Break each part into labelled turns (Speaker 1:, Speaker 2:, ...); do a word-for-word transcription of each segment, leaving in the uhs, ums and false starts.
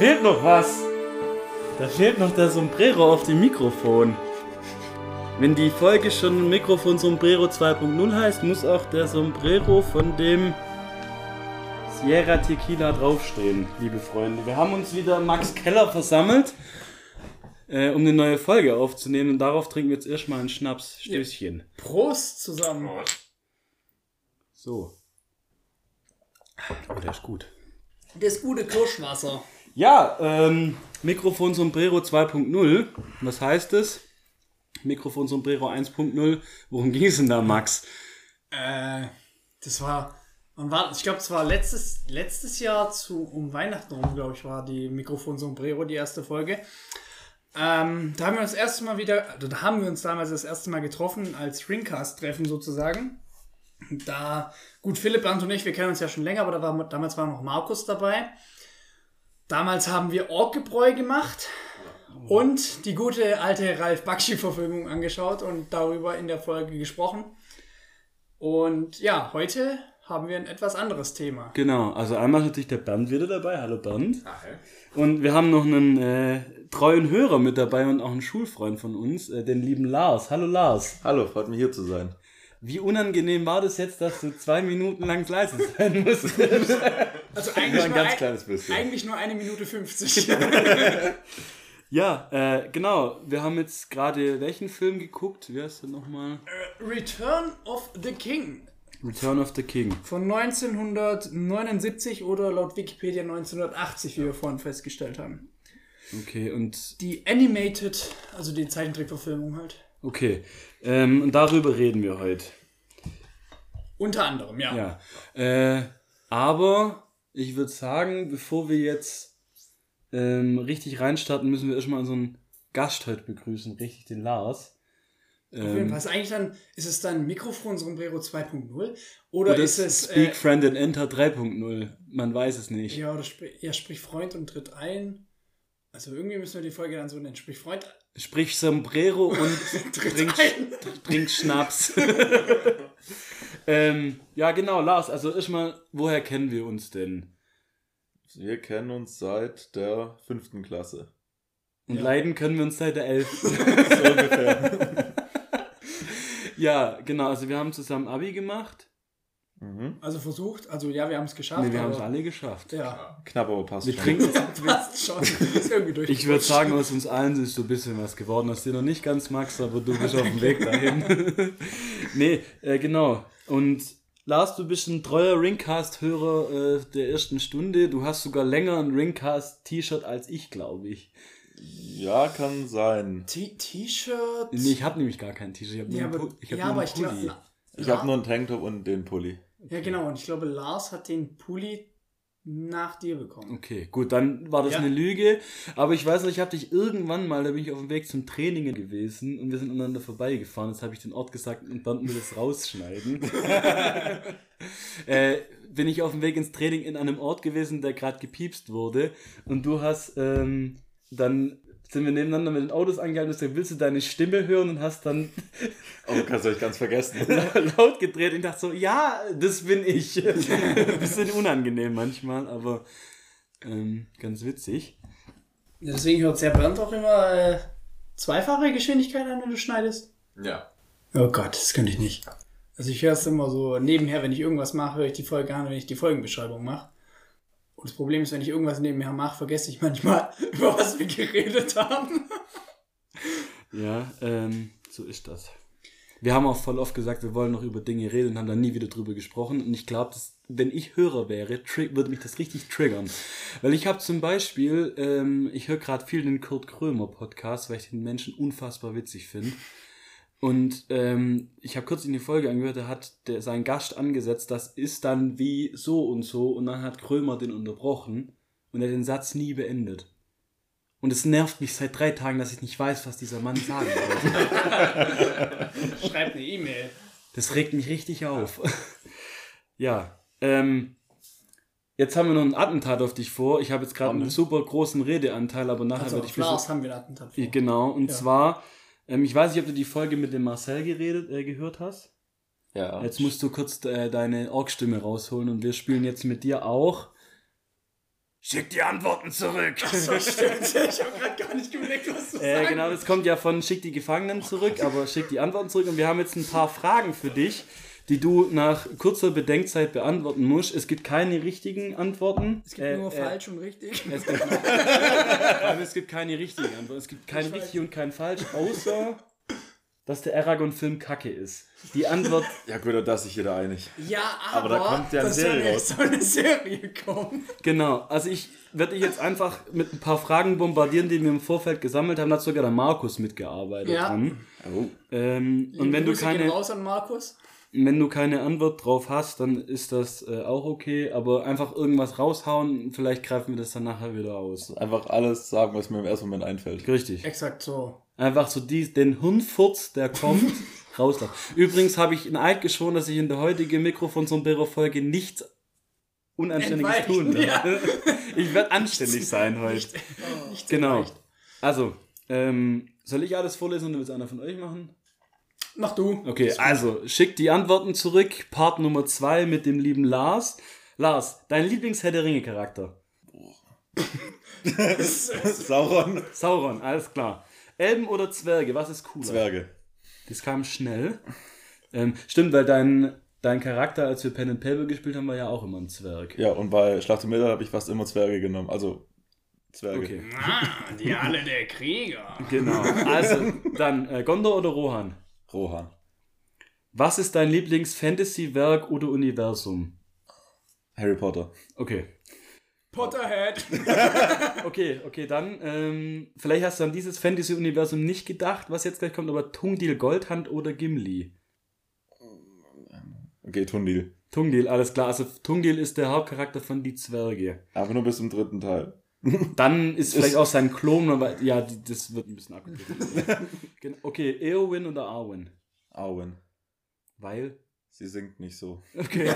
Speaker 1: fehlt noch was. Da fehlt noch der Sombrero auf dem Mikrofon. Wenn die Folge schon Mikrofon Sombrero zwei Punkt null heißt, muss auch der Sombrero von dem Sierra Tequila draufstehen, liebe Freunde. Wir haben uns wieder im Max Keller versammelt, äh, um eine neue Folge aufzunehmen. Und darauf trinken wir jetzt erstmal einen Schnaps. Stößchen.
Speaker 2: Ja. Prost zusammen.
Speaker 1: So. Oh, der ist gut.
Speaker 2: Das gute Kirschwasser.
Speaker 1: Ja, ähm, Mikrofon Sombrero zwei Punkt null. Was heißt es? Mikrofon Sombrero eins Punkt null. Worum ging es denn da, Max?
Speaker 2: Äh, das war, wann war ich glaube, es war letztes, letztes Jahr zu, um Weihnachten rum, glaube ich, war die Mikrofon Sombrero, die erste Folge. Ähm, da haben wir uns das erste Mal wieder, da haben wir uns damals das erste Mal getroffen, als Ringcast-Treffen sozusagen. Da, gut, Philipp, Brandt und ich, wir kennen uns ja schon länger, aber da war, damals war noch Markus dabei. Damals haben wir Orkgebräu gemacht. Und die gute alte Ralf Bakshi-Verfilmung angeschaut und darüber in der Folge gesprochen. Und ja, heute haben wir ein etwas anderes Thema.
Speaker 1: Genau, also einmal ist natürlich der Bernd wieder dabei. Hallo Bernd.
Speaker 3: Ach, ja.
Speaker 1: Und wir haben noch einen äh, treuen Hörer mit dabei und auch einen Schulfreund von uns, äh, den lieben Lars. Hallo Lars.
Speaker 3: Hallo, freut mich hier zu sein.
Speaker 1: Wie unangenehm war das jetzt, dass du zwei Minuten lang leise sein musstest?
Speaker 2: Also eigentlich,
Speaker 3: ein
Speaker 2: nur,
Speaker 3: ganz
Speaker 2: ein,
Speaker 3: kleines bisschen.
Speaker 2: eigentlich nur eine Minute fünfzig.
Speaker 1: Ja, äh, genau. Wir haben jetzt gerade welchen Film geguckt? Wie heißt der nochmal?
Speaker 2: Return of the King.
Speaker 1: Return of the King.
Speaker 2: Von neunzehnhundertneunundsiebzig oder laut Wikipedia neunzehnhundertachtzig, wie wir vorhin festgestellt haben.
Speaker 1: Okay, und...
Speaker 2: Die Animated, also die Zeichentrickverfilmung halt.
Speaker 1: Okay, ähm, und darüber reden wir heute.
Speaker 2: Unter anderem, ja.
Speaker 1: Ja, äh, aber ich würde sagen, bevor wir jetzt ähm, richtig reinstarten, müssen wir erstmal unseren Gast heute begrüßen, richtig den Lars.
Speaker 2: Auf jeden Fall. Ist eigentlich dann, ist es dann Mikrofon Sombrero zwei Punkt null oder,
Speaker 1: oder
Speaker 2: ist es...
Speaker 1: Speak
Speaker 2: äh,
Speaker 1: Friend and Enter drei Punkt null? Man weiß es nicht.
Speaker 2: Ja, oder sprich, ja, sprich Freund und tritt ein. Also irgendwie müssen wir die Folge dann so nennen. Sprich Freund...
Speaker 1: Sprich Sombrero und trink, trink Schnaps. ähm, ja, genau, Lars, also erstmal, woher kennen wir uns denn?
Speaker 3: Wir kennen uns seit der fünften Klasse.
Speaker 1: Und
Speaker 2: Ja.
Speaker 1: leiden können wir uns seit der elften.
Speaker 3: So ungefähr.
Speaker 1: Ja, genau, also wir haben zusammen Abi gemacht.
Speaker 3: Mhm.
Speaker 2: Also versucht, also ja, wir haben es geschafft.
Speaker 1: Nee, wir haben es
Speaker 2: aber-
Speaker 1: alle geschafft.
Speaker 2: Ja,
Speaker 3: Knapp, aber passt
Speaker 1: Wir
Speaker 3: schon.
Speaker 1: trinken,
Speaker 2: passt schon. Ist irgendwie durch.
Speaker 1: ich würde sagen, aus uns allen ist so ein bisschen was geworden. Aus dir noch nicht ganz, Max, aber du bist auf dem Weg dahin. Nee, äh, genau. Und Lars, du bist ein treuer Ringcast-Hörer äh, der ersten Stunde. Du hast sogar länger ein Ringcast-T-Shirt als ich, glaube ich.
Speaker 3: Ja, kann sein.
Speaker 2: T- T-Shirt.
Speaker 1: Nee, ich habe nämlich gar kein T-Shirt. Ich habe nur,
Speaker 2: ja,
Speaker 1: einen
Speaker 2: aber,
Speaker 1: Pu- ich hab
Speaker 2: ja,
Speaker 1: nur
Speaker 2: aber
Speaker 1: einen
Speaker 2: ich glaube.
Speaker 1: Pulli.
Speaker 3: Ich habe nur einen Tanktop und den Pulli.
Speaker 2: Ja, genau. Und ich glaube, Lars hat den Pulli nach dir bekommen.
Speaker 1: Okay, gut, dann war das
Speaker 2: Ja.
Speaker 1: eine Lüge. Aber ich weiß noch, ich habe dich irgendwann mal, da bin ich auf dem Weg zum Training gewesen und wir sind aneinander vorbeigefahren. Jetzt habe ich den Ort gesagt und dann will das rausschneiden. äh, bin ich auf dem Weg ins Training in einem Ort gewesen, der gerade gepiepst wurde. Und du hast ähm, dann sind wir nebeneinander mit den Autos angehalten und gesagt, willst du deine Stimme hören? Und hast dann
Speaker 3: Oh, kannst du euch ganz vergessen.
Speaker 1: laut gedreht und ich dachte so, ja, das bin ich. Bisschen unangenehm manchmal, aber ähm, ganz witzig.
Speaker 2: Ja, deswegen hört sehr Bernd auch immer äh, zweifache Geschwindigkeit an, wenn du schneidest.
Speaker 3: Ja.
Speaker 2: Oh Gott, das könnte ich nicht. Also ich höre es immer so nebenher, wenn ich irgendwas mache, höre ich die Folge an, wenn ich die Folgenbeschreibung mache. Und das Problem ist, wenn ich irgendwas nebenher mache, vergesse ich manchmal, über was wir geredet haben.
Speaker 1: Ja, ähm, so ist das. Wir haben auch voll oft gesagt, wir wollen noch über Dinge reden und haben dann nie wieder drüber gesprochen. Und ich glaube, wenn ich Hörer wäre, tri- würde mich das richtig triggern. Weil ich habe zum Beispiel, ähm, ich höre gerade viel den Kurt Krömer Podcast, weil ich den Menschen unfassbar witzig finde. Und ähm, ich habe kurz in die Folge angehört, da hat der, sein Gast angesetzt, das ist dann wie so und so. Und dann hat Krömer den unterbrochen und er hat den Satz nie beendet. Und es nervt mich seit drei Tagen, dass ich nicht weiß, was dieser Mann sagen wollte.
Speaker 2: Schreibt eine E-Mail.
Speaker 1: Das regt mich richtig auf. Ja, ähm, jetzt haben wir noch ein Attentat auf dich vor. Ich habe jetzt gerade einen super großen Redeanteil, aber nachher
Speaker 2: Also
Speaker 1: werde ich
Speaker 2: auf Lars haben wir einen Attentat vor.
Speaker 1: Genau, und
Speaker 2: Ja.
Speaker 1: zwar, ähm, ich weiß nicht, ob du die Folge mit dem Marcel geredet, äh, gehört hast.
Speaker 3: Ja.
Speaker 1: Jetzt musst du kurz äh, deine Org-Stimme rausholen und wir spielen jetzt mit dir auch Schick die Antworten zurück.
Speaker 2: So stimmt. Ich habe gerade gar nicht überlegt, was du
Speaker 1: Äh,
Speaker 2: sagst.
Speaker 1: genau, das kommt ja von schick die Gefangenen zurück, aber schick die Antworten zurück. Und wir haben jetzt ein paar Fragen für dich, die du nach kurzer Bedenkzeit beantworten musst. Es gibt keine richtigen Antworten.
Speaker 2: Es gibt
Speaker 1: Äh,
Speaker 2: nur
Speaker 1: äh,
Speaker 2: falsch und richtig.
Speaker 1: Es gibt, aber es gibt keine richtigen Antworten. Es gibt kein
Speaker 2: Ich weiß.
Speaker 1: richtig und kein falsch, außer dass der Eragon-Film kacke ist. Die Antwort...
Speaker 3: Ja gut, da ist sich jeder einig.
Speaker 2: Ja, aber,
Speaker 3: Aber da kommt ja eine
Speaker 2: das soll
Speaker 3: Serie
Speaker 2: eine-
Speaker 3: raus.
Speaker 2: soll eine Serie kommen.
Speaker 1: Genau, also ich werde dich jetzt einfach mit ein paar Fragen bombardieren, die wir im Vorfeld gesammelt haben. Da hat sogar der Markus mitgearbeitet
Speaker 2: Ja.
Speaker 1: dran.
Speaker 3: Oh.
Speaker 1: Ähm,
Speaker 2: Liebe
Speaker 1: und wenn du,
Speaker 2: Grüße gehen
Speaker 1: keine,
Speaker 2: raus an Markus.
Speaker 1: wenn du keine Antwort drauf hast, dann ist das äh, auch okay. Aber einfach irgendwas raushauen, vielleicht greifen wir das dann nachher wieder aus.
Speaker 3: Einfach alles sagen, was mir im ersten Moment einfällt.
Speaker 1: Richtig.
Speaker 2: Exakt so.
Speaker 1: Einfach so die, den Hirnfurz, der kommt, rauslassen. Übrigens habe ich einen Eid geschworen, dass ich in der heutigen Mikrofon-Sombrero-Folge nichts Unanständiges
Speaker 2: Entweichen,
Speaker 1: tun
Speaker 2: ja.
Speaker 1: werde. Ich werde anständig sein heute.
Speaker 2: Nicht, nicht
Speaker 1: Genau.
Speaker 2: entweicht.
Speaker 1: Also, ähm, soll ich alles vorlesen oder will es einer von euch machen?
Speaker 2: Mach du.
Speaker 1: Okay, also, schickt die Antworten zurück. Part Nummer zwei mit dem lieben Lars. Lars, dein Lieblings-Herr der Ringe-Charakter?
Speaker 3: Sauron.
Speaker 1: Sauron, alles klar. Elben oder Zwerge, was ist cooler?
Speaker 3: Zwerge.
Speaker 1: Das kam schnell. Ähm, stimmt, weil dein, dein Charakter, als wir Pen and Paper gespielt haben, war ja auch immer ein Zwerg.
Speaker 3: Ja, und bei Schlacht um Mittelerde habe ich fast immer Zwerge genommen. Also Zwerge.
Speaker 1: Okay,
Speaker 2: Ah, die alle der Krieger.
Speaker 1: genau. Also, dann äh, Gondor oder Rohan?
Speaker 3: Rohan.
Speaker 1: Was ist dein Lieblings-Fantasy-Werk oder Universum?
Speaker 3: Harry Potter.
Speaker 1: Okay.
Speaker 2: Potterhead.
Speaker 1: Okay, okay, dann, ähm, vielleicht hast du an dieses Fantasy-Universum nicht gedacht, was jetzt gleich kommt, aber Tungdil Goldhand oder Gimli?
Speaker 3: Okay, Tundil.
Speaker 1: Tungdil, alles klar. Also Tungdil ist der Hauptcharakter von Die Zwerge.
Speaker 3: Aber nur bis zum dritten Teil.
Speaker 1: Dann ist vielleicht auch sein Klon, aber ja, die, das wird ein bisschen abgekürzt. Gen- Okay, Eowyn oder Arwen?
Speaker 3: Arwen.
Speaker 1: Weil?
Speaker 3: Sie singt nicht so.
Speaker 1: Okay.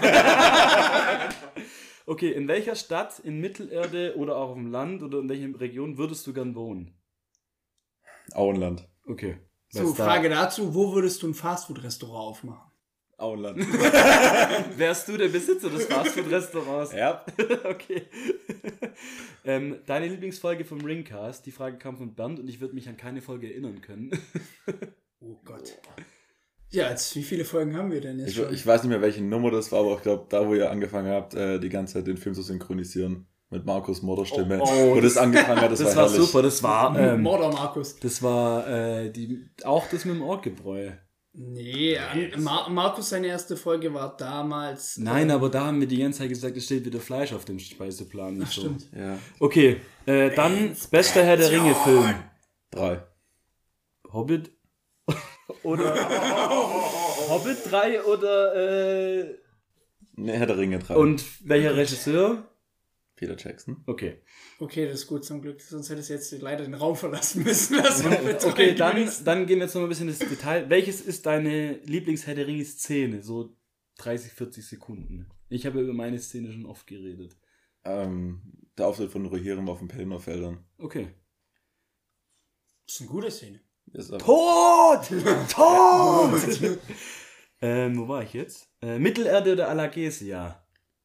Speaker 1: Okay, in welcher Stadt, in Mittelerde oder auch auf dem Land oder in welcher Region würdest du gern wohnen?
Speaker 3: Auenland.
Speaker 1: Okay.
Speaker 2: So,
Speaker 1: Weil's da-
Speaker 2: Frage dazu, wo würdest du ein Fastfood-Restaurant aufmachen?
Speaker 3: Auenland.
Speaker 1: Wärst du der Besitzer des Fastfood-Restaurants?
Speaker 3: Ja.
Speaker 1: Okay. ähm, deine Lieblingsfolge vom Ringcast, die Frage kam von Bernd und ich würde mich an keine Folge erinnern können.
Speaker 2: Oh Gott. Ja, jetzt, wie viele Folgen haben wir denn jetzt
Speaker 3: Ich,
Speaker 2: schon?
Speaker 3: ich weiß nicht mehr, welche Nummer das war, aber ich glaube, da, wo ihr angefangen habt, äh, die ganze Zeit den Film zu synchronisieren. Mit Markus Mörderstimme.
Speaker 1: Oh, oh,
Speaker 3: wo das, angefangen hat, das,
Speaker 1: Das
Speaker 3: war
Speaker 1: war
Speaker 3: herrlich.
Speaker 1: super, das war, ähm,
Speaker 2: Mörder Markus.
Speaker 1: das war äh, die, auch das mit dem Ortgebräu.
Speaker 2: Nee, an, Mar Markus, seine erste Folge war damals.
Speaker 1: Nein, aber da haben wir die ganze Zeit gesagt, es steht wieder Fleisch auf dem Speiseplan. Nicht so.
Speaker 2: Stimmt.
Speaker 3: Ja.
Speaker 1: Okay, äh, dann bester Herr der Ringe Film.
Speaker 3: Drei.
Speaker 1: Hobbit oder Hobbit drei oder äh,
Speaker 3: Ne, Herr der Ringe drei.
Speaker 1: und welcher Regisseur?
Speaker 3: Peter Jackson.
Speaker 1: Okay.
Speaker 2: Okay, das ist gut zum Glück, sonst hättest du jetzt leider den Raum verlassen müssen. Das war mit
Speaker 1: Okay,
Speaker 2: drei
Speaker 1: dann,
Speaker 2: gewesen.
Speaker 1: dann gehen wir jetzt noch ein bisschen ins Detail. Welches ist deine Lieblings-Herr der Ringe-Szene? So dreißig, vierzig Sekunden. Ich habe über meine Szene schon oft geredet.
Speaker 3: Ähm, der Auftritt von Rohirrim auf den Pelennor-Feldern.
Speaker 1: Okay.
Speaker 2: Das ist eine gute Szene.
Speaker 3: Ist aber-
Speaker 1: Tod! Tod! ähm, wo war ich jetzt? Äh, Mittelerde oder Alagesia?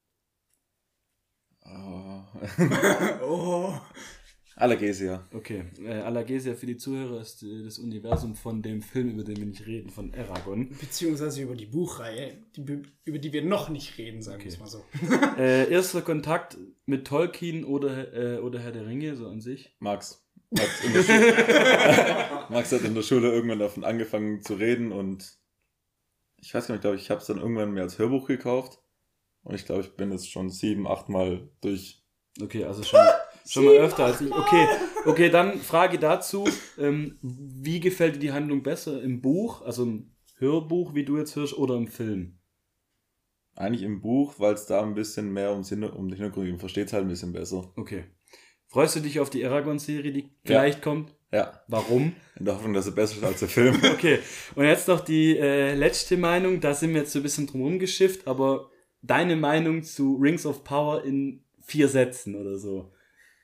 Speaker 3: Oh.
Speaker 2: Oh.
Speaker 3: Alagesia.
Speaker 1: Okay, äh, Alagesia für die Zuhörer ist äh, das Universum von dem Film, über den wir nicht reden, von Eragon.
Speaker 2: Beziehungsweise über die Buchreihe, die, über die wir noch nicht reden, sagen wir es mal so.
Speaker 1: Äh, erster Kontakt mit Tolkien oder, äh, oder Herr der Ringe, so an sich.
Speaker 3: Max. Max, in der Schule. Max hat in der Schule irgendwann davon angefangen zu reden und ich weiß gar nicht, ich glaube, ich habe es dann irgendwann mir als Hörbuch gekauft und ich glaube, ich bin jetzt schon sieben, acht Mal durch.
Speaker 1: Okay, also schon, schon mal öfter als ich. Okay, okay, dann Frage dazu. Ähm, wie gefällt dir die Handlung besser? Im Buch, also im Hörbuch, wie du jetzt hörst, oder im Film?
Speaker 3: Eigentlich im Buch, weil es da ein bisschen mehr ums Hin- um den Hintergrund geht. Man versteht es halt ein bisschen besser.
Speaker 1: Okay. Freust du dich auf die Eragon-Serie, die vielleicht kommt?
Speaker 3: Ja,
Speaker 1: Warum?
Speaker 3: in der Hoffnung, dass er besser ist als der Film.
Speaker 1: Okay, und jetzt noch die äh, letzte Meinung. Da sind wir jetzt so ein bisschen drum rumgeschifft, aber deine Meinung zu Rings of Power in vier Sätzen oder so.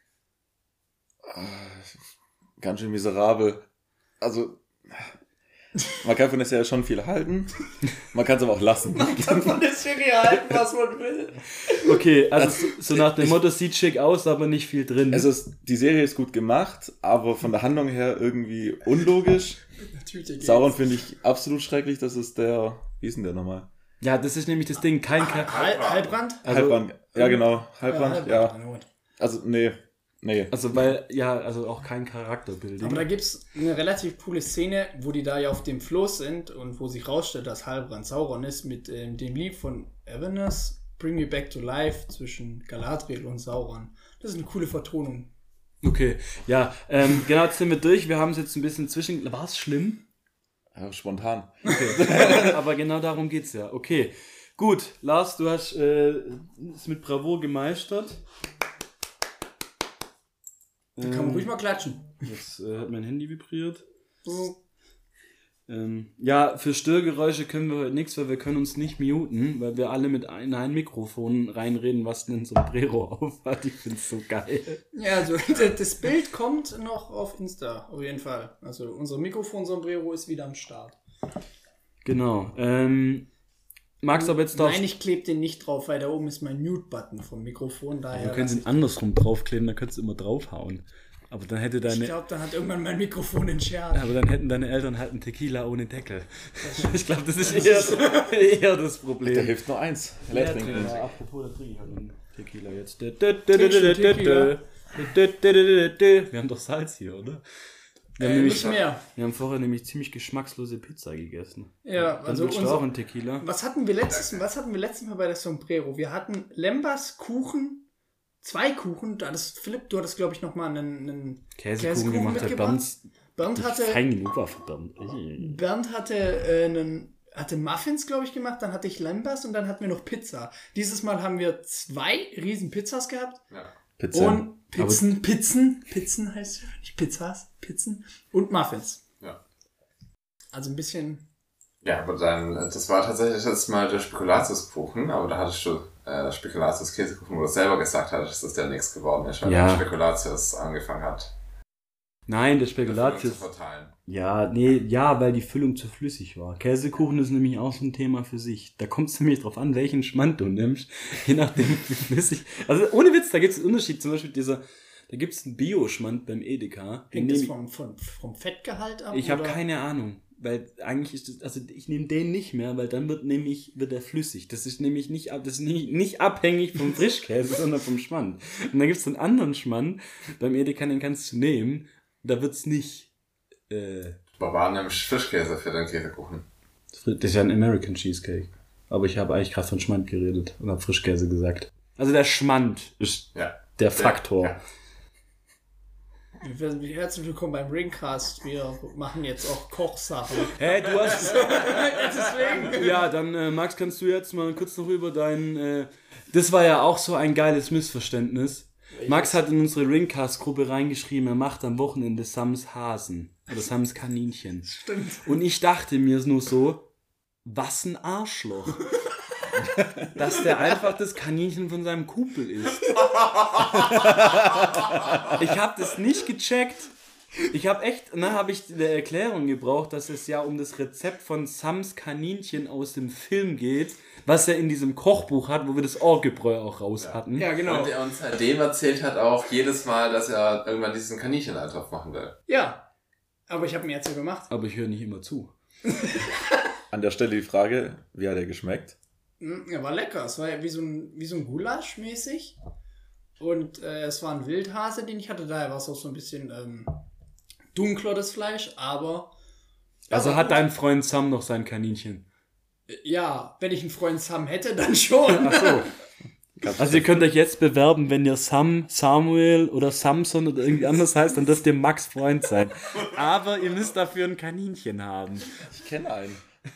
Speaker 3: Ganz schön miserabel. Also, Man kann von der Serie schon viel halten, man kann es aber auch lassen.
Speaker 2: Man kann von der Serie halten, was man will.
Speaker 1: Okay, also so, so nach dem Motto, sieht schick aus, aber nicht viel drin.
Speaker 3: Also es, die Serie ist gut gemacht, aber von der Handlung her irgendwie unlogisch. Sauron finde ich absolut schrecklich, das ist der, wie ist denn der nochmal?
Speaker 1: Ja, das ist nämlich das Ding, kein... Ka-
Speaker 2: Hal- Halbrand?
Speaker 1: Also-
Speaker 3: Halbrand, ja genau, Halbrand, ja.
Speaker 2: Halbrand.
Speaker 3: Also nee, nee.
Speaker 1: Also weil, ja, also auch kein Charakterbuilding.
Speaker 2: Aber da gibt es eine relativ coole Szene, wo die da ja auf dem Floß sind und wo sich rausstellt, dass Halbrand Sauron ist, mit ähm, dem Lied von Avernus, Bring Me Back to Life, zwischen Galadriel und Sauron. Das ist eine coole Vertonung.
Speaker 1: Okay, ja, ähm, genau, jetzt sind wir durch. Wir haben es jetzt ein bisschen zwischen... War es schlimm?
Speaker 3: Ja, spontan.
Speaker 1: Okay. Aber genau darum geht's ja. Okay, gut. Lars, du hast äh, es mit Bravour gemeistert.
Speaker 2: Da kann man ruhig mal klatschen.
Speaker 1: Jetzt äh, hat mein Handy vibriert.
Speaker 2: So.
Speaker 1: Ähm, ja, für Störgeräusche können wir heute nichts, weil wir können uns nicht muten, weil wir alle mit ein, ein Mikrofon reinreden, was den Sombrero aufhat. Ich find's so geil.
Speaker 2: Ja, also das Bild kommt noch auf Insta, auf jeden Fall. Also unser Mikrofon-Sombrero ist wieder am Start.
Speaker 1: Genau. Ähm, magst du aber jetzt doch...
Speaker 2: Nein, ich klebe den nicht drauf, weil da oben ist mein Mute-Button vom Mikrofon. Daher
Speaker 1: Wir können
Speaker 2: lass
Speaker 1: ihn andersrum draufkleben, dann könntest du immer draufhauen. Aber dann hätte
Speaker 2: ich
Speaker 1: deine...
Speaker 2: glaube, dann hat irgendwann mein Mikrofon entschärft.
Speaker 1: Aber dann hätten deine Eltern halt einen Tequila ohne Deckel. Ich glaube, das ist eher, eher das Problem.
Speaker 3: Da hilft nur eins. Leer
Speaker 1: Ja,
Speaker 3: trinken.
Speaker 1: ja, apropos, da trinke ich halt einen Tequila jetzt.
Speaker 2: Tequila.
Speaker 1: Wir haben doch Salz hier, oder? Wir haben,
Speaker 2: Äh,
Speaker 1: nämlich,
Speaker 2: nicht mehr.
Speaker 1: wir haben vorher nämlich ziemlich geschmackslose Pizza gegessen.
Speaker 2: Ja,
Speaker 1: Dann
Speaker 2: also
Speaker 1: willst du
Speaker 2: unser-
Speaker 1: auch einen Tequila.
Speaker 2: Was hatten wir letztes, was hatten wir letztes Mal bei der Sombrero? Wir hatten Lembas Kuchen, zwei Kuchen. Da hattest Philipp, du hattest, glaube ich, nochmal einen, einen
Speaker 1: Käsekuchen gemacht, der Bernd
Speaker 2: Bernd hatte,
Speaker 1: fein genug war, verdammt.
Speaker 2: Bernd hatte, äh, einen, hatte Muffins, glaube ich, gemacht. Dann hatte ich Lembas und dann hatten wir noch Pizza. Dieses Mal haben wir zwei riesen Pizzas gehabt.
Speaker 4: Ja.
Speaker 3: Pizza.
Speaker 2: Und Pizzen, Pizzen, Pizzen heißt es, nicht Pizzas, Pizzen und Muffins.
Speaker 4: Ja.
Speaker 2: Also ein bisschen...
Speaker 4: Ja, aber dann, das war tatsächlich jetzt mal der Spekulatiuskuchen, aber da hattest du äh, Spekulatius-Käsekuchen, wo du selber gesagt hattest, dass der nichts geworden ist, weil
Speaker 1: Ja.
Speaker 4: der Spekulatius angefangen hat,
Speaker 1: Nein, der
Speaker 4: die Füllung
Speaker 1: Spekulatius.
Speaker 4: zu verteilen.
Speaker 1: Ja, nee, ja, weil die Füllung zu flüssig war. Käsekuchen ist nämlich auch so ein Thema für sich. Da kommt es nämlich drauf an, welchen Schmand du nimmst, je nachdem wie flüssig. Also ohne Witz, da gibt es einen Unterschied. Zum Beispiel dieser, da gibt es einen Bio-Schmand beim Edeka. Den
Speaker 2: Hängt
Speaker 1: nehm
Speaker 2: das
Speaker 1: ich
Speaker 2: vom, vom, vom Fettgehalt ab?
Speaker 1: ich habe
Speaker 2: oder?
Speaker 1: keine Ahnung. Weil eigentlich ist das, also ich nehme den nicht mehr, weil dann wird nämlich, wird er flüssig. Das ist nämlich nicht, ab- das ist nicht, nicht abhängig vom Frischkäse, sondern vom Schmand. Und dann gibt es einen anderen Schmand, beim Edeka, den kannst du nehmen, da wird's nicht, äh,
Speaker 4: Aber war nämlich Fischkäse für den Käsekuchen.
Speaker 1: das ist ja ein American Cheesecake. Aber ich habe eigentlich gerade von Schmand geredet und habe Frischkäse gesagt. Also der Schmand ist
Speaker 4: Ja.
Speaker 1: der Faktor.
Speaker 4: Ja.
Speaker 2: Wir- wir- Herzlich willkommen beim Ringcast. Wir machen jetzt auch Kochsachen.
Speaker 1: Hä, du hast...
Speaker 2: Deswegen.
Speaker 1: Ja, dann, äh, Max, kannst du jetzt mal kurz noch über dein... Äh, das war ja auch so ein geiles Missverständnis. Max hat in unsere Ringcast-Gruppe reingeschrieben, er macht am Wochenende Sams Hasen. Oder Sams Kaninchen.
Speaker 2: Stimmt.
Speaker 1: Und ich dachte mir nur so, was ein Arschloch. Dass der einfach das Kaninchen von seinem Kumpel isst. Ich habe das nicht gecheckt. Ich habe echt, na, habe ich eine Erklärung gebraucht, dass es ja um das Rezept von Sams Kaninchen aus dem Film geht, was er in diesem Kochbuch hat, wo wir das Orgelbräu auch raus hatten.
Speaker 2: Ja, genau.
Speaker 4: Und er uns seitdem erzählt hat auch jedes Mal, dass er irgendwann diesen Kanincheneintopf machen will.
Speaker 2: Ja. Aber ich habe mir jetzt ja gemacht.
Speaker 1: Aber ich höre nicht immer zu.
Speaker 3: An der Stelle die Frage, wie hat er geschmeckt?
Speaker 2: Mm, Ja, war lecker. Es war ja wie so ein, wie so ein Gulasch mäßig. Und äh, es war ein Wildhase, den ich hatte. Daher war es auch so ein bisschen ähm, dunkler, das Fleisch. Aber...
Speaker 1: Also
Speaker 2: aber
Speaker 1: hat
Speaker 2: gut.
Speaker 1: dein Freund Sam noch sein Kaninchen.
Speaker 2: Ja, wenn ich einen Freund Sam hätte, dann schon.
Speaker 1: Ach so. Also ihr könnt euch jetzt bewerben, wenn ihr Sam, Samuel oder Samson oder irgendwie anders heißt, dann dürft ihr Max Freund sein. Aber ihr müsst dafür ein Kaninchen haben.
Speaker 3: Ich kenne einen.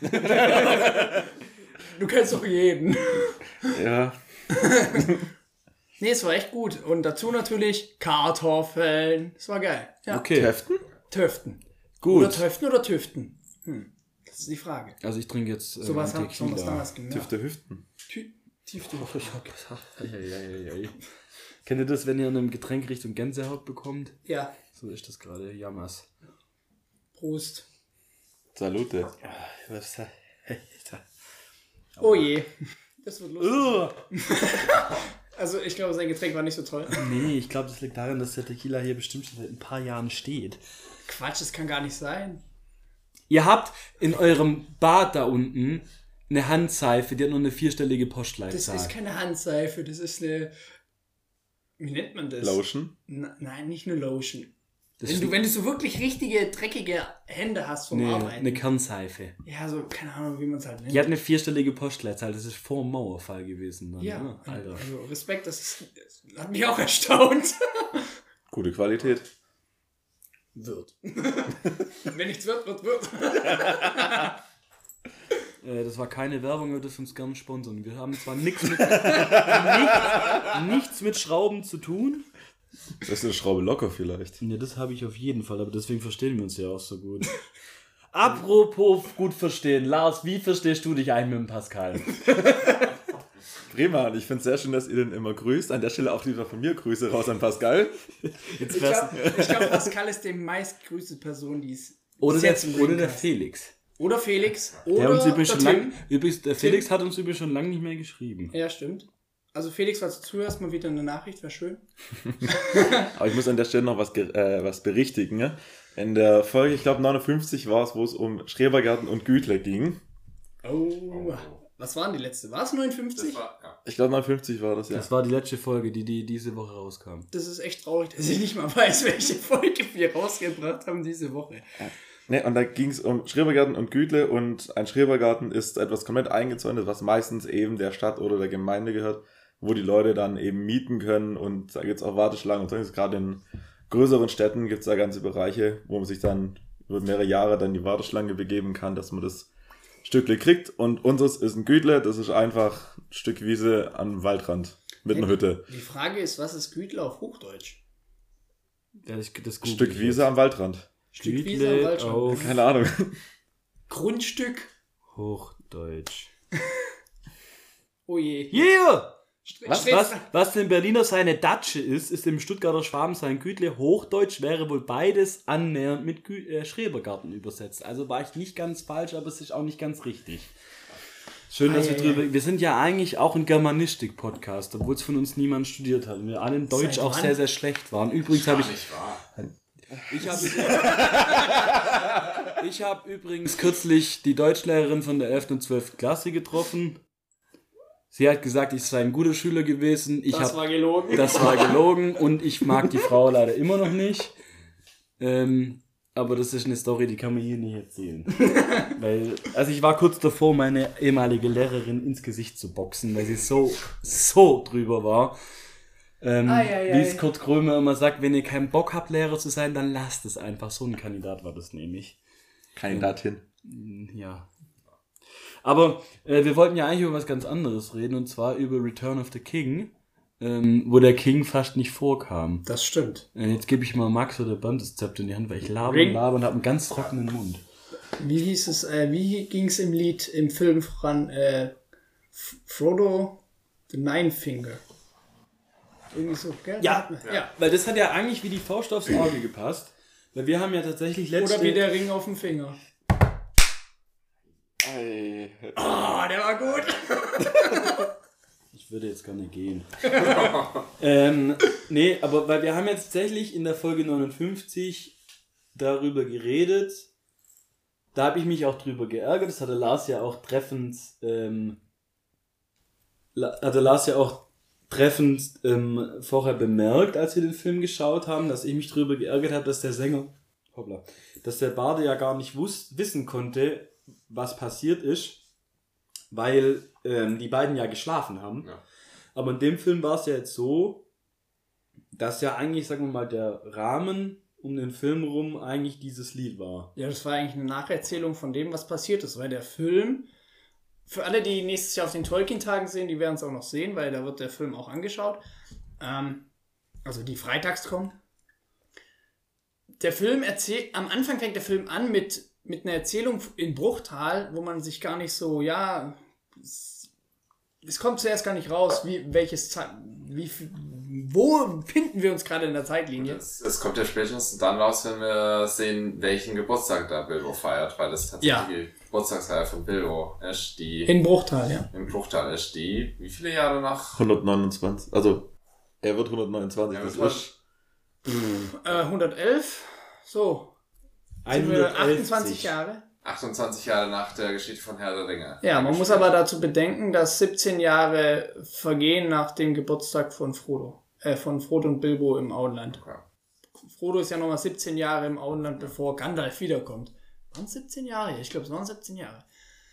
Speaker 2: Du kennst doch jeden.
Speaker 3: Ja.
Speaker 2: Nee, es war echt gut. Und dazu natürlich Kartoffeln. Es war geil. Ja.
Speaker 1: Okay,
Speaker 3: Heften?
Speaker 2: Töften.
Speaker 1: gut.
Speaker 2: Oder Töften oder Tüften? Hm. Das ist die Frage.
Speaker 1: Also ich trinke jetzt äh,
Speaker 2: So was
Speaker 1: einen
Speaker 2: hat schon was
Speaker 1: Tequila.
Speaker 2: damals gemacht.
Speaker 3: Tüfte Hüften.
Speaker 2: Tü- Tiefte.
Speaker 1: Eieieiei. Kennt ihr das, wenn ihr in einem Getränk Richtung Gänsehaut bekommt?
Speaker 2: Ja.
Speaker 1: So ist das gerade. Jammers.
Speaker 2: Prost.
Speaker 3: Salute.
Speaker 2: Oh je. Das wird lustig.
Speaker 1: Ugh.
Speaker 2: Also ich glaube, sein Getränk war nicht so toll.
Speaker 1: Nee, ich glaube, das liegt daran, dass der Tequila hier bestimmt schon seit ein paar Jahren steht.
Speaker 2: Quatsch, das kann gar nicht sein.
Speaker 1: Ihr habt in eurem Bad da unten eine Handseife, die hat nur eine vierstellige
Speaker 2: Das
Speaker 1: Postleitzahl.
Speaker 2: ist keine Handseife, das ist eine... Wie nennt man das?
Speaker 3: Lotion?
Speaker 2: Na, nein, nicht eine Lotion.
Speaker 1: Das
Speaker 2: Wenn
Speaker 1: ist
Speaker 2: du, wenn du so wirklich richtige, dreckige Hände hast vom
Speaker 1: eine,
Speaker 2: Arbeiten.
Speaker 1: eine Kernseife.
Speaker 2: Ja, so, keine Ahnung, wie man es halt nennt.
Speaker 1: Die hat eine vierstellige Postleitzahl, das ist vor dem Mauerfall gewesen. Dann,
Speaker 2: ja,
Speaker 1: ne? Alter.
Speaker 2: also Respekt, das, ist, das hat mich auch erstaunt.
Speaker 3: Gute Qualität.
Speaker 2: Wird. Wenn nichts wird, wird, wird.
Speaker 1: Äh, das war keine Werbung, ihr dürft uns gerne sponsern. Wir haben zwar nichts mit, nichts, nichts mit Schrauben zu tun.
Speaker 3: Das ist eine Schraube locker vielleicht.
Speaker 1: Ja, das habe ich auf jeden Fall, aber deswegen verstehen wir uns ja auch so gut. Apropos gut verstehen. Lars, wie verstehst du dich eigentlich mit dem Pascal?
Speaker 3: Prima, und ich finde es sehr schön, dass ihr den immer grüßt. An der Stelle auch lieber von mir Grüße raus an Pascal.
Speaker 1: Jetzt
Speaker 2: Ich
Speaker 1: wär's-
Speaker 2: glaube, glaub, Pascal ist die meistgrüßte Person, die es
Speaker 1: oder,
Speaker 2: bis
Speaker 1: der,
Speaker 2: jetzt im
Speaker 1: oder der
Speaker 2: Ring
Speaker 1: Felix.
Speaker 2: Oder Felix. Oder
Speaker 1: Der uns übrigens
Speaker 2: der
Speaker 1: schon lang,
Speaker 2: Tim.
Speaker 1: übrigens, der Felix hat uns übrigens schon lange nicht mehr geschrieben.
Speaker 2: Ja, stimmt. Also Felix, falls du zuhörst, mal wieder eine Nachricht, wäre schön.
Speaker 3: Aber ich muss an der Stelle noch was, ge- äh, was berichtigen. Ne? In der Folge, ich glaube neunundfünfzig war es, wo es um Schrebergarten und Gütle ging.
Speaker 2: Oh. Was war denn die letzte? War es neunundfünfzig?
Speaker 4: Das war, ja.
Speaker 3: Ich glaube neunundfünfzig war das, ja.
Speaker 1: Das war die letzte Folge, die, die diese Woche rauskam.
Speaker 2: Das ist echt traurig, dass ich nicht mal weiß, welche Folge wir rausgebracht haben diese Woche.
Speaker 3: Ne, und da ging es um Schrebergarten und Gütle, und ein Schrebergarten ist etwas komplett eingezäunt, was meistens eben der Stadt oder der Gemeinde gehört, wo die Leute dann eben mieten können, und da gibt es auch Warteschlangen, und so ist gerade in größeren Städten gibt es da ganze Bereiche, wo man sich dann über mehrere Jahre dann die Warteschlange begeben kann, dass man das Stückle kriegt, und unseres ist ein Gütle, das ist einfach ein Stück Wiese am Waldrand mit einer Hütte.
Speaker 2: Die Frage ist, was ist Gütle auf Hochdeutsch?
Speaker 1: Ja, das, das
Speaker 3: Ein Stück Wiese am Waldrand.
Speaker 2: Stück
Speaker 1: Gütle
Speaker 2: Wiese am Waldschrank.
Speaker 1: auf
Speaker 3: Keine Ahnung.
Speaker 2: Grundstück.
Speaker 1: Hochdeutsch.
Speaker 2: Oh je.
Speaker 1: Yeah!
Speaker 2: Stre-
Speaker 1: Was,
Speaker 2: Stre-
Speaker 1: was, was dem Berliner seine Datsche ist, ist dem Stuttgarter Schwaben sein Gütle. Hochdeutsch wäre wohl beides annähernd mit Gü äh, Schrebergarten übersetzt. Also war ich nicht ganz falsch, aber es ist auch nicht ganz richtig. Schön, dass
Speaker 2: Ah,
Speaker 1: wir
Speaker 2: ja,
Speaker 1: drüber... Wir sind ja eigentlich auch ein Germanistik-Podcast, obwohl es von uns niemand studiert hat. Und wir alle in Deutsch
Speaker 2: Seit
Speaker 1: auch
Speaker 2: wann?
Speaker 1: sehr, sehr schlecht waren. Übrigens habe ich...
Speaker 4: Nicht wahr.
Speaker 1: Ich habe ich hab übrigens kürzlich die Deutschlehrerin von der elften und zwölften Klasse getroffen. Sie hat gesagt, ich sei ein guter Schüler gewesen. Ich
Speaker 2: Das
Speaker 1: hab,
Speaker 2: war gelogen.
Speaker 1: das war gelogen und ich mag die Frau leider immer noch nicht. Ähm, aber das ist eine Story, die kann man hier nicht erzählen. Weil, also ich war kurz davor, meine ehemalige Lehrerin ins Gesicht zu boxen, weil sie so, so drüber war. Ähm,
Speaker 2: Ei, ei,
Speaker 1: wie
Speaker 2: ei.
Speaker 1: es Kurt Krömer immer sagt, wenn ihr keinen Bock habt, Lehrer zu sein, dann lasst es einfach. So ein Kandidat war das nämlich.
Speaker 3: Kandidatin.
Speaker 1: Ja. Aber äh, wir wollten ja eigentlich über was ganz anderes reden, und zwar über Return of the King, ähm, wo der King fast nicht vorkam.
Speaker 2: Das stimmt.
Speaker 1: Äh, jetzt gebe ich mal Max oder Bernd das Zepter in die Hand, weil ich laber
Speaker 2: Ring.
Speaker 1: und laber und habe einen ganz trockenen Mund.
Speaker 2: Wie hieß es, äh, wie ging es im Lied, im Film voran, äh, F- Frodo the Nine Finger? Irgendwie so, gell?
Speaker 1: Ja,
Speaker 2: ja.
Speaker 1: weil das hat ja eigentlich wie die Faust aufs Auge gepasst, weil wir haben ja tatsächlich letzte...
Speaker 2: Oder wie der Ring auf dem Finger.
Speaker 3: Ei.
Speaker 2: Ah, der war gut.
Speaker 1: Ich würde jetzt gerne gehen. ähm, nee, aber weil wir haben jetzt tatsächlich in der Folge neunundfünfzig darüber geredet. Da habe ich mich auch drüber geärgert. Das hatte Lars ja auch treffend, ähm, La- hatte Lars ja auch treffend ähm, vorher bemerkt, als wir den Film geschaut haben, dass ich mich drüber geärgert habe, dass der Sänger, hoppla, dass der Barde ja gar nicht wus- wissen konnte, was passiert ist, weil ähm, die beiden ja geschlafen haben.
Speaker 4: Ja.
Speaker 1: Aber in dem Film war es ja jetzt so, dass ja eigentlich, sagen wir mal, der Rahmen um den Film rum eigentlich dieses Lied war.
Speaker 2: Ja, das war eigentlich eine Nacherzählung von dem, was passiert ist, weil der Film, für alle, die nächstes Jahr auf den Tolkien-Tagen sehen, die werden es auch noch sehen, weil da wird der Film auch angeschaut. Ähm, also die freitags kommen. Der Film erzählt, am Anfang fängt der Film an mit, mit einer Erzählung in Bruchtal, wo man sich gar nicht so, ja, es kommt zuerst gar nicht raus, wie welches Zeit, wie wo finden wir uns gerade in der Zeitlinie.
Speaker 4: Es, es kommt ja spätestens dann raus, wenn wir sehen, welchen Geburtstag da Bilbo feiert, weil es tatsächlich
Speaker 2: Ja.
Speaker 4: die Geburtstagsfeier von Bilbo ist, die
Speaker 2: In Bruchtal, ja.
Speaker 4: im Bruchtal ist, die wie viele Jahre nach?
Speaker 3: hundertneunundzwanzig. Also, er wird hundertneunundzwanzig.
Speaker 4: Ja,
Speaker 3: das
Speaker 4: das
Speaker 3: ist.
Speaker 2: Äh, hundertelf, so. Sind wir
Speaker 1: hundertelf.
Speaker 2: achtundzwanzig Jahre.
Speaker 4: achtundzwanzig Jahre nach der Geschichte von Herr der Ringe.
Speaker 2: Ja, man muss aber dazu bedenken, dass siebzehn Jahre vergehen nach dem Geburtstag von Frodo. Äh, von Frodo und Bilbo im Auenland.
Speaker 4: Okay.
Speaker 2: Frodo ist ja nochmal siebzehn Jahre im Auenland, bevor Gandalf wiederkommt. Waren es siebzehn Jahre? Ich glaube, es waren siebzehn Jahre.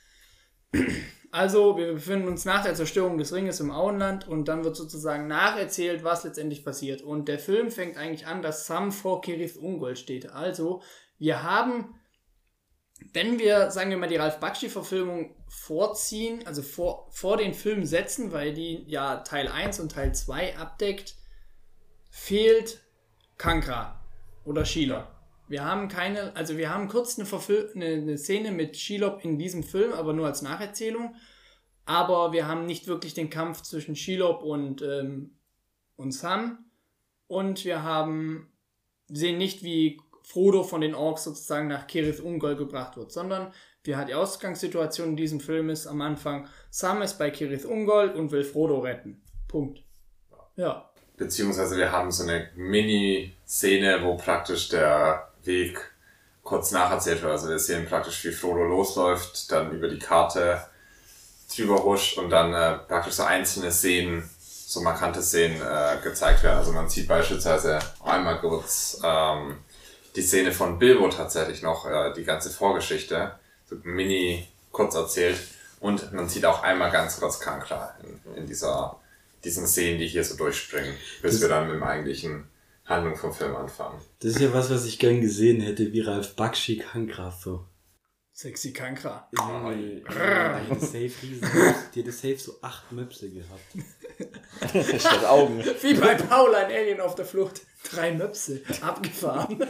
Speaker 2: Also, wir befinden uns nach der Zerstörung des Ringes im Auenland und dann wird sozusagen nacherzählt, was letztendlich passiert. Und der Film fängt eigentlich an, dass Sam vor Cirith Ungol steht. Also, wir haben, wenn wir, sagen wir mal, die Ralph Bakshi-Verfilmung vorziehen, also vor, vor den Film setzen, weil die ja Teil eins und Teil zwei abdeckt, fehlt Kankra oder Shelob. Wir haben keine, also wir haben kurz eine, Verfil- eine, eine Szene mit Shelob in diesem Film, aber nur als Nacherzählung. Aber wir haben nicht wirklich den Kampf zwischen Shelob und, ähm, und Sam. Und wir haben, sehen nicht, wie Frodo von den Orks sozusagen nach Cirith Ungol gebracht wird, sondern wir hat die Ausgangssituation in diesem Film ist am Anfang, Sam ist bei Cirith Ungol und will Frodo retten. Punkt. Ja.
Speaker 4: Beziehungsweise wir haben so eine Mini-Szene, wo praktisch der Weg kurz nacherzählt wird. Also wir sehen praktisch, wie Frodo losläuft, dann über die Karte drüber huscht und dann äh, praktisch so einzelne Szenen, so markante Szenen äh, gezeigt werden. Also man sieht beispielsweise einmal kurz ähm, die Szene von Bilbo tatsächlich noch, äh, die ganze Vorgeschichte, so mini kurz erzählt. Und man sieht auch einmal ganz kurz Kankra in, in dieser diesen Szenen, die hier so durchspringen, bis
Speaker 1: Das-
Speaker 4: wir dann mit dem eigentlichen Handlung vom Film anfangen.
Speaker 1: Das ist ja was, was ich gern gesehen hätte, wie Ralf Bakshi Kankra so.
Speaker 2: Sexy Kankra.
Speaker 1: Junge, die hätte safe riesen, die hätte safe so acht Möpse gehabt.
Speaker 3: Statt Augen.
Speaker 2: Wie bei Paul, ein Alien auf der Flucht. Drei Möpse. Abgefahren.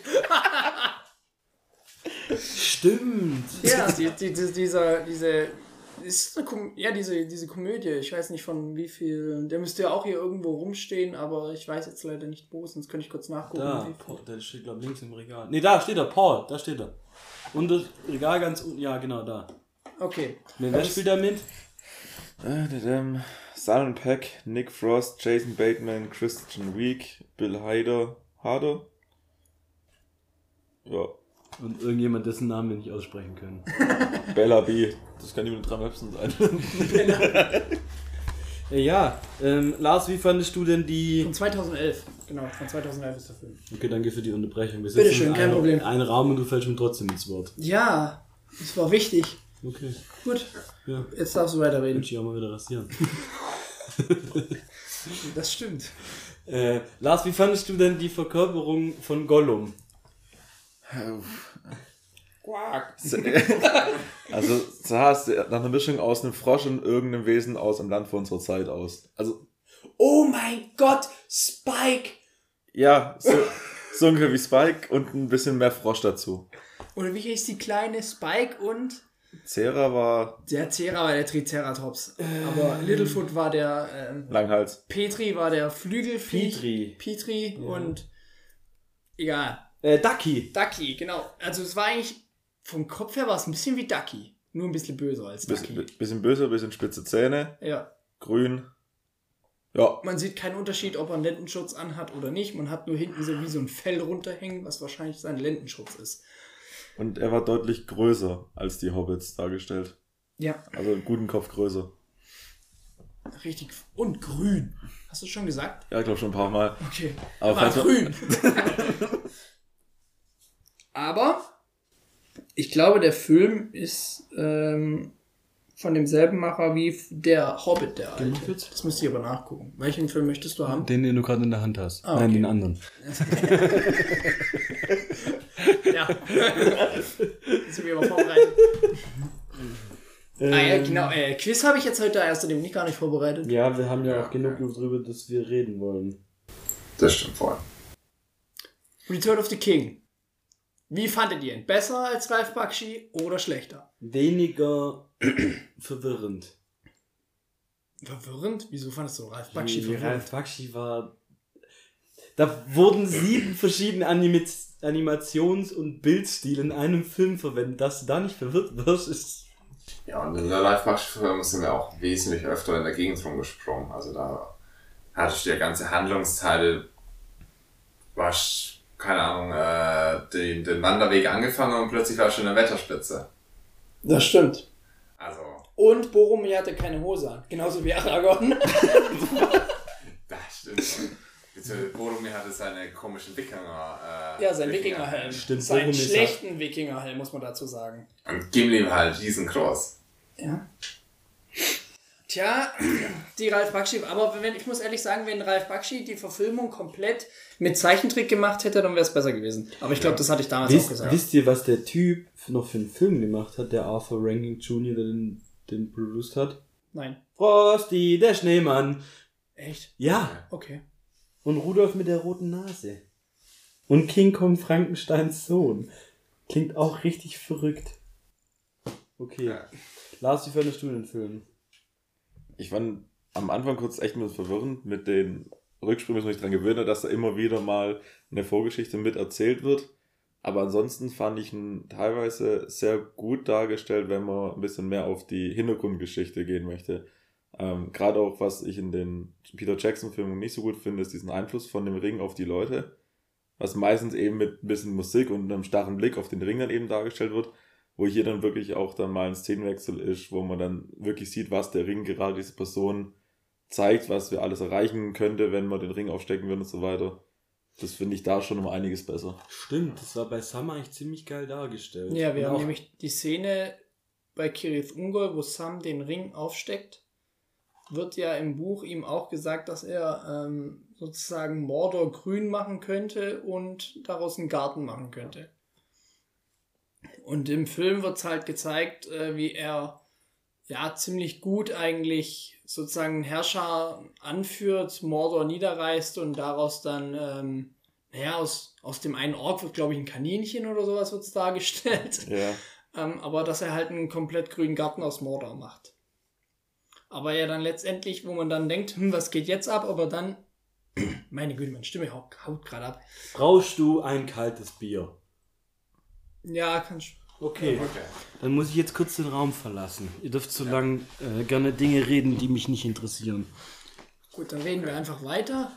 Speaker 1: Stimmt.
Speaker 2: Ja, die, die, die, dieser, diese, ist eine Kom- ja, diese, diese Komödie, ich weiß nicht von wie viel, der müsste ja auch hier irgendwo rumstehen, aber ich weiß jetzt leider nicht wo, sonst könnte ich kurz nachgucken.
Speaker 1: Da,
Speaker 2: wie
Speaker 1: Paul,
Speaker 2: viel.
Speaker 1: der steht, glaube ich, links im Regal. Ne, da steht er, Paul, da steht er. Und das Regal ganz unten, ja, genau, da.
Speaker 2: Okay.
Speaker 1: Ne, wer spielt da mit?
Speaker 3: Äh, dadam. Simon Peck, Nick Frost, Jason Bateman, Christian Week, Bill Hader, Hader. Ja.
Speaker 1: Und irgendjemand, dessen Namen wir nicht aussprechen können.
Speaker 3: Bella B. Das kann jemand mit drei Möpsen sein.
Speaker 1: Äh, ja, ähm, Lars, wie fandest du denn die...
Speaker 2: Von zweitausendelf, genau, von zweitausendelf ist der Film.
Speaker 1: Okay, danke für die Unterbrechung. Wir
Speaker 2: Bitte
Speaker 1: sitzen
Speaker 2: schön,
Speaker 1: in
Speaker 2: kein
Speaker 1: einem-
Speaker 2: Problem.
Speaker 1: einem Raum und du fällst mir trotzdem ins Wort.
Speaker 2: Ja, das war wichtig.
Speaker 1: Okay,
Speaker 2: Gut,
Speaker 1: ja.
Speaker 2: jetzt darfst du weiterreden.
Speaker 1: Wünsche ich auch mal wieder rasieren.
Speaker 2: Das stimmt.
Speaker 1: Äh, Lars, wie fandest du denn die Verkörperung von Gollum?
Speaker 3: Also sah es nach einer Mischung aus einem Frosch und irgendeinem Wesen aus dem Land vor unserer Zeit aus. Also,
Speaker 2: Oh mein Gott, Spike!
Speaker 3: ja, so, so ungefähr wie Spike und ein bisschen mehr Frosch dazu.
Speaker 2: Oder wie hieß die kleine Spike und...
Speaker 3: Cera war
Speaker 2: Der Cera war der Triceratops. Aber Littlefoot war der... Ähm,
Speaker 3: Langhals.
Speaker 2: Petri war der Flügelfiech.
Speaker 1: Petri.
Speaker 2: Petri und... Egal.
Speaker 1: Äh, Ducky.
Speaker 2: Ducky, genau. Also es war eigentlich... Vom Kopf her war es ein bisschen wie Ducky. Nur ein bisschen böser als Ducky.
Speaker 3: Bisschen, bisschen böse, bisschen spitze Zähne,
Speaker 2: Ja.
Speaker 3: grün. Ja,
Speaker 2: Man sieht keinen Unterschied, ob er einen Lendenschutz anhat oder nicht. Man hat nur hinten so wie so ein Fell runterhängen, was wahrscheinlich sein Lendenschutz ist.
Speaker 3: und er war deutlich größer als die Hobbits dargestellt.
Speaker 2: Ja,
Speaker 3: Also einen guten Kopf größer.
Speaker 2: richtig. Und grün. Hast du schon gesagt?
Speaker 3: Ja, ich glaube schon ein paar Mal.
Speaker 2: Okay.
Speaker 3: Aber
Speaker 2: war
Speaker 3: falls man-
Speaker 2: grün. Aber ich glaube, der Film ist ähm, von demselben Macher wie der Hobbit, der alte.
Speaker 1: Gemacht wird?
Speaker 2: Das müsst ihr aber nachgucken. Welchen Film möchtest du haben?
Speaker 1: Den, den du gerade in der Hand hast.
Speaker 2: Ah,
Speaker 1: Nein,
Speaker 2: okay.
Speaker 1: den anderen.
Speaker 2: Ja. Sind wir aber vorbereitet. Ah ja, genau. Äh, Quiz habe ich jetzt heute außerdem nicht gar nicht vorbereitet.
Speaker 1: Ja, wir haben ja
Speaker 4: Ja,
Speaker 1: auch genug
Speaker 4: okay.
Speaker 1: darüber, dass wir reden wollen.
Speaker 4: Das stimmt voll.
Speaker 2: Return of the King. Wie fandet ihr ihn? Besser als Ralph Bakshi oder schlechter?
Speaker 1: Weniger verwirrend.
Speaker 2: Verwirrend? Wieso fandest du Ralf Bakshi
Speaker 1: Wie
Speaker 2: verwirrend?
Speaker 1: Ralf Bakshi war... Da wurden sieben verschiedene Animi- Animations- und Bildstile in einem Film verwendet. Dass du da nicht verwirrt wirst, ist...
Speaker 4: Ja, und in der Live-Bakshi-Film sind wir auch wesentlich öfter in der Gegend rumgesprungen. Also da hattest du ja ganze Handlungsteile, warst, keine Ahnung, äh, den, den Wanderweg angefangen und plötzlich warst du in der Wetterspitze.
Speaker 2: Das stimmt.
Speaker 4: Also...
Speaker 2: Und Boromir hatte keine Hose an. Genauso wie Aragorn.
Speaker 4: Das stimmt schon. Beziehungsweise Boromir hatte seine komischen Wikinger... Äh,
Speaker 2: Ja, sein Wikingerhelm.
Speaker 1: Stimmt,
Speaker 2: Seinen
Speaker 1: Boromir ist
Speaker 2: schlechten Wikingerhelm, muss man dazu sagen.
Speaker 4: Und Gimli war halt riesengroß.
Speaker 2: Ja. Tja, die Ralf Bakshi, aber wenn, ich muss ehrlich sagen, wenn Ralf Bakshi die Verfilmung komplett mit Zeichentrick gemacht hätte, dann wäre es besser gewesen. Aber ich glaube, das hatte ich damals
Speaker 1: Wisst,
Speaker 2: auch gesagt.
Speaker 1: wisst ihr, was der Typ noch für einen Film gemacht hat, der Arthur Rankin Junior, der den, den produced hat?
Speaker 2: Nein.
Speaker 1: Frosty, der Schneemann.
Speaker 2: Echt?
Speaker 1: Ja.
Speaker 2: Okay.
Speaker 1: Und Rudolf mit der roten Nase. Und King Kong Frankensteins Sohn. Klingt auch richtig verrückt. Okay.
Speaker 4: Ja.
Speaker 1: Lars, wie fandest du den Film?
Speaker 3: Ich fand am Anfang kurz echt ein bisschen verwirrend mit den Rücksprüngen, bis man sich daran gewöhnt hat, dass da immer wieder mal eine Vorgeschichte mit erzählt wird. Aber ansonsten fand ich ihn teilweise sehr gut dargestellt, wenn man ein bisschen mehr auf die Hintergrundgeschichte gehen möchte. Ähm, Gerade auch, was ich in den Peter Jackson-Filmen nicht so gut finde, ist diesen Einfluss von dem Ring auf die Leute. Was meistens eben mit ein bisschen Musik und einem starren Blick auf den Ring dann eben dargestellt wird. Wo hier dann wirklich auch dann mal ein Szenenwechsel ist, wo man dann wirklich sieht, was der Ring gerade diese Person zeigt, was wir alles erreichen könnte, wenn man den Ring aufstecken würde und so weiter. Das finde ich da schon um einiges besser.
Speaker 1: Stimmt, das war bei Sam eigentlich ziemlich geil dargestellt.
Speaker 2: Ja, wir
Speaker 1: Und
Speaker 2: haben
Speaker 1: auch,
Speaker 2: nämlich die Szene bei Cirith Ungol, wo Sam den Ring aufsteckt, wird ja im Buch ihm auch gesagt, dass er ähm, sozusagen Mordor grün machen könnte und daraus einen Garten machen könnte. Und im Film wird es halt gezeigt, äh, wie er ja ziemlich gut eigentlich sozusagen einen Herrscher anführt, Mordor niederreißt und daraus dann, ähm, naja, aus, aus dem einen Ork wird, glaube ich, ein Kaninchen oder sowas wird's dargestellt.
Speaker 3: Ja.
Speaker 2: ähm, aber dass er halt einen komplett grünen Garten aus Mordor macht. Aber ja dann letztendlich, wo man dann denkt, hm, was geht jetzt ab? Aber dann, meine Güte, meine Stimme haut, haut gerade ab.
Speaker 1: brauchst du ein kaltes Bier?
Speaker 2: Ja, kannst
Speaker 1: Okay.
Speaker 4: Okay.
Speaker 1: Dann muss ich jetzt kurz den Raum verlassen. Ihr dürft so lange äh, gerne Dinge reden, die mich nicht interessieren.
Speaker 2: Gut, dann reden wir einfach weiter.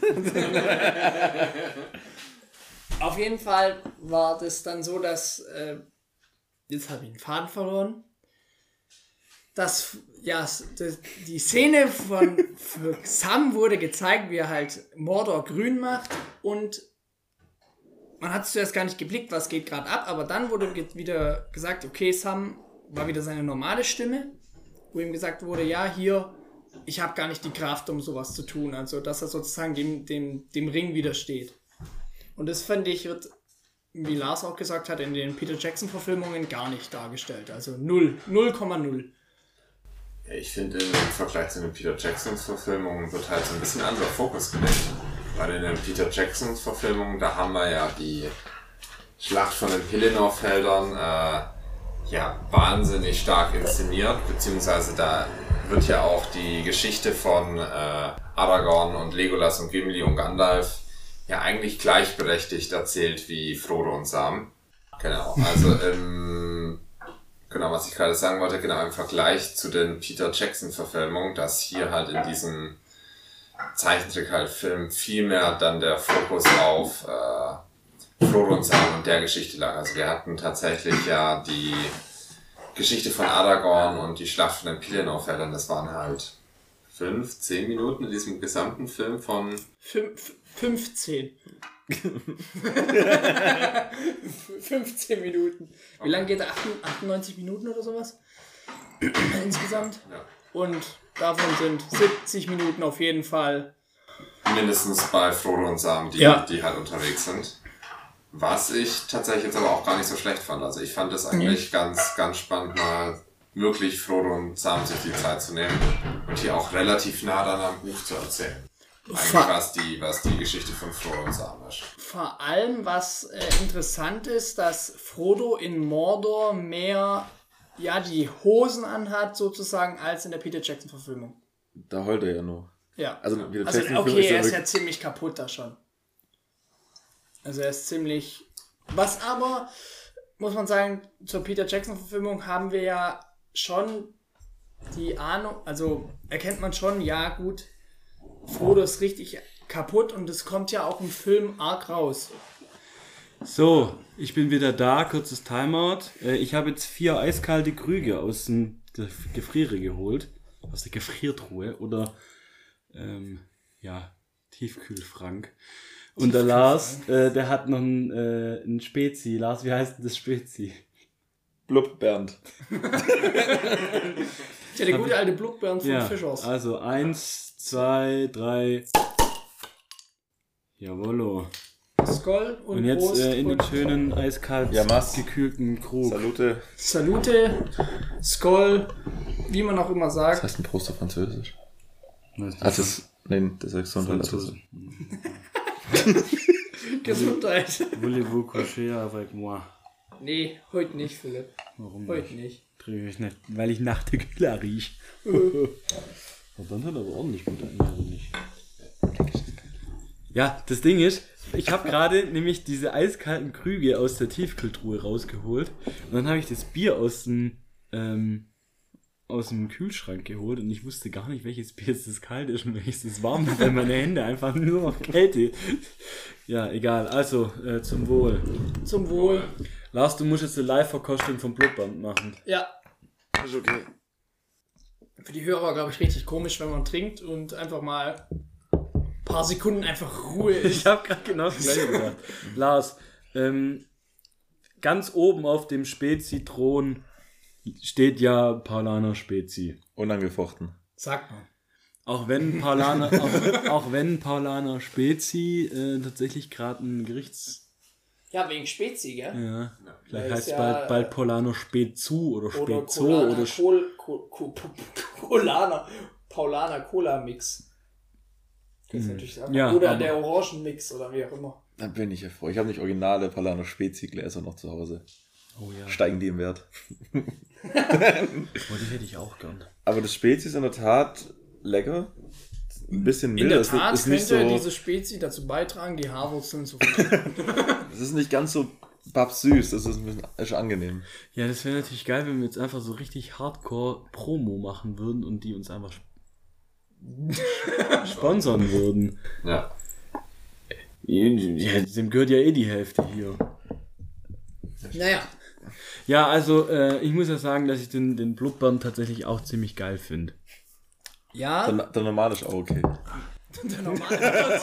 Speaker 2: Auf jeden Fall war das dann so, dass, äh, jetzt habe ich den Faden verloren, dass, ja, s- das, die Szene von für Sam wurde gezeigt, wie er halt Mordor grün macht und man hat zuerst gar nicht geblickt, was geht gerade ab, aber dann wurde ge- wieder gesagt, okay, Sam war wieder seine normale Stimme, wo ihm gesagt wurde, ja, hier, ich habe gar nicht die Kraft, um sowas zu tun. Also, dass er sozusagen dem, dem, dem Ring widersteht. Und das, fand ich, wird, wie Lars auch gesagt hat, in den Peter Jackson-Verfilmungen gar nicht dargestellt. Also null, null Komma null.
Speaker 4: Ja, ich finde, im Vergleich zu den Peter Jacksons-Verfilmungen wird halt so ein bisschen anderer Fokus gelegt. Weil in den Peter Jackson-Verfilmungen, da haben wir ja die Schlacht von den Pelennor-Feldern äh, ja, wahnsinnig stark inszeniert, beziehungsweise da wird ja auch die Geschichte von äh, Aragorn und Legolas und Gimli und Gandalf ja eigentlich gleichberechtigt erzählt wie Frodo und Sam. Genau, also im, genau, was ich gerade sagen wollte, genau im Vergleich zu den Peter Jackson-Verfilmungen, dass hier halt in diesem Zeichentrick halt Film viel mehr dann der Fokus auf äh, Frodo und Sam und der Geschichte lag. Also wir hatten tatsächlich ja die Geschichte von Aragorn und die Schlacht von den Pelennor-Feldern, das waren halt fünf, zehn Minuten in diesem gesamten Film von...
Speaker 2: Fünf, fünfzehn. fünfzehn Minuten. Wie lange geht er? achtundneunzig Minuten oder sowas? Insgesamt?
Speaker 4: Ja.
Speaker 2: Und davon sind siebzig Minuten auf jeden Fall.
Speaker 4: Mindestens bei Frodo und Sam, die,
Speaker 2: Ja.
Speaker 4: die halt unterwegs sind. Was ich tatsächlich jetzt aber auch gar nicht so schlecht fand. Also ich fand es eigentlich ganz, ganz spannend, mal wirklich Frodo und Sam sich die Zeit zu nehmen und hier auch relativ nah dann am Buch zu erzählen. Eigentlich
Speaker 2: Fa-
Speaker 4: was die, was die Geschichte von Frodo und Sam ist.
Speaker 2: Vor allem, was äh, interessant ist, dass Frodo in Mordor mehr ja, die Hosen anhat, sozusagen, als in der Peter Jackson-Verfilmung.
Speaker 3: da heult er ja nur.
Speaker 2: Ja.
Speaker 3: Also, wie der
Speaker 2: Also,
Speaker 3: Jackson-Film
Speaker 2: okay,
Speaker 3: ist
Speaker 2: er
Speaker 3: ja
Speaker 2: ist ja
Speaker 3: wirklich-
Speaker 2: ziemlich kaputt da schon. Also er ist ziemlich... Was aber, muss man sagen, zur Peter Jackson-Verfilmung haben wir ja schon die Ahnung, also erkennt man schon, ja gut, Frodo ist richtig kaputt und es kommt ja auch im Film arg raus.
Speaker 1: So, ich bin wieder da, kurzes Timeout. Äh, Ich habe jetzt vier eiskalte Krüge aus dem Gef- Gefriere geholt. Aus der Gefriertruhe oder ähm, ja, Tiefkühlschrank. Und der Lars, äh, der hat noch ein, äh, ein Spezi. Lars, wie heißt denn das Spezi?
Speaker 3: Blub Bernd.
Speaker 2: Ist ja der gute alte Blutbeeren von
Speaker 1: Ja,
Speaker 2: Fischers.
Speaker 1: also eins, zwei, drei. Jawollo.
Speaker 2: Skoll und,
Speaker 1: Und jetzt
Speaker 2: Prost
Speaker 1: äh, in den
Speaker 2: und
Speaker 1: schönen eiskalt
Speaker 3: Ja, Mass.
Speaker 1: gekühlten Krug.
Speaker 3: Salute.
Speaker 2: Salute, Skoll, wie man auch immer
Speaker 3: Was
Speaker 2: sagt.
Speaker 3: heißt ein Prost auf Französisch?
Speaker 1: Weiß nicht.
Speaker 3: Ah, das ist, nein, das ist Gesundheit. Das ist,
Speaker 1: Franzose.
Speaker 2: Gesundheit.
Speaker 1: Voulez-vous coucher avec moi?
Speaker 2: Nee, heute nicht, Philipp.
Speaker 1: Warum
Speaker 2: Heute
Speaker 1: nicht?
Speaker 2: nicht.
Speaker 1: Trinke ich nicht, weil ich nach der Kühler riech. Und dann hat er aber ordentlich gut an. Ja, das Ding ist, ich habe gerade nämlich diese eiskalten Krüge aus der Tiefkühltruhe rausgeholt. Und dann habe ich das Bier aus dem, ähm, aus dem Kühlschrank geholt und ich wusste gar nicht, welches Bier jetzt das kalt ist und welches das warm ist, weil meine Hände einfach nur noch Kälte. Ja, egal. Also, äh, zum Wohl.
Speaker 2: Zum Wohl.
Speaker 1: Lars, du musst jetzt eine Live-Verkostung vom Blutband machen.
Speaker 2: Ja,
Speaker 3: ist okay.
Speaker 2: für die Hörer, glaube ich, richtig komisch, wenn man trinkt und einfach mal ein paar Sekunden einfach Ruhe ist.
Speaker 1: Ich habe gerade genau das gleiche gedacht. Lars, ähm, ganz oben auf dem Spezi-Thron steht ja Paulaner Spezi.
Speaker 3: Unangefochten.
Speaker 2: Sagt man.
Speaker 1: Auch wenn Paulaner, auch, auch wenn Paulaner Spezi äh, tatsächlich gerade ein Gerichts...
Speaker 2: Ja, wegen Spezi, gell?
Speaker 1: Ja, vielleicht
Speaker 2: Weil
Speaker 1: heißt
Speaker 2: es
Speaker 1: es
Speaker 2: ja,
Speaker 1: bald, bald Paulaner Spezu oder
Speaker 2: Oder
Speaker 1: Spezo
Speaker 2: Colana,
Speaker 1: oder... Sch-
Speaker 2: Kol, Kol, Kol, Colana, Paulaner Cola Mix. Das ist natürlich sagen.
Speaker 1: Ja,
Speaker 2: Oder
Speaker 1: aber-
Speaker 2: der Orangenmix oder wie auch immer.
Speaker 3: Da bin ich ja froh. Ich habe nicht originale Palano Spezi-Gläser noch zu Hause.
Speaker 1: Oh ja,
Speaker 3: Steigen die im Wert.
Speaker 1: oh, die hätte ich auch gern.
Speaker 3: Aber das Spezi ist in der Tat lecker. Ein bisschen
Speaker 2: In
Speaker 3: milder.
Speaker 2: der
Speaker 3: Es
Speaker 2: Tat
Speaker 3: ist nicht
Speaker 2: könnte
Speaker 3: so,
Speaker 2: diese Spezi dazu beitragen, die Haarwurzeln zu vermeiden.
Speaker 3: es ist nicht ganz so babsüß. Das ist ein bisschen ist angenehm.
Speaker 1: Ja, das wäre natürlich geil, wenn wir jetzt einfach so richtig Hardcore-Promo machen würden und die uns einfach sp- sponsern würden.
Speaker 4: Ja.
Speaker 1: Ja, dem gehört ja eh die Hälfte hier.
Speaker 2: Naja,
Speaker 1: Ja, also äh, ich muss ja sagen, dass ich den, den Blutband tatsächlich auch ziemlich geil finde.
Speaker 2: ja,
Speaker 3: Der, der normale ist auch okay.
Speaker 2: der normale.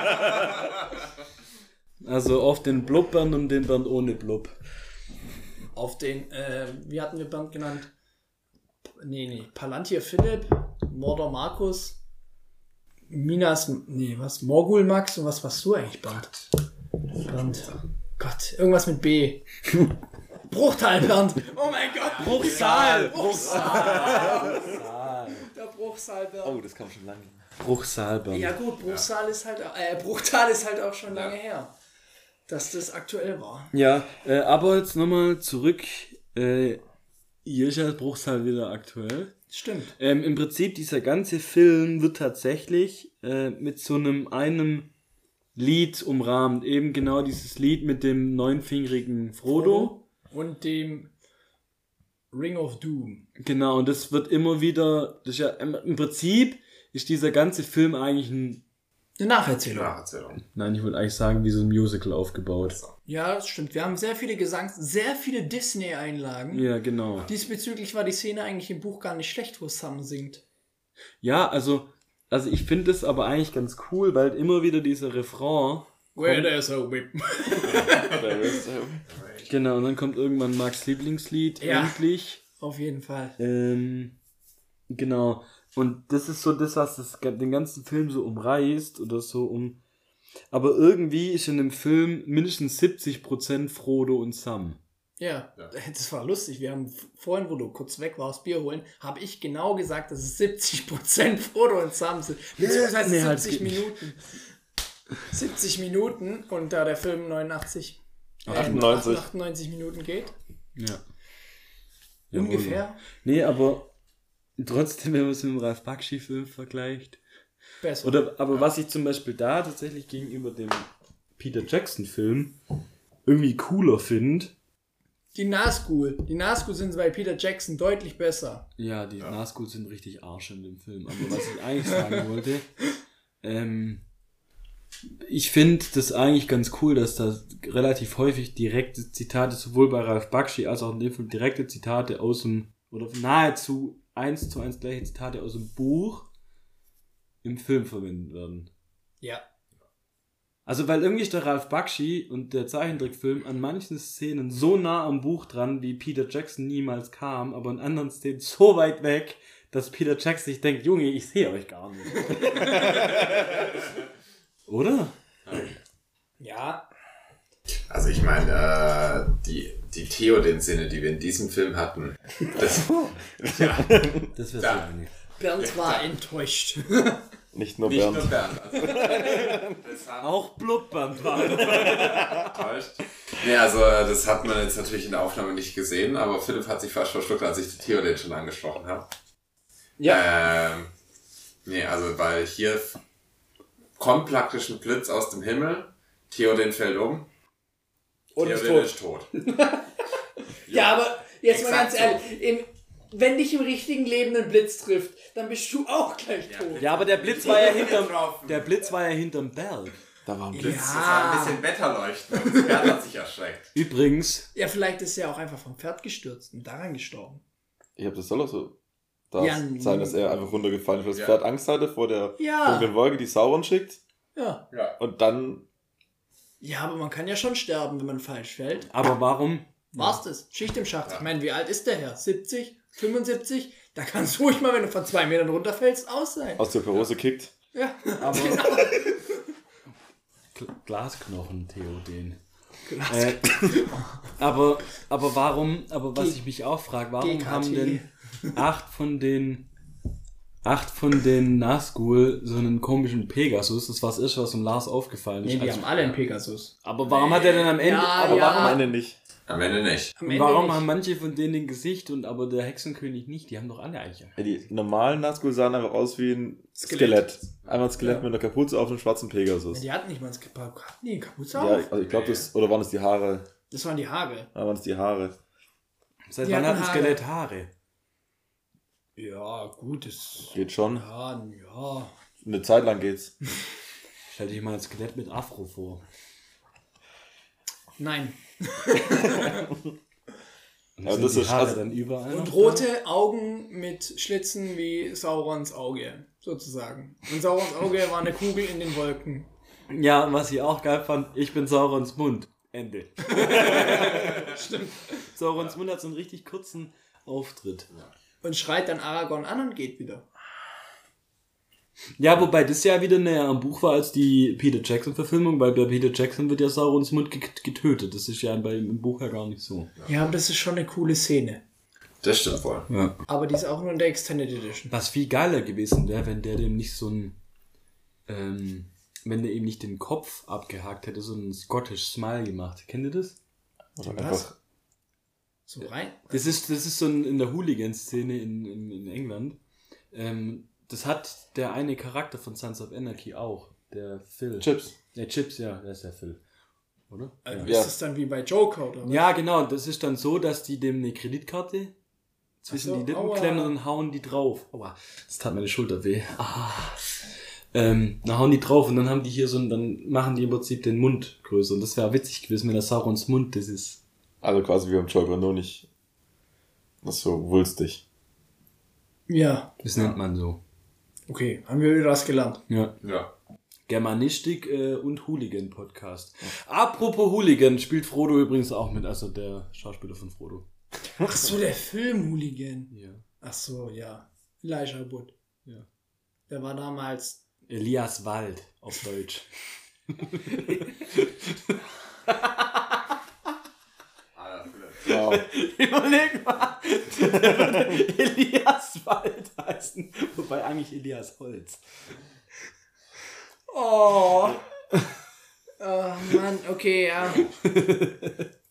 Speaker 1: Also auf den Blutband und den Band ohne Blub.
Speaker 2: Auf den, äh, wie hatten wir Band genannt? Nee, nee, Palantir Philipp, Mordor Markus, Minas, nee, was? Morgul Max und was warst du eigentlich, Band? Band. Gott, irgendwas mit B. Bruchteil Bernd. Oh mein Gott.
Speaker 1: Bruchsal!
Speaker 2: Bruchsal. Der Bruchsal Bernd.
Speaker 3: Oh, das kam schon lange.
Speaker 1: Bruchsalband.
Speaker 2: Ja gut, Bruchsal ist halt, äh, Bruchtal ist halt auch schon lange her, dass das aktuell war.
Speaker 1: Ja, äh, aber jetzt nochmal zurück. Äh, hier ist ja Bruchsal wieder aktuell.
Speaker 2: Stimmt.
Speaker 1: Ähm, Im Prinzip, dieser ganze Film wird tatsächlich äh, mit so einem einem Lied umrahmt. Eben genau dieses Lied mit dem neunfingerigen Frodo.
Speaker 2: Und dem Ring of Doom.
Speaker 1: Genau, und das wird immer wieder, das ist ja im, im Prinzip ist dieser ganze Film eigentlich ein,
Speaker 2: Eine Nacherzählung.
Speaker 4: Nacherzählung.
Speaker 1: nein, ich würde eigentlich sagen, wie so ein Musical aufgebaut.
Speaker 2: Ja, das stimmt. Wir haben sehr viele Gesangs-, sehr viele Disney-Einlagen.
Speaker 1: Ja, genau.
Speaker 2: Diesbezüglich war die Szene eigentlich im Buch gar nicht schlecht, wo Sam singt.
Speaker 1: Ja, also, also ich finde das aber eigentlich ganz cool, weil immer wieder dieser Refrain.
Speaker 2: Where there's a whip.
Speaker 1: Genau, und dann kommt irgendwann Marks Lieblingslied,
Speaker 2: Ja.
Speaker 1: endlich.
Speaker 2: Auf jeden Fall.
Speaker 1: Ähm, genau. Und das ist so das, was das, den ganzen Film so umreißt oder so um. Aber irgendwie ist in dem Film mindestens siebzig Prozent Frodo und Sam.
Speaker 2: Ja,
Speaker 4: Ja.
Speaker 2: das war lustig. Wir haben vorhin, wo du kurz weg warst, Bier holen, habe ich genau gesagt, dass es siebzig Prozent Frodo und Sam sind. Beziehungsweise
Speaker 1: Nee, halt,
Speaker 2: siebzig
Speaker 1: geht nicht.
Speaker 2: Minuten. siebzig Minuten und da der Film neunundachtzig, äh,
Speaker 3: achtundneunzig.
Speaker 2: achtundneunzig Minuten geht.
Speaker 1: Ja.
Speaker 2: Ungefähr.
Speaker 1: Nee, aber trotzdem, wenn man es mit dem Ralph Bakshi-Film vergleicht.
Speaker 2: Besser.
Speaker 1: Oder, aber was ich zum Beispiel da tatsächlich gegenüber dem Peter Jackson-Film irgendwie cooler finde.
Speaker 2: Die Nazgul. Die Nazgul sind bei Peter Jackson deutlich besser.
Speaker 1: Ja, die ja. Nazgul sind richtig Arsch in dem Film. Aber was ich eigentlich sagen wollte, ähm, ich finde das eigentlich ganz cool, dass da relativ häufig direkte Zitate, sowohl bei Ralph Bakshi als auch in dem Film direkte Zitate aus dem, oder nahezu eins zu eins gleiche Zitate aus dem Buch im Film verwendet werden.
Speaker 2: Ja.
Speaker 1: Also, weil irgendwie ist der Ralph Bakshi und der Zeichentrickfilm an manchen Szenen so nah am Buch dran, wie Peter Jackson niemals kam, aber in anderen Szenen so weit weg, dass Peter Jackson sich denkt, Junge, ich sehe euch gar nicht. Oder?
Speaker 2: Ja.
Speaker 4: Also ich meine, äh, die, die Theoden-Szene, die wir in diesem Film hatten, das, ja,
Speaker 1: das wäre
Speaker 4: ja.
Speaker 1: so eine.
Speaker 2: Bernd war enttäuscht.
Speaker 3: Nicht nur
Speaker 4: Nicht
Speaker 3: Bernd.
Speaker 4: nur Bernd. Also, das hat
Speaker 1: Auch Blutband war
Speaker 4: enttäuscht. Nee, also das hat man jetzt natürlich in der Aufnahme nicht gesehen, aber Philipp hat sich fast verschluckt, als ich die Theoden schon angesprochen habe.
Speaker 2: Ja.
Speaker 4: Ähm, nee, also weil hier kommt praktisch ein Blitz aus dem Himmel, Theoden fällt um,
Speaker 2: Und ist
Speaker 4: Theoden
Speaker 2: tot.
Speaker 4: ist tot.
Speaker 2: Ja, aber jetzt mal ganz
Speaker 4: Exakt
Speaker 2: ehrlich, im, wenn dich im richtigen Leben ein Blitz trifft, dann bist du auch gleich
Speaker 4: Ja.
Speaker 2: tot.
Speaker 1: Ja, aber der Blitz war ja hinterm,
Speaker 4: Getroffen.
Speaker 1: der Blitz war ja hinterm Berg.
Speaker 3: Da war ein
Speaker 4: Das
Speaker 3: Blitz.
Speaker 4: ist ein bisschen Wetterleuchten und das Pferd hat sich erschreckt.
Speaker 1: Übrigens,
Speaker 2: Ja, vielleicht ist er auch einfach vom Pferd gestürzt und daran gestorben.
Speaker 3: Ich hab das soll auch so da
Speaker 2: Ja,
Speaker 3: sein, dass er einfach runtergefallen ist, weil das
Speaker 4: Ja.
Speaker 3: Pferd Angst hatte vor der
Speaker 2: Ja.
Speaker 3: dunklen Wolke, die Sauron schickt.
Speaker 2: Ja.
Speaker 4: Ja.
Speaker 3: Und dann,
Speaker 2: Ja, aber man kann ja schon sterben, wenn man falsch fällt.
Speaker 1: aber warum?
Speaker 2: War's das? Schicht im Schacht. Ich meine, wie alt ist der Herr? siebzig? fünfundsiebzig? Da kannst du ruhig mal, wenn du von zwei Metern runterfällst, aus sein.
Speaker 3: aus der Perose kickt.
Speaker 2: Ja.
Speaker 1: Aber
Speaker 2: Genau.
Speaker 1: Gl- Glasknochen, Theoden. Äh, aber, aber warum, aber was
Speaker 2: G-
Speaker 1: ich mich auch frage, warum
Speaker 2: G K T.
Speaker 1: haben denn acht von den acht von den Nazgul so einen komischen Pegasus, das was ist, was dem Lars aufgefallen ist.
Speaker 2: Nee, die
Speaker 1: Also-
Speaker 2: haben alle einen Pegasus.
Speaker 1: aber warum hat er denn am Ende,
Speaker 2: Ja,
Speaker 1: aber
Speaker 2: ja.
Speaker 1: warum,
Speaker 3: Am
Speaker 1: hat-
Speaker 3: Ende nicht.
Speaker 4: Am Ende nicht.
Speaker 2: Am
Speaker 1: und
Speaker 2: Ende
Speaker 1: warum
Speaker 2: nicht.
Speaker 1: haben manche von denen ein Gesicht und aber der Hexenkönig nicht? Die haben doch alle eigentlich.
Speaker 3: Ja, die normalen Nazgul sahen einfach aus wie ein Skelett.
Speaker 2: Skelett.
Speaker 3: Einmal ein Skelett
Speaker 2: Ja.
Speaker 3: mit einer Kapuze auf einem schwarzen Pegasus.
Speaker 2: Ja, die hatten nicht mal ein Kapuze. Hatten die eine Kapuze
Speaker 3: Ja,
Speaker 2: auf?
Speaker 3: also ich glaube, das, oder waren es die Haare?
Speaker 2: Das waren die Haare.
Speaker 3: Ja, waren es die Haare?
Speaker 1: Seit
Speaker 2: Die
Speaker 1: wann hat
Speaker 2: hatten
Speaker 1: ein
Speaker 2: Haare.
Speaker 1: Skelett Haare?
Speaker 2: Ja, gut, das...
Speaker 3: Geht schon.
Speaker 2: Ja, ja.
Speaker 3: Eine Zeit lang geht's.
Speaker 1: Stell dir mal ein Skelett mit Afro vor.
Speaker 2: Nein.
Speaker 1: Und
Speaker 3: Aber
Speaker 1: sind
Speaker 3: das
Speaker 1: die
Speaker 3: ist-
Speaker 1: Haare
Speaker 3: also-
Speaker 1: dann überall
Speaker 2: Und
Speaker 1: noch
Speaker 2: rote Augen mit Schlitzen wie Saurons Auge, sozusagen. Und Saurons Auge war eine Kugel in den Wolken.
Speaker 1: da? Ja, und was ich auch geil fand, ich bin Saurons Mund. Ende.
Speaker 2: Stimmt.
Speaker 1: Saurons Mund hat so einen richtig kurzen Auftritt.
Speaker 2: Und schreit dann Aragorn an und geht wieder.
Speaker 1: Ja, wobei das ja wieder näher am Buch war als die Peter Jackson-Verfilmung, weil bei Peter Jackson wird ja Saurons Mund get- getötet. Das ist ja bei, im Buch ja gar nicht so.
Speaker 2: Ja, aber das ist schon eine coole Szene.
Speaker 4: Das stimmt wohl.
Speaker 1: Ja.
Speaker 2: Aber die ist auch nur in der Extended Edition.
Speaker 1: Was viel geiler gewesen wäre, wenn der dem nicht so ein, ähm, wenn der ihm nicht den Kopf abgehakt hätte, so einen Scottish Smile gemacht. Kennt ihr das?
Speaker 3: Oder
Speaker 2: Was?
Speaker 3: einfach,
Speaker 2: So rein.
Speaker 1: Das ist, das ist so ein, in der Hooligan-Szene in, in, in England. Ähm, das hat der eine Charakter von Sons of Anarchy auch. Der Phil.
Speaker 3: Chips.
Speaker 1: Der Chips, ja, der ist der Phil. Oder?
Speaker 2: Also
Speaker 1: Ja.
Speaker 2: ist
Speaker 3: Ja.
Speaker 2: das dann wie bei Joker oder was?
Speaker 1: Ja, genau. Das ist dann so, dass die dem eine Kreditkarte zwischen
Speaker 2: Ach so,
Speaker 1: die Lippen
Speaker 2: aua.
Speaker 1: klemmen und dann hauen die drauf. Aua, das tat meine Schulter weh. Ah. Ähm, dann hauen die drauf und dann haben die hier so, ein- dann machen die im Prinzip den Mund größer. Und das wäre witzig gewesen, wenn der Saurons Mund das ist.
Speaker 3: Also quasi wie beim Joker, nur nicht das ist so wulstig.
Speaker 2: Ja.
Speaker 1: Das nennt man so.
Speaker 2: Okay, haben wir wieder was gelernt.
Speaker 1: Ja.
Speaker 4: Ja.
Speaker 1: Germanistik äh, und Hooligan-Podcast. Apropos Hooligan, spielt Frodo übrigens auch mit, also der Schauspieler von Frodo.
Speaker 2: Ach so, der Film-Hooligan.
Speaker 1: Ja.
Speaker 2: Ach so, ja. Elijah Wood.
Speaker 1: Ja.
Speaker 2: Der war damals...
Speaker 1: Elias Wald auf Deutsch.
Speaker 4: Ah, Philipp.
Speaker 3: Wow.
Speaker 1: Überleg mal, der würde Elias Wald heißen, wobei eigentlich Elias Holz.
Speaker 2: Oh. Oh Mann, okay, ja.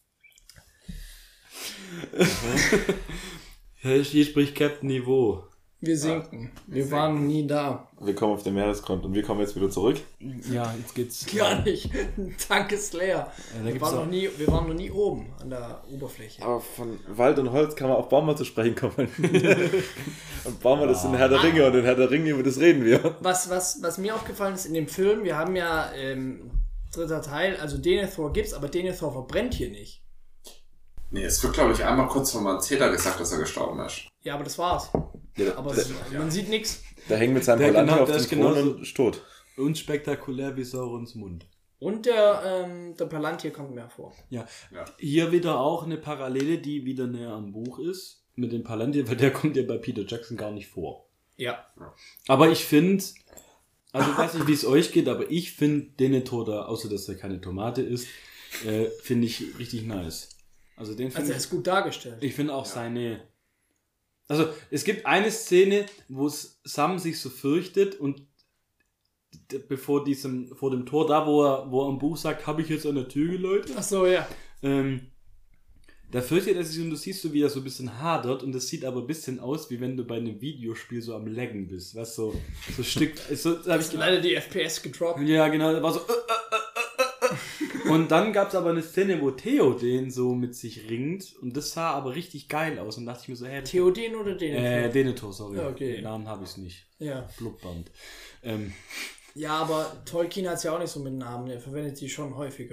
Speaker 1: Hier spricht Captain Niveau.
Speaker 2: Wir sinken. Wir waren nie da.
Speaker 3: Wir kommen auf den Meeresgrund und wir kommen jetzt wieder zurück.
Speaker 1: Ja, jetzt geht's.
Speaker 2: Gar nicht. Der Tank ist leer.
Speaker 1: Ja, da
Speaker 2: wir,
Speaker 1: gibt's
Speaker 2: waren
Speaker 1: auch-
Speaker 2: noch nie, wir waren noch nie oben an der Oberfläche.
Speaker 3: Aber von Wald und Holz kann man auch Baumwolle zu sprechen kommen. Und Baumwolle ist in Herr der Ringe und in Herr der Ringe, über das reden wir.
Speaker 2: Was, was, was mir aufgefallen ist in dem Film, wir haben ja ähm, dritter Teil, also Denethor gibt's, aber Denethor verbrennt hier nicht.
Speaker 4: Nee, es wird, glaube ich, einmal kurz von Manzeda gesagt, dass er gestorben ist.
Speaker 2: Ja, aber das war's.
Speaker 3: Ja,
Speaker 2: Aber
Speaker 3: der,
Speaker 2: es, man sieht nichts.
Speaker 3: der hängt mit seinem
Speaker 1: Der
Speaker 3: Palantir
Speaker 1: genau-
Speaker 3: auf
Speaker 1: der
Speaker 3: dem
Speaker 1: ist
Speaker 3: Thron
Speaker 1: genauso-
Speaker 3: und ist tot.
Speaker 1: Unspektakulär wie Saurons Mund.
Speaker 2: Und der, ähm, der Palantir kommt mehr vor.
Speaker 1: Ja.
Speaker 4: Ja.
Speaker 1: Hier wieder auch eine Parallele, die wieder näher am Buch ist. Mit dem Palantir, weil der kommt ja bei Peter Jackson gar nicht vor.
Speaker 2: Ja.
Speaker 1: Aber ich finde, also ich weiß nicht, wie es euch geht, aber ich finde Denethor da, außer dass er keine Tomate ist, äh, finde ich richtig nice. Also den
Speaker 2: Also
Speaker 1: finde
Speaker 2: er
Speaker 1: ich,
Speaker 2: ist gut dargestellt.
Speaker 1: ich finde auch seine, also es gibt eine Szene, wo es Sam sich so fürchtet und d- bevor diesem, vor dem Tor, da wo er, wo er im Buch sagt, habe ich jetzt an der Tür geläutet,
Speaker 2: Ach so, ja.
Speaker 1: ähm, da fürchtet er sich und du siehst so, wie er so ein bisschen hadert und das sieht aber ein bisschen aus, wie wenn du bei einem Videospiel so am Laggen bist, weißt du, so, so Stück, so, da habe ich gedacht,
Speaker 2: Leider die F P S gedroppt.
Speaker 1: ja genau, da war so, äh, äh, äh, äh, äh. Und dann gab es aber eine Szene, wo Theo den so mit sich ringt und das sah aber richtig geil aus und dachte ich mir so, hey, das-
Speaker 2: Theoden oder Denethor?
Speaker 1: äh, Denethor, sorry,
Speaker 2: Ja, okay.
Speaker 1: den Namen habe ich nicht,
Speaker 2: Ja.
Speaker 1: Blubband. Ähm,
Speaker 2: Ja, aber Tolkien hat es ja auch nicht so mit Namen. Er verwendet die schon häufiger.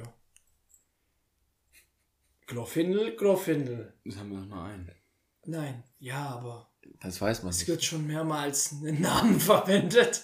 Speaker 2: Glorfindel, Glorfindel.
Speaker 1: das haben wir noch mal einen.
Speaker 2: Nein. Ja, aber
Speaker 3: Das weiß man
Speaker 2: es
Speaker 3: nicht.
Speaker 2: wird schon mehrmals einen Namen verwendet.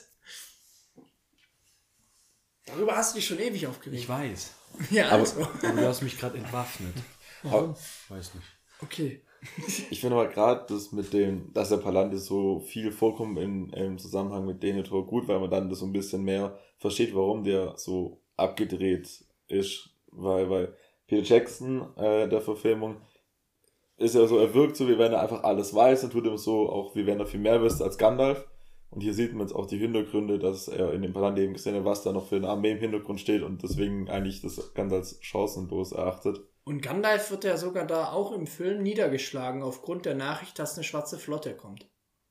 Speaker 2: Darüber hast du dich schon ewig aufgeregt.
Speaker 1: Ich weiß,
Speaker 2: Ja,
Speaker 3: Aber-
Speaker 2: also.
Speaker 1: aber du hast mich gerade entwaffnet.
Speaker 3: Aber
Speaker 1: Weiß nicht.
Speaker 2: Okay.
Speaker 3: ich finde aber gerade das mit dem, dass der Palantir so viel vorkommt in, im Zusammenhang mit Denethor gut, weil man dann das so ein bisschen mehr versteht, warum der so abgedreht ist. Weil, weil Peter Jackson, äh, der Verfilmung, ist ja so, er wirkt so, wie wenn er einfach alles weiß und tut ihm so, auch wie wenn er viel mehr wüsste als Gandalf. Und hier sieht man jetzt auch die Hintergründe, dass er in dem Palantir eben gesehen hat, was da noch für eine Armee im Hintergrund steht und deswegen eigentlich das ganz als chancenlos erachtet.
Speaker 2: Und Gandalf wird ja sogar da auch im Film niedergeschlagen aufgrund der Nachricht, dass eine schwarze Flotte kommt.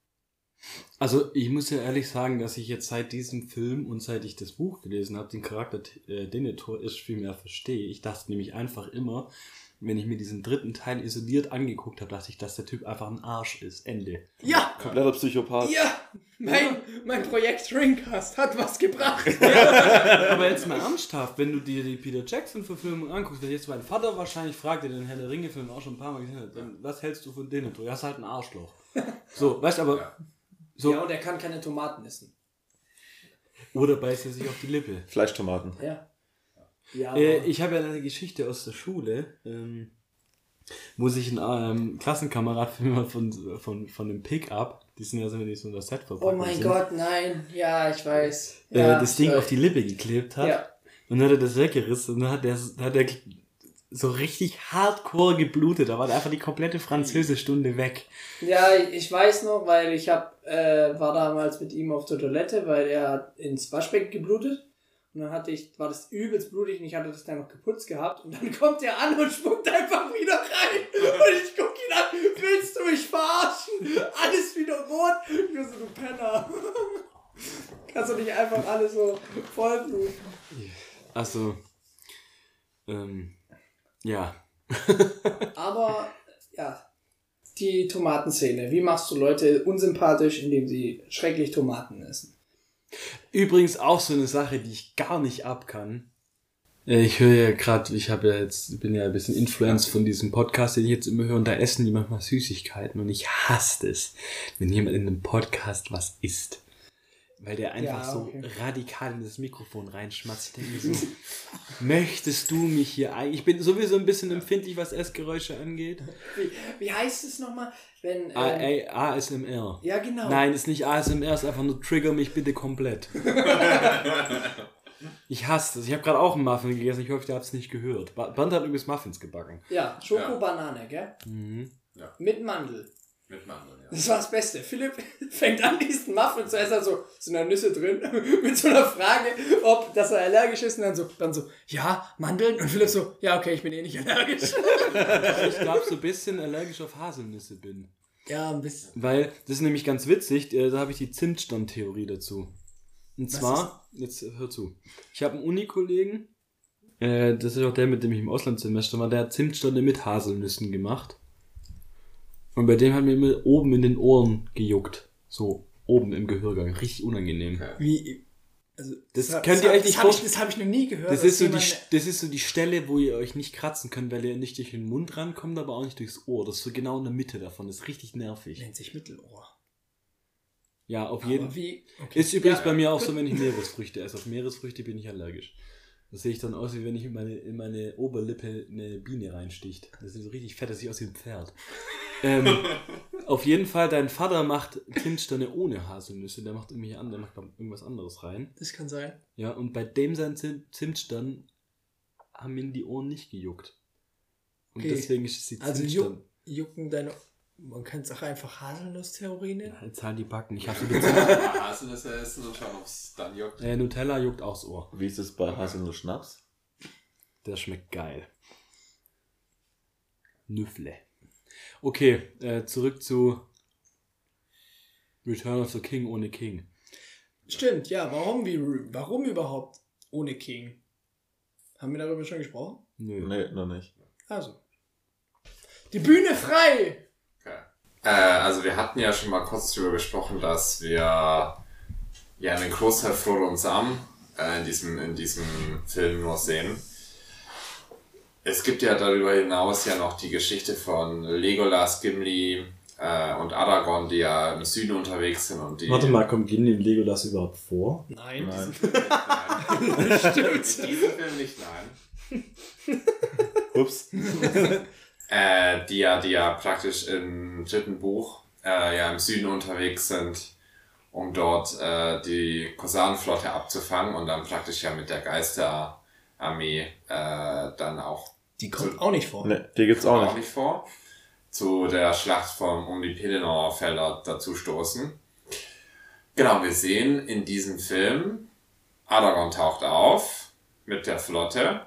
Speaker 1: Also ich muss ja ehrlich sagen, dass ich jetzt seit diesem Film und seit ich das Buch gelesen habe, den Charakter äh, Denethor ist viel mehr verstehe. Ich dachte nämlich einfach immer, wenn ich mir diesen dritten Teil isoliert angeguckt habe, dachte ich, dass der Typ einfach ein Arsch ist. Ende.
Speaker 2: Ja!
Speaker 3: Kompletter Psychopath.
Speaker 2: Ja! Mein, mein Projekt Drinkcast hat was gebracht.
Speaker 1: Aber jetzt mal ernsthaft, wenn du dir die Peter Jackson-Verfilmung anguckst, wenn jetzt mein Vater wahrscheinlich fragt, der den Herr der Ringe-Film auch schon ein paar Mal gesehen hat, dann, was hältst du von Denethor? Ja, ist halt ein Arschloch. So, weißt du, aber...
Speaker 4: Ja.
Speaker 1: So,
Speaker 2: Ja, und er kann keine Tomaten essen.
Speaker 1: oder beißt er sich auf die Lippe.
Speaker 3: Fleischtomaten.
Speaker 2: Ja. Ja,
Speaker 1: Äh, ich habe ja eine Geschichte aus der Schule, ähm, wo sich ein ähm, Klassenkamerad von mir von, von, von dem Pickup, die sind ja so, wenn die so in der Set
Speaker 2: oh
Speaker 1: verpackt
Speaker 2: mein
Speaker 1: sind,
Speaker 2: Gott, nein. Ja, ich weiß.
Speaker 1: äh,
Speaker 2: Ja,
Speaker 1: das
Speaker 2: ich
Speaker 1: Ding
Speaker 2: weiß.
Speaker 1: auf die Lippe geklebt hat.
Speaker 2: Ja.
Speaker 1: Und dann hat er das weggerissen und dann hat der, hat der so richtig hardcore geblutet. Da war einfach die komplette Französischstunde weg.
Speaker 2: Ja, ich weiß noch, weil ich hab, äh, war damals mit ihm auf der Toilette, weil er hat ins Waschbecken geblutet. Und dann hatte ich, war das übelst blutig und ich hatte das dann noch geputzt gehabt. Und dann kommt er an und spuckt einfach wieder rein. Und ich guck ihn an, willst du mich verarschen? Alles wieder rot. Ich bin so, du Penner. Kannst du nicht einfach alles so vollbluten?
Speaker 1: Also, ähm, ja.
Speaker 2: Aber, ja, die Tomatenszene. Wie machst du Leute unsympathisch, indem sie schrecklich Tomaten essen?
Speaker 1: Übrigens auch so eine Sache, die ich gar nicht ab kann. Äh, Ich höre ja gerade, ich habe ja jetzt, bin ja ein bisschen influenced von diesem Podcast, den ich jetzt immer höre, und da essen die manchmal Süßigkeiten und ich hasse es, wenn jemand in einem Podcast was isst. Weil der einfach
Speaker 2: Ja, okay.
Speaker 1: so radikal in das Mikrofon reinschmatzt. Ich denke mir so, möchtest du mich hier ein... Ich bin sowieso ein bisschen empfindlich, was Essgeräusche angeht.
Speaker 2: Wie, wie heißt es nochmal? Wenn, ähm,
Speaker 1: A- A- A S M R.
Speaker 2: ja, genau.
Speaker 1: Nein, ist nicht A S M R, ist einfach nur trigger mich bitte komplett. Ich hasse das. Ich habe gerade auch einen Muffin gegessen. Ich hoffe, ihr habt es nicht gehört. Ba- Bernd hat übrigens Muffins gebacken.
Speaker 2: Ja, Schoko-Banane, gell?
Speaker 1: Mhm.
Speaker 2: Mit Mandel.
Speaker 4: Mit Mandeln, ja.
Speaker 2: Das war das Beste. Philipp fängt an, diesen Muffin zu essen, also sind da Nüsse drin, mit so einer Frage, ob, dass er allergisch ist, und dann so, dann so, ja, Mandeln, und Philipp so, ja, okay, ich bin eh nicht allergisch.
Speaker 1: Ich glaube, so ein bisschen allergisch auf Haselnüsse bin.
Speaker 2: Ja, ein bisschen.
Speaker 1: Weil, das ist nämlich ganz witzig, äh, da habe ich die Zimtstand-Theorie dazu. Und
Speaker 2: Was
Speaker 1: zwar, jetzt hör zu, ich habe einen Unikollegen, äh, das ist auch der, mit dem ich im Auslandssemester war, der hat Zimtstande mit Haselnüssen gemacht. Und bei dem hat mir immer oben in den Ohren gejuckt. So, oben im Gehörgang. Richtig unangenehm.
Speaker 4: Okay.
Speaker 2: Wie, also,
Speaker 1: Das
Speaker 2: hab-
Speaker 1: könnt ihr
Speaker 2: hab-
Speaker 1: euch nicht
Speaker 2: das hab ich,
Speaker 1: vorstellen.
Speaker 2: das habe ich noch nie gehört.
Speaker 1: Das
Speaker 2: dass
Speaker 1: ist, so die,
Speaker 2: jemand-
Speaker 1: das ist so die Stelle, wo ihr euch nicht kratzen könnt, weil ihr nicht durch den Mund rankommt, aber auch nicht durchs Ohr. Das ist so genau in der Mitte davon. Das ist richtig nervig.
Speaker 2: nennt sich Mittelohr.
Speaker 1: Ja, auf jeden
Speaker 2: Aber
Speaker 1: Fall.
Speaker 2: wie? Okay.
Speaker 1: Ist übrigens
Speaker 2: Ja,
Speaker 1: bei mir auch
Speaker 2: gut.
Speaker 1: so, wenn ich Meeresfrüchte esse. Auf Meeresfrüchte bin ich allergisch. Das sehe ich dann aus, wie wenn ich in meine, in meine Oberlippe eine Biene reinsticht. Das ist so richtig fett, das sieht aus wie ein Pferd. ähm, auf jeden Fall, dein Vater macht Zimtsterne ohne Haselnüsse. Der macht irgendwie an, der macht glaub, irgendwas anderes rein.
Speaker 2: Das kann sein.
Speaker 1: Ja, und bei dem sein Zim- Zimtstern haben ihn die Ohren nicht gejuckt. Und
Speaker 2: Okay.
Speaker 1: deswegen ist es die
Speaker 2: Also
Speaker 1: Zimtstern.
Speaker 2: juck, jucken deine... Man kann es auch einfach Haselnuss-Theorie nennen.
Speaker 1: Ja, jetzt halt die Backen. Ich habe so Zimt-
Speaker 4: Mal Haselnüsse essen und schauen, ob es dann juckt.
Speaker 1: äh, Nutella juckt auch das Ohr.
Speaker 3: Wie ist es bei Haselnuss Schnaps?
Speaker 1: Der schmeckt geil. Nüffle. Okay, äh, zurück zu Return of the King ohne King.
Speaker 2: Stimmt, ja. Warum, wie, warum überhaupt ohne King? Haben wir darüber schon gesprochen?
Speaker 1: Nö.
Speaker 3: Nee, noch nicht.
Speaker 2: Also. Die Bühne frei!
Speaker 4: Okay. Äh, also wir hatten ja schon mal kurz darüber gesprochen, dass wir ja einen Großteil Frodo und Sam äh, in, diesem, in diesem Film nur sehen. Es gibt ja darüber hinaus ja noch die Geschichte von Legolas, Gimli äh, und Aragorn, die ja im Süden unterwegs sind und die...
Speaker 1: Warte mal, kommt Gimli und Legolas überhaupt vor?
Speaker 2: Nein.
Speaker 3: Nein.
Speaker 4: Nein. Stimmt. In diesem Film nicht, nein.
Speaker 3: Ups.
Speaker 4: Äh, die ja, die ja praktisch im dritten Buch äh, ja im Süden unterwegs sind, um dort äh, die Kosanenflotte abzufangen und dann praktisch ja mit der Geisterarmee äh, dann auch
Speaker 2: Die kommt auch nicht vor.
Speaker 3: Ne, die gibt's auch
Speaker 4: auch
Speaker 3: nicht.
Speaker 4: nicht vor, zu der Schlacht vom, um die Pelennor Felder dazu stoßen. Genau, wir sehen in diesem Film, Aragorn taucht auf mit der Flotte,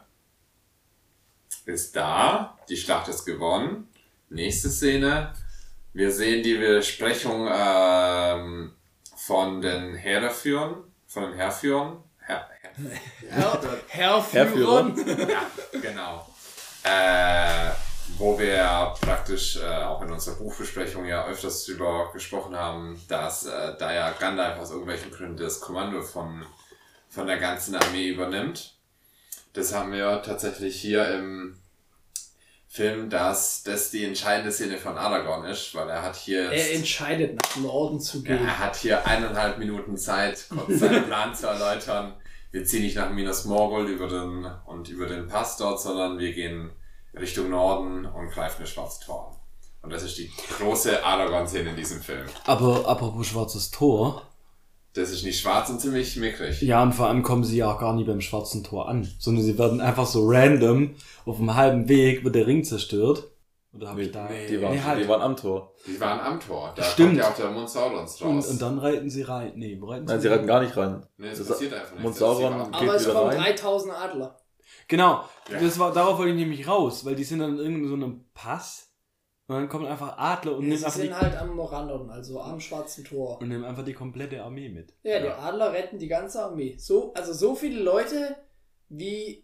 Speaker 4: ist da, die Schlacht ist gewonnen. Nächste Szene, wir sehen die Besprechung ähm, von den Heerführern, von den Heerführern, Her, Her,
Speaker 2: Herr, Herr
Speaker 3: Herrführer.
Speaker 2: Führer.
Speaker 4: ja, genau. Äh, wo wir praktisch äh, auch in unserer Buchbesprechung ja öfters drüber gesprochen haben, dass äh, da ja Gandalf aus irgendwelchen Gründen das Kommando von, von der ganzen Armee übernimmt. Das haben wir tatsächlich hier im Film, dass das die entscheidende Szene von Aragorn ist, weil er hat hier
Speaker 2: Er entscheidet, nach Norden zu
Speaker 4: ja,
Speaker 2: gehen.
Speaker 4: er hat hier eineinhalb Minuten Zeit, kurz seinen Plan zu erläutern. Wir ziehen nicht nach Minas Morgul über den, und über den Pass dort, sondern wir gehen Richtung Norden und greifen das Schwarze Tor an. Und das ist die große Aragorn-Szene in diesem Film.
Speaker 1: Aber apropos Schwarzes Tor.
Speaker 4: Das ist nicht schwarz und ziemlich mickrig.
Speaker 1: Ja, und vor allem kommen sie ja auch gar nie beim Schwarzen Tor an, sondern sie werden einfach so random auf dem halben Weg wird der Ring zerstört. Oder habe ich da...
Speaker 4: nee.
Speaker 3: Die waren,
Speaker 1: Nee, halt.
Speaker 3: die waren am Tor.
Speaker 4: Die waren am Tor. Da
Speaker 1: Stimmt.
Speaker 4: kommt ja auch der Mund Saurons
Speaker 1: und,
Speaker 4: raus.
Speaker 1: und dann reiten sie rein. Nee, wo reiten
Speaker 3: Nein, sie reiten gar nicht rein.
Speaker 4: nee, das
Speaker 3: das-
Speaker 4: passiert einfach nicht.
Speaker 3: Mund
Speaker 4: Das ist die
Speaker 3: Sauron
Speaker 4: Wahrheit.
Speaker 3: geht
Speaker 2: Aber es
Speaker 3: wieder
Speaker 2: kommen
Speaker 3: rein.
Speaker 2: dreitausend Adler.
Speaker 1: Genau,
Speaker 4: Ja.
Speaker 1: das war, darauf wollte ich nämlich raus, weil die sind dann in irgendeinem so einem Pass und dann kommen einfach Adler und
Speaker 2: Sie
Speaker 1: nehmen einfach, die,
Speaker 2: sind halt am Morandon, also am Schwarzen Tor.
Speaker 1: und nehmen einfach die komplette Armee mit.
Speaker 2: Ja, die
Speaker 4: Ja.
Speaker 2: Adler retten die ganze Armee. So, also so viele Leute wie,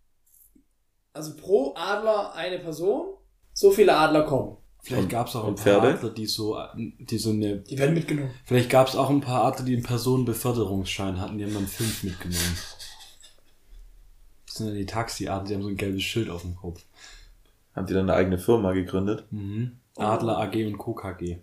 Speaker 2: also pro Adler eine Person, so viele Adler kommen.
Speaker 1: Vielleicht
Speaker 3: Und-
Speaker 1: gab es auch ein
Speaker 3: und
Speaker 1: paar
Speaker 3: Pferde?
Speaker 1: Adler, die so, die so eine,
Speaker 2: Die werden mitgenommen.
Speaker 1: vielleicht gab es auch ein paar Adler, die einen Personenbeförderungsschein hatten, die haben dann fünf mitgenommen. Das sind ja die Taxi-Adler, die haben so ein gelbes Schild auf dem Kopf.
Speaker 3: Haben die dann eine eigene Firma gegründet?
Speaker 1: Mhm. Adler A G und Co. K G.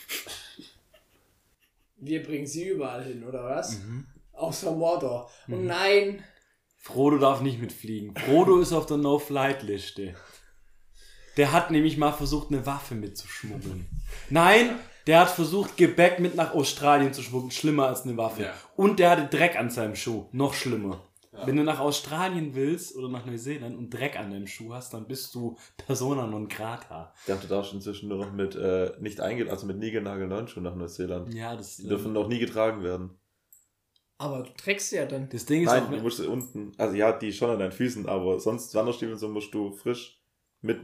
Speaker 2: Wir bringen sie überall hin, oder was?
Speaker 1: Mhm.
Speaker 2: Außer Mordor. Und nein,
Speaker 1: Frodo darf nicht mitfliegen. Frodo ist auf der No-Flight-Liste. Der hat nämlich mal versucht, eine Waffe mitzuschmuggeln. Nein, der hat versucht, Gebäck mit nach Australien zu schmuggeln. Schlimmer als eine Waffe.
Speaker 4: Ja.
Speaker 1: Und der hatte Dreck an seinem Schuh. Noch schlimmer.
Speaker 4: Ja.
Speaker 1: Wenn du nach Australien willst oder nach Neuseeland und Dreck an deinem Schuh hast, dann bist du Persona non grata.
Speaker 3: Der hatte da schon inzwischen nur noch mit äh, nicht einge also mit niegelnagelneuen Schuhen nach Neuseeland.
Speaker 1: Ja, das,
Speaker 3: Die dürfen noch nie getragen werden.
Speaker 2: aber du trägst sie ja dann.
Speaker 1: das Ding ist
Speaker 3: Nein,
Speaker 1: auch,
Speaker 3: du musst unten, also ja, die schon an deinen Füßen, aber sonst Wanderstiefel und so musst du frisch mitnehmen.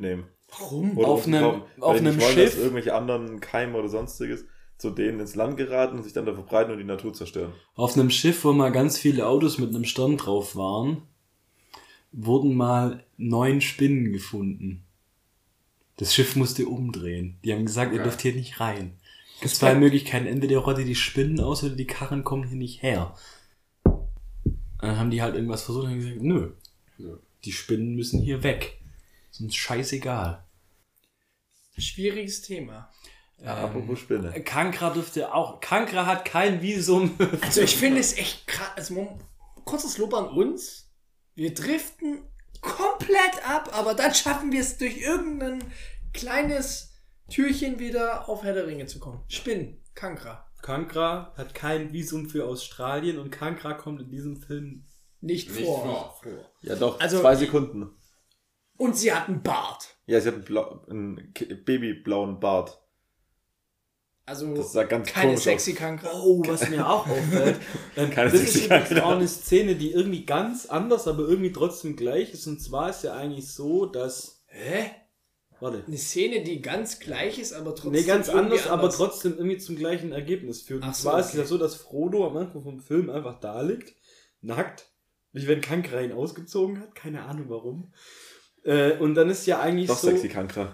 Speaker 2: Warum?
Speaker 3: Oder
Speaker 1: Auf einem-
Speaker 3: umtauchen, weil
Speaker 1: auf
Speaker 3: die nicht
Speaker 1: einem
Speaker 3: wollen,
Speaker 1: Schiff?
Speaker 3: dass irgendwelche anderen Keime oder sonstiges zu denen ins Land geraten und sich dann da verbreiten und die Natur zerstören.
Speaker 1: Auf einem Schiff, wo mal ganz viele Autos mit einem Stern drauf waren, wurden mal neun Spinnen gefunden. Das Schiff musste umdrehen. Die haben gesagt, ihr
Speaker 4: Okay.
Speaker 1: dürft hier nicht rein. Es gibt zwei Möglichkeiten. Entweder rotte die Spinnen aus oder die Karren kommen hier nicht her. Dann haben die halt irgendwas versucht und haben gesagt, nö.
Speaker 4: Nö.
Speaker 1: Die Spinnen müssen hier weg. Ist uns scheißegal.
Speaker 2: Schwieriges Thema.
Speaker 3: Ja, apropos Spinne.
Speaker 1: Kankra dürfte auch. Kankra hat kein Visum.
Speaker 2: Also ich finde es echt krass. Also Mom- kurzes Lob an uns. Wir driften komplett ab, aber dann schaffen wir es durch irgendein kleines Türchen wieder auf Herr der Ringe zu kommen. Spinnen, Kankra.
Speaker 1: Kankra hat kein Visum für Australien und Kankra kommt in diesem Film.
Speaker 2: Nicht,
Speaker 4: Nicht
Speaker 2: vor.
Speaker 4: vor.
Speaker 3: Ja doch,
Speaker 2: Also-
Speaker 3: zwei Sekunden.
Speaker 2: Und sie hat einen Bart.
Speaker 3: Ja, sie hat einen, blau, einen ki- babyblauen Bart.
Speaker 2: Also
Speaker 3: Das sah ganz
Speaker 2: keine
Speaker 3: komisch
Speaker 2: sexy Kankra.
Speaker 1: Oh, was mir auch auffällt. ähm,
Speaker 3: Keine
Speaker 1: das ist
Speaker 3: sexy
Speaker 1: übrigens
Speaker 3: Kankra.
Speaker 1: auch eine Szene, die irgendwie ganz anders, aber irgendwie trotzdem gleich ist. Und zwar ist ja eigentlich so, dass.
Speaker 2: Hä?
Speaker 1: Warte.
Speaker 2: Eine Szene, die ganz gleich ist, aber trotzdem
Speaker 1: Nee, ganz
Speaker 2: irgendwie
Speaker 1: anders, aber trotzdem irgendwie zum gleichen Ergebnis führt. Und
Speaker 2: Ach so,
Speaker 1: zwar ist es
Speaker 2: okay.
Speaker 1: ja so, dass Frodo am Anfang vom Film einfach da liegt, nackt, wie wenn Kankra ihn ausgezogen hat, keine Ahnung warum. Äh, und dann ist ja eigentlich
Speaker 3: Doch
Speaker 1: so...
Speaker 3: sexy Kankra.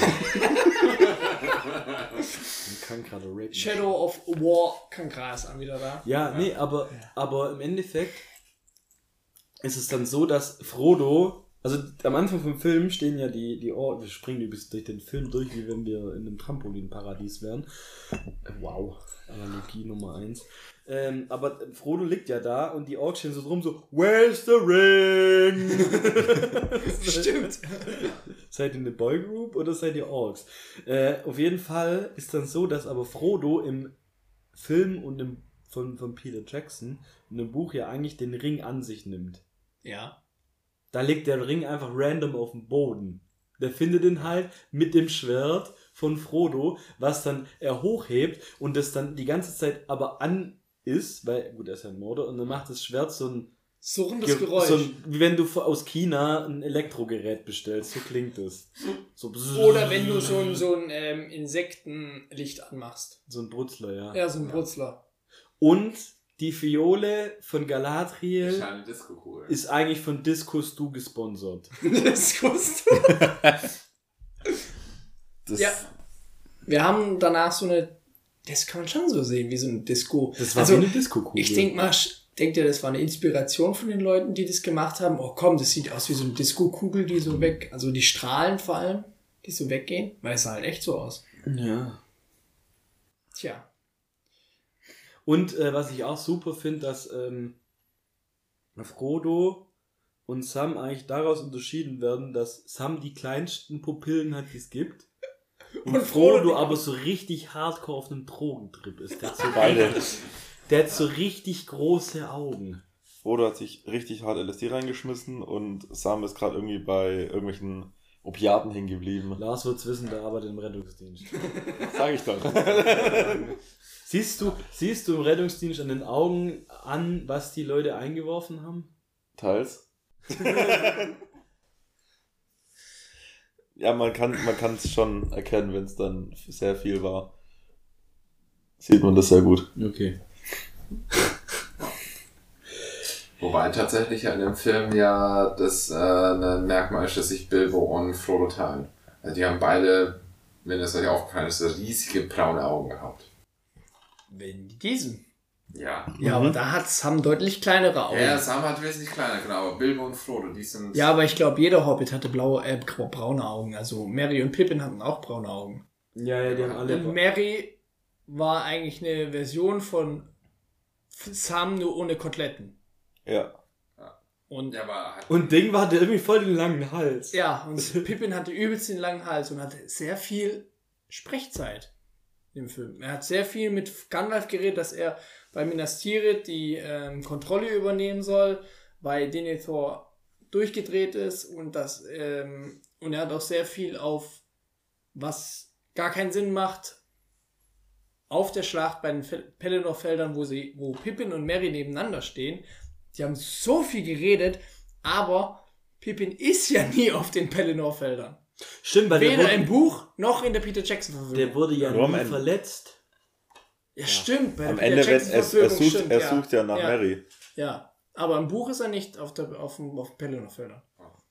Speaker 1: Kankra, der Rape.
Speaker 2: Shadow of War Kankra ist dann wieder da.
Speaker 1: Ja, nee, aber, aber im Endeffekt ist es dann so, dass Frodo, also am Anfang vom Film stehen ja die, die Orks, wir springen übrigens durch den Film durch, wie wenn wir in einem Trampolinparadies wären. Äh, Wow, Analogie Nummer eins. Ähm, aber Frodo liegt ja da und die Orks stehen so drum, so, where's the ring?
Speaker 2: Stimmt.
Speaker 1: Seid ihr eine Boygroup oder seid ihr Orks? Äh, auf jeden Fall ist dann so, dass aber Frodo im Film und im, von, von Peter Jackson in dem Buch ja eigentlich den Ring an sich nimmt.
Speaker 2: Ja.
Speaker 1: Da liegt der Ring einfach random auf dem Boden. Der findet ihn halt mit dem Schwert von Frodo, was dann er hochhebt und das dann die ganze Zeit aber an ist, weil, gut, er ist ja ein Mörder, und dann macht das Schwert so ein
Speaker 2: Surrendes
Speaker 1: Ge-
Speaker 2: Geräusch.
Speaker 1: So, ein- wie wenn du aus China ein Elektrogerät bestellst, so klingt es. So,
Speaker 2: Oder wenn du so ein, so ein ähm, Insektenlicht anmachst.
Speaker 1: so ein Brutzler, ja.
Speaker 2: Ja, so ein Brutzler.
Speaker 1: Und die Fiole von
Speaker 4: Ich
Speaker 1: Galadriel
Speaker 4: scheine Disco-Kugel.
Speaker 1: ist eigentlich von Discos Du gesponsert.
Speaker 2: Das wusst du.
Speaker 3: Das,
Speaker 2: Ja. Wir haben danach so eine, das kann man schon so sehen, wie so eine Disco.
Speaker 1: Das war
Speaker 2: also,
Speaker 1: wie eine Disco-Kugel.
Speaker 2: ich denk mal, denkt ihr, das war eine Inspiration von den Leuten, die das gemacht haben? Oh komm, das sieht aus wie so eine Disco-Kugel, die so weg, also die Strahlen vor allem, die so weggehen, weil es sah halt echt so aus.
Speaker 1: Ja.
Speaker 2: Tja.
Speaker 1: Und äh, was ich auch super finde, dass ähm, Frodo und Sam eigentlich daraus unterschieden werden, dass Sam die kleinsten Pupillen hat, die es gibt. Und,
Speaker 2: Und Frodo
Speaker 1: Frodo
Speaker 2: die-
Speaker 1: aber so richtig hardcore auf einem Drogentrip ist. Der hat so,
Speaker 3: beide.
Speaker 1: der hat so richtig große Augen.
Speaker 3: Frodo hat sich richtig hart L S D reingeschmissen und Sam ist gerade irgendwie bei irgendwelchen Opiaten hängen geblieben.
Speaker 1: Lars wird's wissen, der arbeitet im Rettungsdienst.
Speaker 3: Sag ich doch.
Speaker 1: Siehst du, siehst du im Rettungsdienst an den Augen an, was die Leute eingeworfen haben?
Speaker 3: Teils. Ja, man kann man kann es schon erkennen, wenn es dann sehr viel war. Sieht man das sehr gut.
Speaker 1: Okay.
Speaker 4: Wobei tatsächlich in dem Film ja das äh, ein Merkmal ist, dass sich Bilbo und Frodo teilen. Also die haben beide, wenn es euch aufgefallen ist, so riesige braune Augen gehabt.
Speaker 2: Wenn die diesen.
Speaker 4: Ja.
Speaker 2: Ja, aber da hat Sam deutlich kleinere Augen.
Speaker 4: Ja, Sam hat wesentlich kleiner, genau. Aber Bilbo und Frodo, die sind...
Speaker 2: Ja, aber ich glaube, jeder Hobbit hatte blaue, äh, grau- braune Augen. Also Merry und Pippin hatten auch braune Augen.
Speaker 1: Ja, ja, die haben alle.
Speaker 2: Und Merry war eigentlich eine Version von Sam, nur ohne Koteletten.
Speaker 3: Ja.
Speaker 2: Und
Speaker 4: Ja, aber halt
Speaker 1: Und Ding war der irgendwie voll den langen Hals.
Speaker 2: ja, und Pippin hatte übelst den langen Hals und hatte sehr viel Sprechzeit im Film. Er hat sehr viel mit Gandalf geredet, dass er bei Minas Tirith die ähm, Kontrolle übernehmen soll, weil Denethor durchgedreht ist und das ähm, und er hat auch sehr viel auf, was gar keinen Sinn macht, auf der Schlacht bei den Fel- Pelennor-Feldern, wo sie, wo Pippin und Merry nebeneinander stehen. Die haben so viel geredet, aber Pippin ist ja nie auf den Pelennor-Feldern.
Speaker 1: Stimmt, weil der
Speaker 2: Weder
Speaker 1: wurde,
Speaker 2: im Buch noch in der Peter Jackson-Verfilmung.
Speaker 1: der wurde ja
Speaker 3: Nur am
Speaker 1: nie
Speaker 3: Ende.
Speaker 1: verletzt.
Speaker 2: Ja, stimmt. Bei
Speaker 3: Am
Speaker 2: der
Speaker 3: Ende,
Speaker 2: Peter
Speaker 3: wird, er, er,
Speaker 2: Jackson-Verfilmung
Speaker 3: sucht,
Speaker 2: stimmt,
Speaker 3: er sucht ja nach
Speaker 2: ja.
Speaker 3: Mary.
Speaker 2: Ja, aber im Buch ist er nicht auf, der, auf dem, auf dem Pelennor-Felder.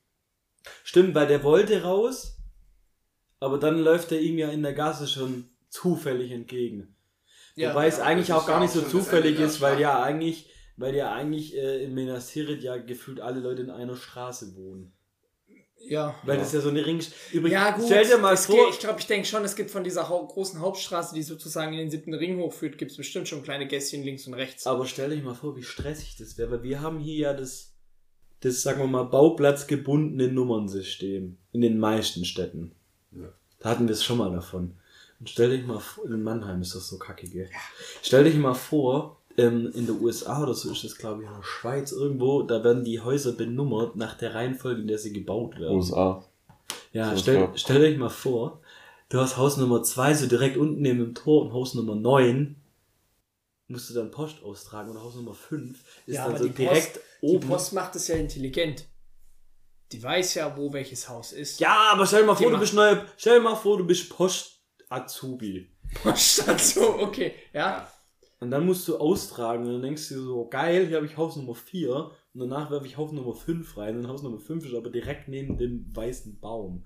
Speaker 1: Stimmt, weil der wollte raus, aber dann läuft er ihm ja in der Gasse schon zufällig entgegen.
Speaker 2: Ja,
Speaker 1: Wobei es
Speaker 4: ja,
Speaker 1: eigentlich
Speaker 4: das
Speaker 1: auch
Speaker 4: ist
Speaker 1: gar
Speaker 4: ja
Speaker 1: nicht
Speaker 4: auch
Speaker 1: so
Speaker 4: schon das
Speaker 1: zufällig
Speaker 4: Ende der
Speaker 1: ist, weil
Speaker 4: Schlacht.
Speaker 1: ja eigentlich, weil ja eigentlich äh, in Minas Tirith ja gefühlt alle Leute in einer Straße wohnen.
Speaker 2: Ja.
Speaker 1: Weil
Speaker 3: Ja.
Speaker 1: das ja so eine Ring... Übrigens,
Speaker 2: Ja, gut.
Speaker 1: stell dir mal
Speaker 2: es
Speaker 1: vor...
Speaker 2: geht- ich glaube, ich denke schon, es gibt von dieser hau großen Hauptstraße, die sozusagen in den siebten Ring hochführt, gibt es bestimmt schon kleine Gässchen links und rechts.
Speaker 1: Aber stell dich mal vor, wie stressig das wäre, weil wir haben hier ja das, das, sagen wir mal, bauplatzgebundene Nummernsystem in den meisten Städten.
Speaker 4: Ja.
Speaker 1: Da hatten wir es schon mal davon. Und stell dich mal vor, in Mannheim ist das so kacke, gell? Stell dich mal vor, ähm, in den U S A oder so ist das, glaube ich, in der Schweiz irgendwo, da werden die Häuser benummert nach der Reihenfolge, in der sie gebaut werden.
Speaker 3: U S A.
Speaker 1: Ja,
Speaker 3: So
Speaker 1: stell,
Speaker 3: klar.
Speaker 1: stell dich mal vor, du hast Haus Nummer zwei so direkt unten neben dem Tor und Haus Nummer neun musst du dann Post austragen und Haus Nummer fünf ist
Speaker 2: Ja,
Speaker 1: dann
Speaker 2: aber
Speaker 1: so
Speaker 2: die
Speaker 1: direkt
Speaker 2: Post,
Speaker 1: oben.
Speaker 2: Die Post macht es ja intelligent. Die weiß ja, wo welches Haus ist.
Speaker 1: Ja, aber stell dir mal
Speaker 2: Die
Speaker 1: vor, du
Speaker 2: macht-
Speaker 1: bist neu, stell dir mal vor, du bist Post-Azubi.
Speaker 2: Poststation, okay, ja.
Speaker 1: Und dann musst du austragen und dann denkst du dir so, geil, hier habe ich Haus Nummer vier und danach werfe ich Haus Nummer fünf rein und Haus Nummer fünf ist aber direkt neben dem weißen Baum.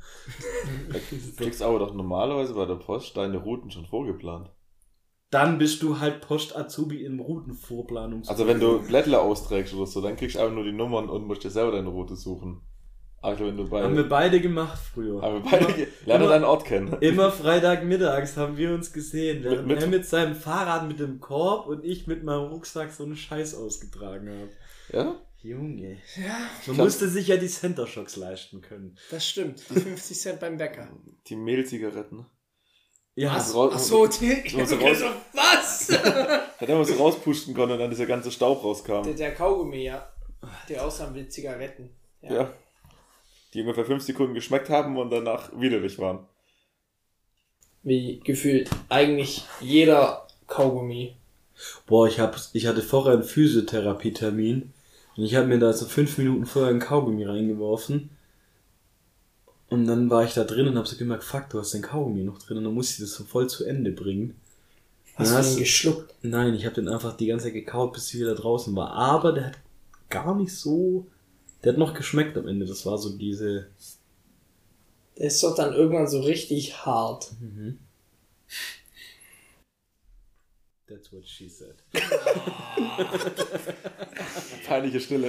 Speaker 3: Du kriegst aber doch normalerweise bei der Post deine Routen schon vorgeplant.
Speaker 1: Dann bist du halt Post-Azubi im Routenvorplanungs.
Speaker 3: Also wenn du Blättler austrägst oder so, dann kriegst du einfach nur die Nummern und musst dir selber deine Route suchen. Also wenn du bei...
Speaker 1: Haben wir beide gemacht früher.
Speaker 3: haben wir beide...
Speaker 1: Immer-
Speaker 3: ge- Lerne
Speaker 1: immer-
Speaker 3: deinen Ort kennen.
Speaker 1: Immer Freitagmittags haben wir uns gesehen, während
Speaker 3: Mit- mit-
Speaker 1: er mit seinem Fahrrad mit dem Korb und ich mit meinem Rucksack so einen Scheiß ausgetragen habe.
Speaker 3: Ja?
Speaker 1: Junge.
Speaker 2: Ja,
Speaker 1: Man
Speaker 3: glaub-
Speaker 1: musste sich ja die Center Shocks leisten können.
Speaker 2: das stimmt. Die fünfzig Cent beim Bäcker.
Speaker 3: Die Mehlzigaretten.
Speaker 1: Ja,
Speaker 2: Was?
Speaker 3: raus-
Speaker 2: Ach so, die,
Speaker 3: muss raus-
Speaker 2: so, was?
Speaker 3: Hat er so rauspusten können und dann dieser ganze Staub rauskam.
Speaker 2: der, der Kaugummi, ja. Der aussah wie Zigaretten.
Speaker 3: Ja. Die ungefähr fünf Sekunden geschmeckt haben und danach widerlich waren.
Speaker 2: Wie gefühlt eigentlich jeder Kaugummi.
Speaker 1: Boah, ich, hab, ich hatte vorher einen Physiotherapie-Termin und ich habe mir da so fünf Minuten vorher einen Kaugummi reingeworfen und dann war ich da drin und habe so gemerkt, fuck, du hast den Kaugummi noch drin und dann musste ich das so voll zu Ende bringen.
Speaker 2: Hast
Speaker 1: Dann
Speaker 2: du
Speaker 1: hast
Speaker 2: ihn geschluckt?
Speaker 1: Nein, ich habe den einfach die ganze Zeit gekaut, bis sie wieder draußen war. Aber der hat gar nicht so... Der hat noch geschmeckt am Ende. Das war so diese...
Speaker 2: Der ist doch dann irgendwann so richtig hart.
Speaker 1: Mhm. That's what she said.
Speaker 3: Peinliche Stille.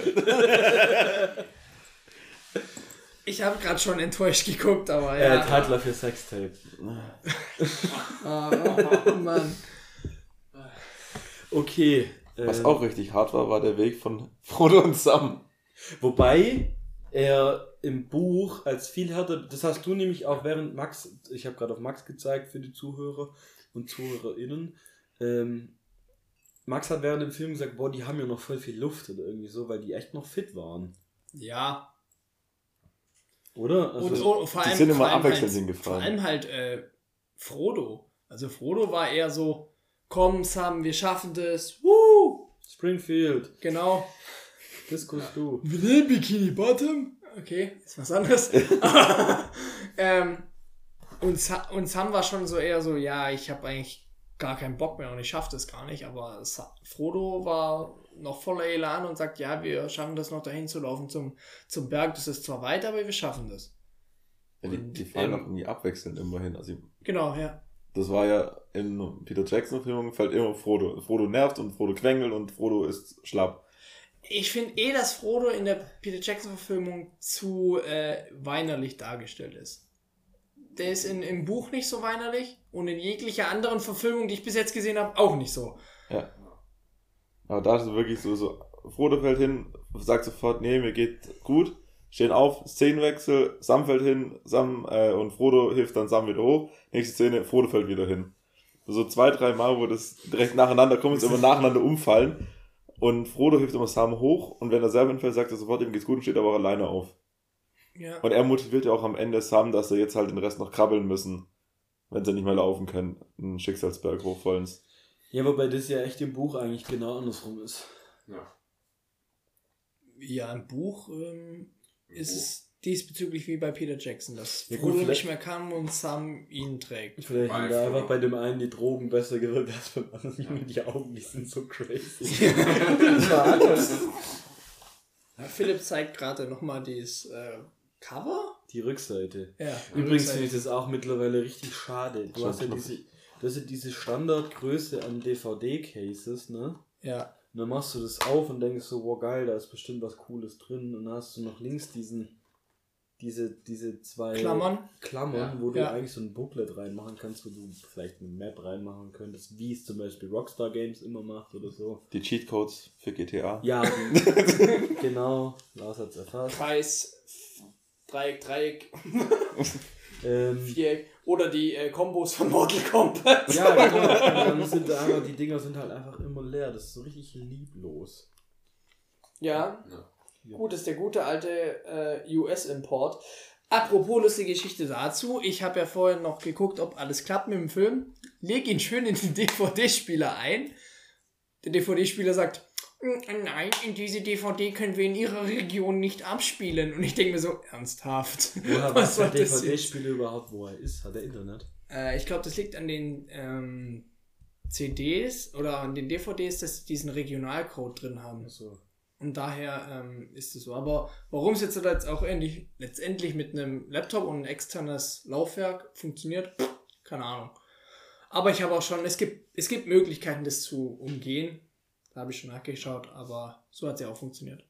Speaker 2: Ich habe gerade schon enttäuscht geguckt, aber
Speaker 1: Äh,
Speaker 2: ja.
Speaker 1: Titler für Sextape.
Speaker 2: Ah, oh, Mann.
Speaker 1: Okay.
Speaker 3: Was
Speaker 1: ähm,
Speaker 3: auch richtig hart war, war der Weg von Frodo und Sam.
Speaker 1: Wobei er im Buch als viel härter, das hast du nämlich auch während Max, ich habe gerade auf Max gezeigt für die Zuhörer und ZuhörerInnen, ähm, Max hat während dem Film gesagt, boah, die haben ja noch voll viel Luft oder irgendwie so, weil die echt noch fit waren.
Speaker 2: Ja.
Speaker 1: Oder? Also,
Speaker 2: Und, und vor
Speaker 3: die
Speaker 2: allem,
Speaker 3: sind immer
Speaker 2: vor allem
Speaker 3: abwechselnd
Speaker 2: halt,
Speaker 3: hingefallen.
Speaker 2: Vor allem halt äh, Frodo. Also Frodo war eher so, komm Sam, wir schaffen das. Woo!
Speaker 1: Springfield,
Speaker 2: Genau.
Speaker 1: das guckst du.
Speaker 2: Bikini Bottom. Okay, ist was anderes. ähm, und, Sa und Sam war schon so eher so, ja, ich habe eigentlich gar keinen Bock mehr und ich schaffe das gar nicht. Aber Sa Frodo war noch voller Elan und sagt, ja, wir schaffen das noch dahin zu laufen zum, zum Berg. Das ist zwar weit, aber wir schaffen das.
Speaker 3: Ja, die, die fallen auch nie abwechselnd immerhin. Also
Speaker 2: Genau, ja.
Speaker 3: das war ja in Peter Jackson-Filmen fällt immer Frodo. Frodo nervt und Frodo quengelt und Frodo ist schlapp.
Speaker 2: Ich finde eh, dass Frodo in der Peter Jackson-Verfilmung zu äh, weinerlich dargestellt ist. Der ist in, im Buch nicht so weinerlich und in jeglicher anderen Verfilmung, die ich bis jetzt gesehen habe, auch nicht so.
Speaker 3: Ja. Aber da ist es wirklich so, so, Frodo fällt hin, sagt sofort, nee, mir geht gut, stehen auf, Szenenwechsel, Sam fällt hin, Sam äh, und Frodo hilft dann Sam wieder hoch, nächste Szene, Frodo fällt wieder hin. So zwei, drei Mal, wo das direkt nacheinander kommt, es immer nacheinander umfallen und Frodo hilft immer Sam hoch und wenn er selber hinfällt, sagt er sofort, ihm geht's gut und steht aber alleine auf.
Speaker 2: Ja.
Speaker 3: Und er motiviert ja auch am Ende Sam, dass er jetzt halt den Rest noch krabbeln müssen, wenn sie nicht mehr laufen können, einen Schicksalsberg hochvollens.
Speaker 1: Ja, wobei das ja echt im Buch eigentlich genau andersrum ist.
Speaker 4: Ja.
Speaker 2: Ja, im Buch ähm, ist
Speaker 4: Buch.
Speaker 2: es diesbezüglich wie bei Peter Jackson, dass
Speaker 1: Ja, gut,
Speaker 2: Frodo
Speaker 1: vielleicht-
Speaker 2: nicht mehr kann und Sam ihn trägt.
Speaker 1: Vielleicht
Speaker 4: Bei
Speaker 1: haben da
Speaker 4: Frodo.
Speaker 1: einfach bei dem einen die Drogen besser gewirkt als beim anderen. Junge, die Augen, die sind so crazy.
Speaker 2: Ja, Philipp zeigt gerade nochmal dieses äh, Cover.
Speaker 1: Die Rückseite.
Speaker 2: Ja,
Speaker 1: Übrigens finde ich das auch mittlerweile richtig schade. Du
Speaker 3: Schon
Speaker 1: hast ja
Speaker 3: krass.
Speaker 1: diese, du hast ja diese Standardgröße an D V D-Cases, ne?
Speaker 2: Ja,
Speaker 1: Und dann machst du das auf und denkst so, wow geil, da ist bestimmt was Cooles drin. Und dann hast du noch links diesen, diese, diese zwei
Speaker 2: Klammern.
Speaker 1: Klammern,
Speaker 4: Ja.
Speaker 1: wo du
Speaker 2: Ja.
Speaker 1: eigentlich so ein Booklet reinmachen kannst, wo du vielleicht eine Map reinmachen könntest, wie es zum Beispiel Rockstar Games immer macht oder so.
Speaker 3: Die Cheatcodes für G T A.
Speaker 1: Ja, die- genau, Lars hat's erfasst.
Speaker 2: Kreis, Dreieck, Dreieck,
Speaker 1: Ähm,
Speaker 2: Viereck oder die äh, Kombos von Mortal Kombat.
Speaker 1: ja, genau. Und dann sind da einfach, die Dinger sind halt einfach immer leer. Das ist so richtig lieblos.
Speaker 2: Ja,
Speaker 4: Ja.
Speaker 2: gut, ist der gute alte äh, U S-Import. Apropos lustige Geschichte dazu. Ich habe ja vorhin noch geguckt, ob alles klappt mit dem Film. Leg ihn schön in den D V D-Spieler ein. Der D V D-Spieler sagt, nein, in diese D V D können wir in Ihrer Region nicht abspielen. Und ich denke mir so, ernsthaft?
Speaker 1: Woher
Speaker 2: Was
Speaker 1: weiß der
Speaker 2: soll das jetzt?
Speaker 1: D V D-Spieler überhaupt, wo er ist? Hat er Internet?
Speaker 2: Äh, ich glaube, das liegt an den ähm, C Ds oder an den D V Ds, dass sie diesen Regionalcode drin haben.
Speaker 1: Achso.
Speaker 2: Und daher ähm, ist es so. Aber warum es jetzt da jetzt auch endlich, letztendlich mit einem Laptop und ein externes Laufwerk funktioniert, pff, keine Ahnung. Aber ich habe auch schon, es gibt, es gibt Möglichkeiten, das zu umgehen. Da habe ich schon nachgeschaut, aber so hat es ja auch funktioniert.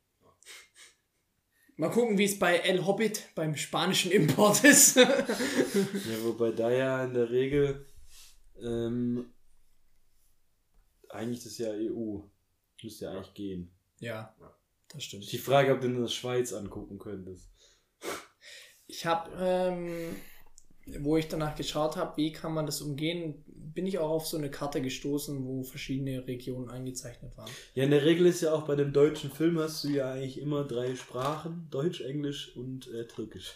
Speaker 2: Mal gucken, wie es bei El Hobbit beim spanischen Import ist.
Speaker 1: Ja, wobei da ja in der Regel ähm, eigentlich das ja E U. Müsste ja eigentlich gehen.
Speaker 2: Ja, das stimmt.
Speaker 1: Die Frage, ob du in der Schweiz angucken könntest.
Speaker 2: Ich habe, ähm, wo ich danach geschaut habe, wie kann man das umgehen, bin ich auch auf so eine Karte gestoßen, wo verschiedene Regionen eingezeichnet waren.
Speaker 1: Ja, in der Regel ist ja auch bei dem deutschen Film hast du ja eigentlich immer drei Sprachen. Deutsch, Englisch und äh, Türkisch.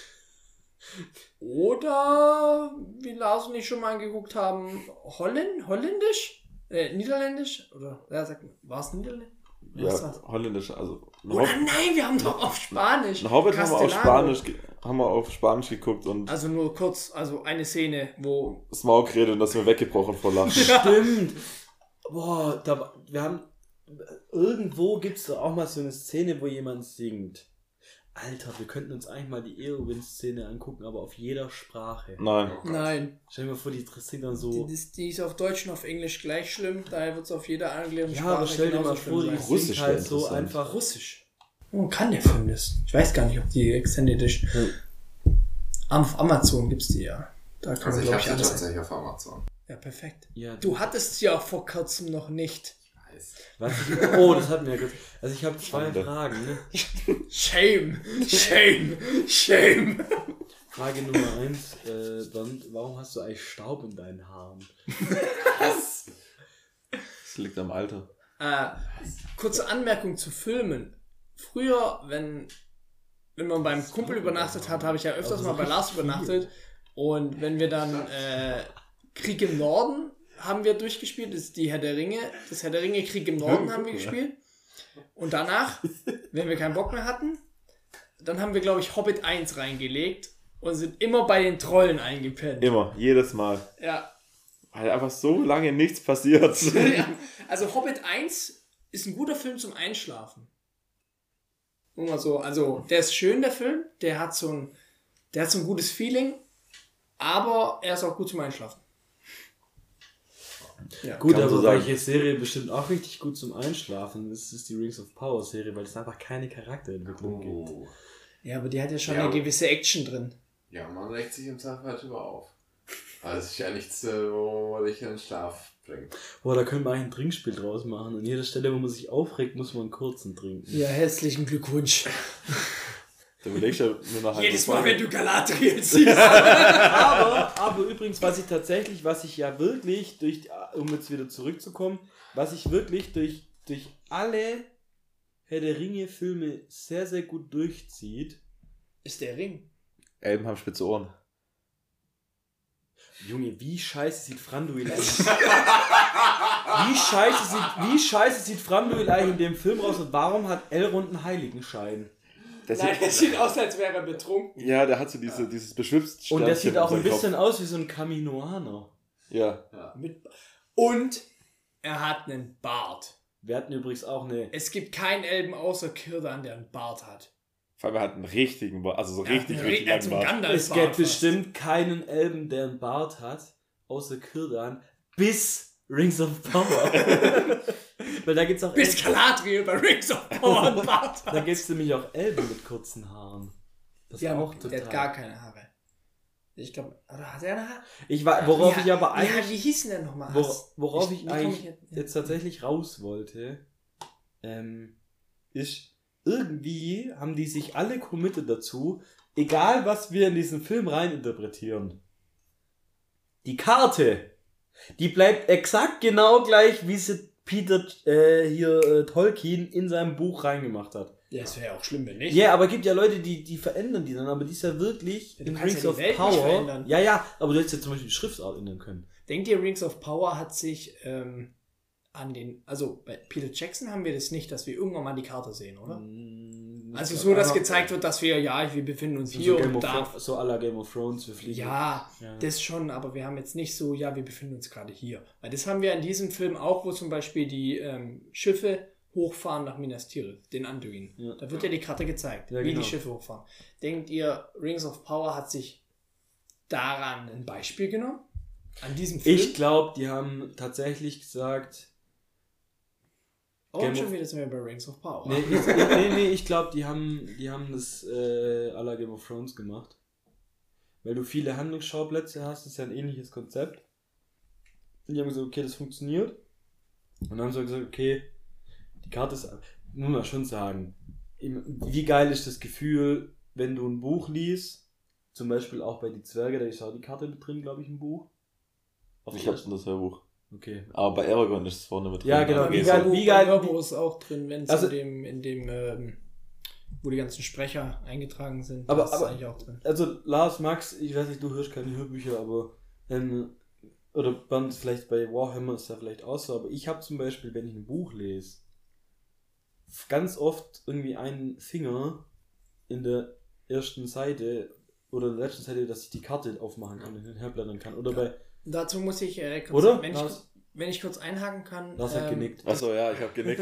Speaker 2: Oder, wie Lars und ich schon mal angeguckt haben, Holländ, Holländisch? Äh, Niederländisch? Oder, ja, sagt man, war es Niederländisch? Was war's?
Speaker 3: Ja, holländisch, also. ein
Speaker 2: Oder
Speaker 3: Hob-
Speaker 2: nein, wir haben doch auf Spanisch.
Speaker 3: ein Hobbit haben wir auf
Speaker 2: Castellano.
Speaker 3: Spanisch, ge- haben wir auf Spanisch geguckt und
Speaker 2: Also nur kurz, also eine Szene, wo...
Speaker 3: das Maul geredet und das sind wir weggebrochen vor Lachen.
Speaker 1: Stimmt. Boah, da, war- wir haben. Irgendwo gibt es da auch mal so eine Szene, wo jemand singt. Alter, wir könnten uns eigentlich mal die Eowyn-Szene angucken, aber auf jeder Sprache.
Speaker 3: Nein.
Speaker 4: Oh Gott.
Speaker 2: Nein,
Speaker 1: Stell dir mal vor, die singt dann
Speaker 2: die,
Speaker 1: so.
Speaker 2: die, die ist auf Deutsch und auf Englisch gleich schlimm, daher wird es auf jeder angelegten
Speaker 1: Ja,
Speaker 2: Sprache
Speaker 1: aber stell dir
Speaker 2: genauso
Speaker 1: mal
Speaker 2: schlimm
Speaker 1: vor, die
Speaker 2: sein.
Speaker 1: singt
Speaker 3: Russisch
Speaker 1: halt
Speaker 3: wär
Speaker 1: so
Speaker 3: interessant.
Speaker 1: einfach.
Speaker 2: Russisch. Oh, kann der Film das? Ich weiß gar nicht, ob die Extended ist. Auf Amazon gibt's die ja. Da kann
Speaker 4: Also
Speaker 2: man,
Speaker 4: ich
Speaker 2: glaube
Speaker 4: habe
Speaker 2: ich,
Speaker 4: sie
Speaker 2: alles.
Speaker 4: tatsächlich auf Amazon.
Speaker 2: Ja, perfekt.
Speaker 1: Ja,
Speaker 2: Du hattest sie auch vor kurzem noch nicht.
Speaker 4: Nice.
Speaker 1: was ich, oh, das hat mir ja kurz. Also ich habe zwei
Speaker 3: Schande.
Speaker 1: Fragen. Ne?
Speaker 2: Shame, shame, shame.
Speaker 1: Frage Nummer eins, äh, Bernd, warum hast du eigentlich Staub in deinen Haaren?
Speaker 4: Was?
Speaker 3: Das liegt am Alter.
Speaker 2: Äh, kurze Anmerkung zu Filmen. Früher, wenn, wenn man beim Kumpel übernachtet hat, habe ich ja öfters
Speaker 1: Also
Speaker 2: mal bei
Speaker 1: so
Speaker 2: Lars
Speaker 1: viel.
Speaker 2: übernachtet. Und wenn wir dann äh, Krieg im Norden haben wir durchgespielt, das ist die Herr der Ringe, das Herr der Ringe Krieg im Norden
Speaker 3: Ja,
Speaker 2: haben wir
Speaker 3: guck mal.
Speaker 2: gespielt. Und danach, wenn wir keinen Bock mehr hatten, dann haben wir, glaube ich, Hobbit eins reingelegt und sind immer bei den Trollen eingepennt.
Speaker 3: Immer, jedes Mal.
Speaker 2: Ja.
Speaker 3: Weil einfach so lange nichts passiert.
Speaker 2: Ja. Also Hobbit eins ist ein guter Film zum Einschlafen. Nur mal so, also der ist schön, der Film, der hat so ein, der hat so ein gutes Feeling, aber er ist auch gut zum Einschlafen. Ja.
Speaker 1: Gut,
Speaker 3: Kann man
Speaker 1: aber
Speaker 3: so sagen.
Speaker 1: welche Serie bestimmt auch richtig gut zum Einschlafen ist, ist die Rings of Power Serie, weil es einfach keine Charakterentwicklung gibt.
Speaker 4: Oh.
Speaker 2: Ja, aber die hat ja schon
Speaker 4: Ja,
Speaker 2: eine
Speaker 4: aber-
Speaker 2: gewisse Action drin.
Speaker 4: Ja, man regt sich im Zweifel halt über auf. Also es ist ja nichts, äh, wo man dich in den Schlaf bringt.
Speaker 1: Boah, da können wir eigentlich ein Trinkspiel draus machen. An jeder Stelle, wo man sich aufregt, muss man einen kurzen trinken.
Speaker 2: Ja, herzlichen Glückwunsch.
Speaker 3: Da überlegst du ja nur nach
Speaker 2: Jedes Mal, wenn du Galadriel siehst.
Speaker 1: aber, aber übrigens, was ich tatsächlich, was ich ja wirklich durch, um jetzt wieder zurückzukommen, was ich wirklich durch, durch alle Herr der Ringe Filme sehr, sehr gut durchzieht.
Speaker 2: Ist der Ring.
Speaker 3: Elben haben spitze Ohren.
Speaker 1: Junge, wie scheiße sieht Franduil eigentlich? wie, scheiße sieht, wie scheiße sieht Franduil eigentlich in dem Film aus und warum hat Elrond einen Heiligenschein?
Speaker 3: Der
Speaker 2: Nein,
Speaker 3: sieht,
Speaker 2: der sieht aus, als wäre er betrunken.
Speaker 3: ja, der hat so diese, ja. dieses beschwipst
Speaker 1: Und der sieht auch ein bisschen
Speaker 3: Kopf.
Speaker 1: aus wie so ein Kaminoaner.
Speaker 3: Ja.
Speaker 2: Ja, mit Und er hat einen Bart.
Speaker 1: Wir hatten übrigens auch eine...
Speaker 2: Es gibt keinen Elben außer Kirdan, der einen Bart hat.
Speaker 3: Vor allem er hat einen richtigen Bart, also so richtig,
Speaker 2: ja,
Speaker 3: richtig
Speaker 2: er hat
Speaker 3: langen
Speaker 2: so einen
Speaker 3: Bart.
Speaker 1: Es gibt bestimmt keinen Elben, der einen Bart hat, außer Kirdan, bis Rings of Power. Weil da gibt's auch...
Speaker 2: Bis Galadriel bei Rings of Power einen Bart hat.
Speaker 1: Da gibt es nämlich auch Elben mit kurzen Haaren. Das
Speaker 2: Ja,
Speaker 1: ist auch
Speaker 2: der
Speaker 1: total...
Speaker 2: hat gar keine Haare. Ich glaube, oder hat er eine Haare?
Speaker 1: Ich war, worauf
Speaker 2: ja,
Speaker 1: ich aber eigentlich...
Speaker 2: Ja, wie hießen denn nochmal?
Speaker 1: Wor worauf ich,
Speaker 2: ich
Speaker 1: eigentlich
Speaker 2: jetzt,
Speaker 1: jetzt, jetzt tatsächlich raus wollte, ähm, ist, irgendwie haben die sich alle committed dazu, egal was wir in diesen Film reininterpretieren. Die Karte, die bleibt exakt genau gleich, wie sie Peter äh, hier äh, Tolkien in seinem Buch reingemacht hat.
Speaker 2: Ja, das wäre ja auch schlimm, wenn nicht.
Speaker 1: Ja, yeah, aber es gibt ja Leute, die, die verändern die dann, aber die ist ja wirklich
Speaker 2: Ja, du
Speaker 1: in
Speaker 2: kannst
Speaker 1: Rings
Speaker 2: ja die
Speaker 1: of
Speaker 2: Welt nicht
Speaker 1: Power.
Speaker 2: verändern.
Speaker 1: Ja, ja, aber du hättest ja zum Beispiel die Schriftart ändern können.
Speaker 2: Denkt ihr, Rings of Power hat sich ähm, an den, also bei Peter Jackson haben wir das nicht, dass wir irgendwann mal die Karte sehen, oder?
Speaker 1: Mm,
Speaker 2: Also
Speaker 1: ich
Speaker 2: so, dass
Speaker 1: glaub,
Speaker 2: gezeigt wird, dass wir, ja, wir befinden uns
Speaker 1: so
Speaker 2: hier
Speaker 1: Game
Speaker 2: und
Speaker 1: of
Speaker 2: da.
Speaker 1: Thro- so à la Game of Thrones, wir fliegen.
Speaker 2: Ja,
Speaker 1: Ja.
Speaker 2: das schon, aber wir haben jetzt nicht so, ja, wir befinden uns gerade hier. Weil das haben wir in diesem Film auch, wo zum Beispiel die ähm, Schiffe hochfahren nach Minas Tirith, den Anduin.
Speaker 1: Ja.
Speaker 2: Da wird ja die Karte gezeigt,
Speaker 1: Ja,
Speaker 2: wie
Speaker 1: genau.
Speaker 2: die Schiffe hochfahren. Denkt ihr, Rings of Power hat sich daran ein Beispiel genommen? An diesem Film?
Speaker 1: Ich glaube, die haben tatsächlich gesagt,
Speaker 2: oh,
Speaker 1: Game
Speaker 2: schon
Speaker 1: of-
Speaker 2: wieder sind wir bei Rings of Power.
Speaker 1: nee, ich, nee, nee, ich glaube, die haben, die haben das äh, à la Game of Thrones gemacht. Weil du viele Handlungsschauplätze hast, das ist ja ein ähnliches Konzept. Und die haben gesagt, okay, das funktioniert. Und dann haben sie gesagt, okay, die Karte ist, muss man schon sagen, im- wie geil ist das Gefühl, wenn du ein Buch liest, zum Beispiel auch bei Die Zwerge, da ist auch die Karte mit drin, glaube ich, im Buch. Auf
Speaker 3: Ich
Speaker 1: der
Speaker 3: hab's in das Hörbuch.
Speaker 1: Okay.
Speaker 3: Aber bei Aragorn ist es vorne mit drin.
Speaker 1: Ja, genau.
Speaker 2: Aber
Speaker 1: Wie
Speaker 2: wie
Speaker 1: geil-
Speaker 2: geil,
Speaker 1: wie geil-
Speaker 2: Hörbuch ist auch drin, wenn es
Speaker 1: Also-
Speaker 2: in dem, in dem ähm, wo die ganzen Sprecher eingetragen sind.
Speaker 1: Aber-
Speaker 2: das ist
Speaker 1: aber-
Speaker 2: eigentlich auch drin.
Speaker 1: Also Lars, Max, ich weiß nicht, du hörst keine Hörbücher, aber ähm, oder Bernd, vielleicht bei Warhammer ist ja vielleicht auch so, aber ich habe zum Beispiel, wenn ich ein Buch lese, ganz oft irgendwie einen Finger in der ersten Seite oder in der letzten Seite, dass ich die Karte aufmachen kann und hin und her blättern kann. Oder bei
Speaker 2: Dazu muss ich, äh, kurz,
Speaker 1: Oder?
Speaker 2: Wenn, ich,
Speaker 1: Lars?
Speaker 2: wenn ich kurz einhaken kann.
Speaker 1: Lars hat
Speaker 2: ähm,
Speaker 1: genickt.
Speaker 3: Achso, ja, ich hab genickt.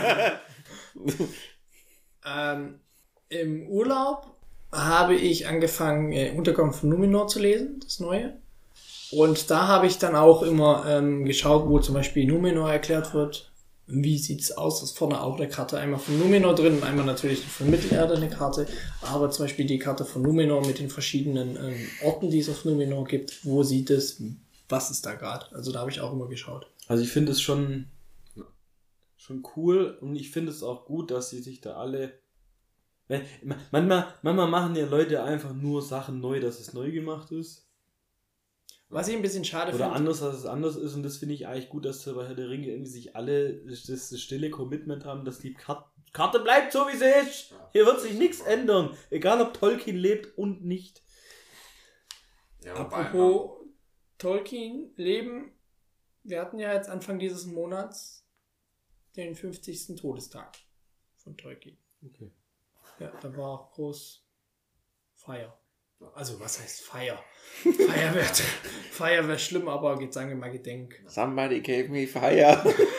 Speaker 2: Ähm, Im Urlaub habe ich angefangen, äh, Untergang von Numenor zu lesen, das Neue. Und da habe ich dann auch immer ähm, geschaut, wo zum Beispiel Numenor erklärt wird. Wie sieht's aus? Das ist vorne auch eine Karte einmal von Numenor drin und einmal natürlich von Mittelerde eine Karte. Aber zum Beispiel die Karte von Numenor mit den verschiedenen ähm, Orten, die es auf Numenor gibt. Wo sieht es? Was ist da gerade? Also da habe ich auch immer geschaut.
Speaker 1: Also ich finde es schon, schon cool und ich finde es auch gut, dass sie sich da alle... Weil Manchmal, manchmal machen ja Leute einfach nur Sachen neu, dass es neu gemacht ist.
Speaker 2: Was ich ein bisschen schade
Speaker 1: Oder
Speaker 2: finde.
Speaker 1: anders, dass es anders ist und das finde ich eigentlich gut, dass bei Herr der Ringe irgendwie sich alle das, das stille Commitment haben, dass die Karte, Karte bleibt so wie sie ist. Hier wird sich nichts ändern. Egal ob Tolkien lebt und nicht.
Speaker 4: Ja, wobei,
Speaker 2: Apropos Tolkien leben, wir hatten ja jetzt Anfang dieses Monats den fünfzigsten Todestag von Tolkien.
Speaker 1: Okay.
Speaker 2: Ja, da war auch groß Feier. Also was heißt Feier? Feier wäre Feier wäre schlimm, aber jetzt sagen wir mal Gedenk.
Speaker 3: Somebody gave me fire.